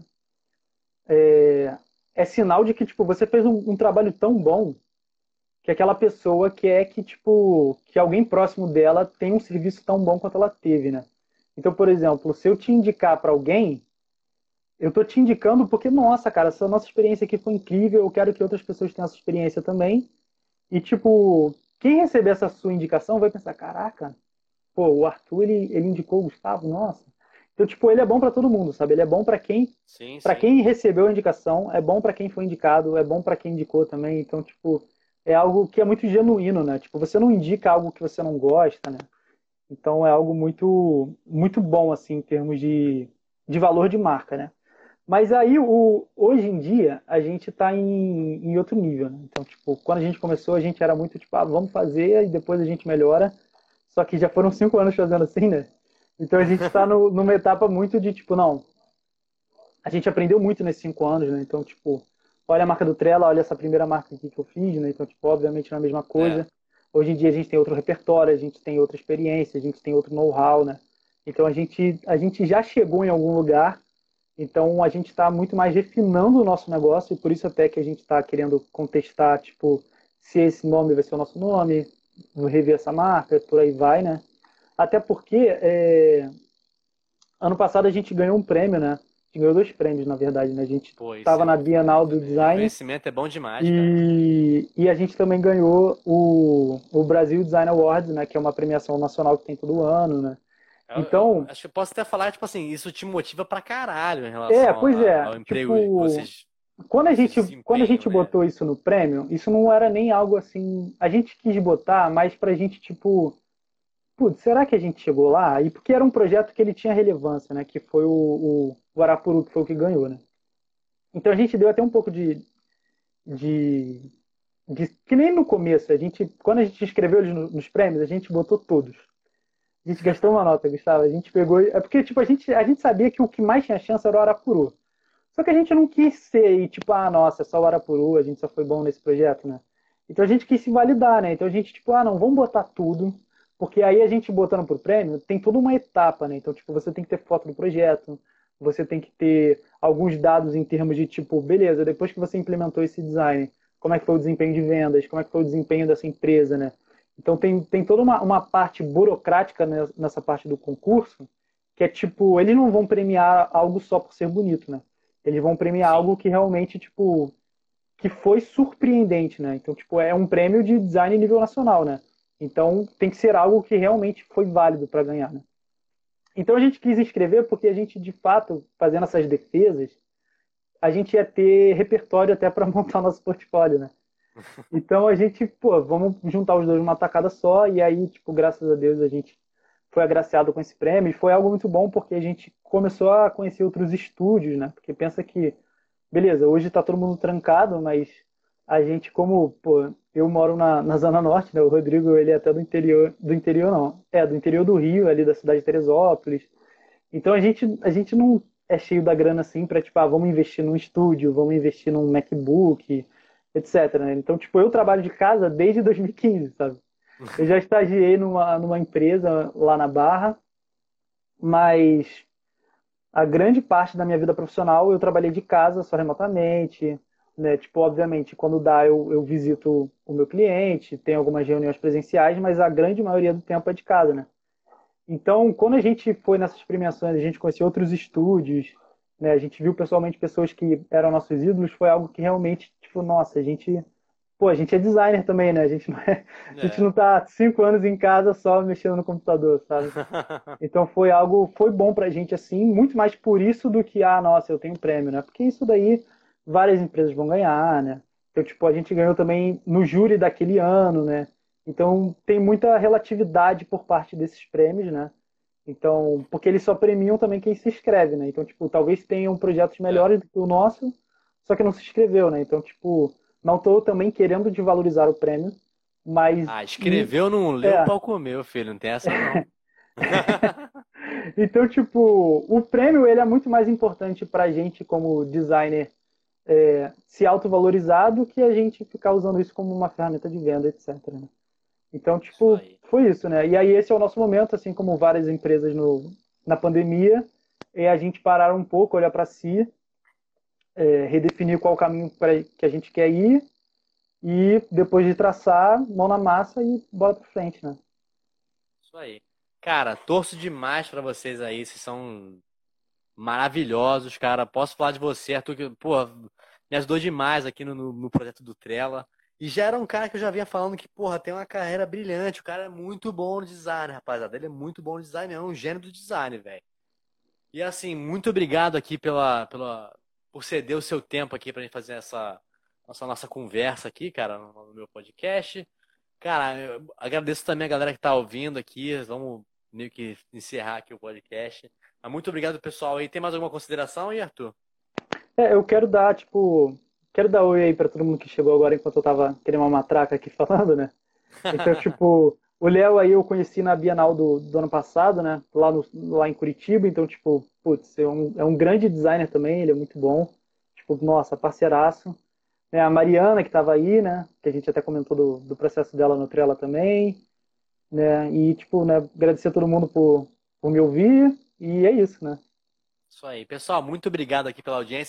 é sinal de que, tipo, você fez um trabalho tão bom que aquela pessoa quer que, tipo, que alguém próximo dela tenha um serviço tão bom quanto ela teve, né? Então, por exemplo, se eu te indicar para alguém, eu tô te indicando porque, nossa, cara, essa nossa experiência aqui foi incrível, eu quero que outras pessoas tenham essa experiência também. E, tipo, quem receber essa sua indicação vai pensar, caraca, pô, o Arthur, ele indicou o Gustavo, nossa. Então, tipo, ele é bom para todo mundo, sabe? Ele é bom Sim, para sim. quem recebeu a indicação, é bom para quem foi indicado, é bom para quem indicou também. Então, tipo, é algo que é muito genuíno, né? Tipo, você não indica algo que você não gosta, né? Então, é algo muito muito bom assim em termos de valor de marca, né? Mas aí, hoje em dia, a gente está em outro nível, né? Então, tipo, quando a gente começou, a gente era muito tipo, vamos fazer e depois a gente melhora. Só que já foram 5 anos fazendo assim, né? Então a gente está numa etapa muito de tipo, não, a gente aprendeu muito nesses 5 anos, né? Então, tipo, olha a marca do Trello, olha essa primeira marca aqui que eu fiz, né? Então, tipo, obviamente não é a mesma É. coisa. Hoje em dia a gente tem outro repertório, a gente tem outra experiência, a gente tem outro know-how, né? Então a gente já chegou em algum lugar, então a gente está muito mais refinando o nosso negócio e por isso até que a gente está querendo contestar, tipo, se esse nome vai ser o nosso nome, rever essa marca, por aí vai, né? Até porque ano passado a gente ganhou um prêmio, né? A gente ganhou 2 prêmios, na verdade, né? A gente Pô, isso estava é na muito maneiro Bienal do também. Design Reconhecimento é bom demais, cara. e a gente também ganhou o Brasil Design Awards, né? Que é uma premiação nacional que tem todo ano, né? Eu Então, acho que eu posso até falar, tipo assim, isso te motiva pra caralho em relação pois é, ao emprego que tipo, quando a gente desempenham, né? botou isso no prêmio, isso não era nem algo assim, a gente quis botar, mas pra gente, tipo, putz, será que a gente chegou lá? E porque era um projeto que ele tinha relevância, né? Que foi o Arapuru, que foi o que ganhou, né? Então a gente deu até um pouco de, que nem no começo, quando a gente escreveu eles nos prêmios, a gente botou todos. A gente gastou uma nota, Gustavo. A gente pegou. É porque, tipo, a gente sabia que o que mais tinha chance era o Arapuru. Só que a gente não quis ser, e, tipo, nossa, é só o Arapuru, a gente só foi bom nesse projeto, né? Então a gente quis se validar, né? Então a gente, tipo, não, vamos botar tudo. Porque aí a gente botando pro prêmio, tem toda uma etapa, né? Então, tipo, você tem que ter foto do projeto, você tem que ter alguns dados em termos de, tipo, beleza, depois que você implementou esse design, como é que foi o desempenho de vendas, como é que foi o desempenho dessa empresa, né? Então tem toda uma parte burocrática nessa parte do concurso, que é tipo, eles não vão premiar algo só por ser bonito, né? Eles vão premiar Sim. algo que realmente, tipo, que foi surpreendente, né? Então, tipo, é um prêmio de design nível nacional, né? Então, tem que ser algo que realmente foi válido para ganhar, né? Então, a gente quis inscrever porque a gente, de fato, fazendo essas defesas, a gente ia ter repertório até para montar nosso portfólio, né? Então, a gente, pô, vamos juntar os dois numa tacada só e aí, tipo, graças a Deus, a gente foi agraciado com esse prêmio e foi algo muito bom porque a gente começou a conhecer outros estúdios, né? Porque pensa que beleza, hoje tá todo mundo trancado, mas a gente, como, pô, eu moro na Zona Norte, né? O Rodrigo, ele é até do interior não, do interior do Rio, ali da cidade de Teresópolis. Então a gente não é cheio da grana assim pra, tipo, vamos investir num estúdio, vamos investir num MacBook, etc, né? Então, tipo, eu trabalho de casa desde 2015, sabe? Eu já estagiei numa empresa lá na Barra, mas a grande parte da minha vida profissional eu trabalhei de casa, só remotamente, né? Tipo, obviamente, quando dá, eu visito o meu cliente, tem algumas reuniões presenciais, mas a grande maioria do tempo é de casa, né? Então, quando a gente foi nessas premiações, a gente conheceu outros estúdios, né? A gente viu pessoalmente pessoas que eram nossos ídolos, foi algo que realmente, tipo, nossa, a gente, pô, a gente é designer também, né? A gente É. não tá 5 anos em casa só mexendo no computador, sabe? Então foi algo, foi bom pra gente assim, muito mais por isso do que, ah, nossa, eu tenho prêmio, né? Porque isso daí várias empresas vão ganhar, né? Então, tipo, a gente ganhou também no júri daquele ano, né? Então tem muita relatividade por parte desses prêmios, né? Então, porque eles só premiam também quem se inscreve, né? Então, tipo, talvez tenham projetos É. melhores do que o nosso, só que não se inscreveu, né? Então, tipo, não tô também querendo desvalorizar o prêmio, mas Ah, escreveu, não leu, o é, pau comeu, filho. Não tem essa, não. então, tipo, o prêmio ele é muito mais importante para a gente como designer se autovalorizar do que a gente ficar usando isso como uma ferramenta de venda, etc, né? Então, Isso tipo, aí. foi isso, né? E aí esse é o nosso momento, assim como várias empresas na pandemia, é a gente parar um pouco, olhar para si, redefinir qual o caminho que a gente quer ir e depois de traçar, mão na massa e bora para frente, né? Isso aí. Cara, torço demais pra vocês aí. Vocês são maravilhosos, cara. Posso falar de você, Arthur, que, pô, me ajudou demais aqui no projeto do Trela. E já era um cara que eu já vinha falando que, porra, tem uma carreira brilhante. O cara é muito bom no design, rapaziada. Ele é muito bom no design, é um gênio do design, velho. E assim, muito obrigado aqui por ceder o seu tempo aqui pra gente fazer essa nossa conversa aqui, cara, no meu podcast. Cara, eu agradeço também a galera que tá ouvindo aqui. Vamos meio que encerrar aqui o podcast. Mas muito obrigado, pessoal. E tem mais alguma consideração aí, Arthur? Eu quero dar, tipo, quero dar oi aí para todo mundo que chegou agora enquanto eu tava querendo uma matraca aqui falando, né? Então, tipo, o Léo aí eu conheci na Bienal do ano passado, né? Lá em Curitiba. Então, tipo, putz, é um grande designer também, ele é muito bom. Tipo, nossa, parceiraço. Né, a Mariana, que estava aí, né? Que a gente até comentou do processo dela no Trela também. Né? E, tipo, né, agradecer a todo mundo por me ouvir. E é isso, né? Isso aí. Pessoal, muito obrigado aqui pela audiência.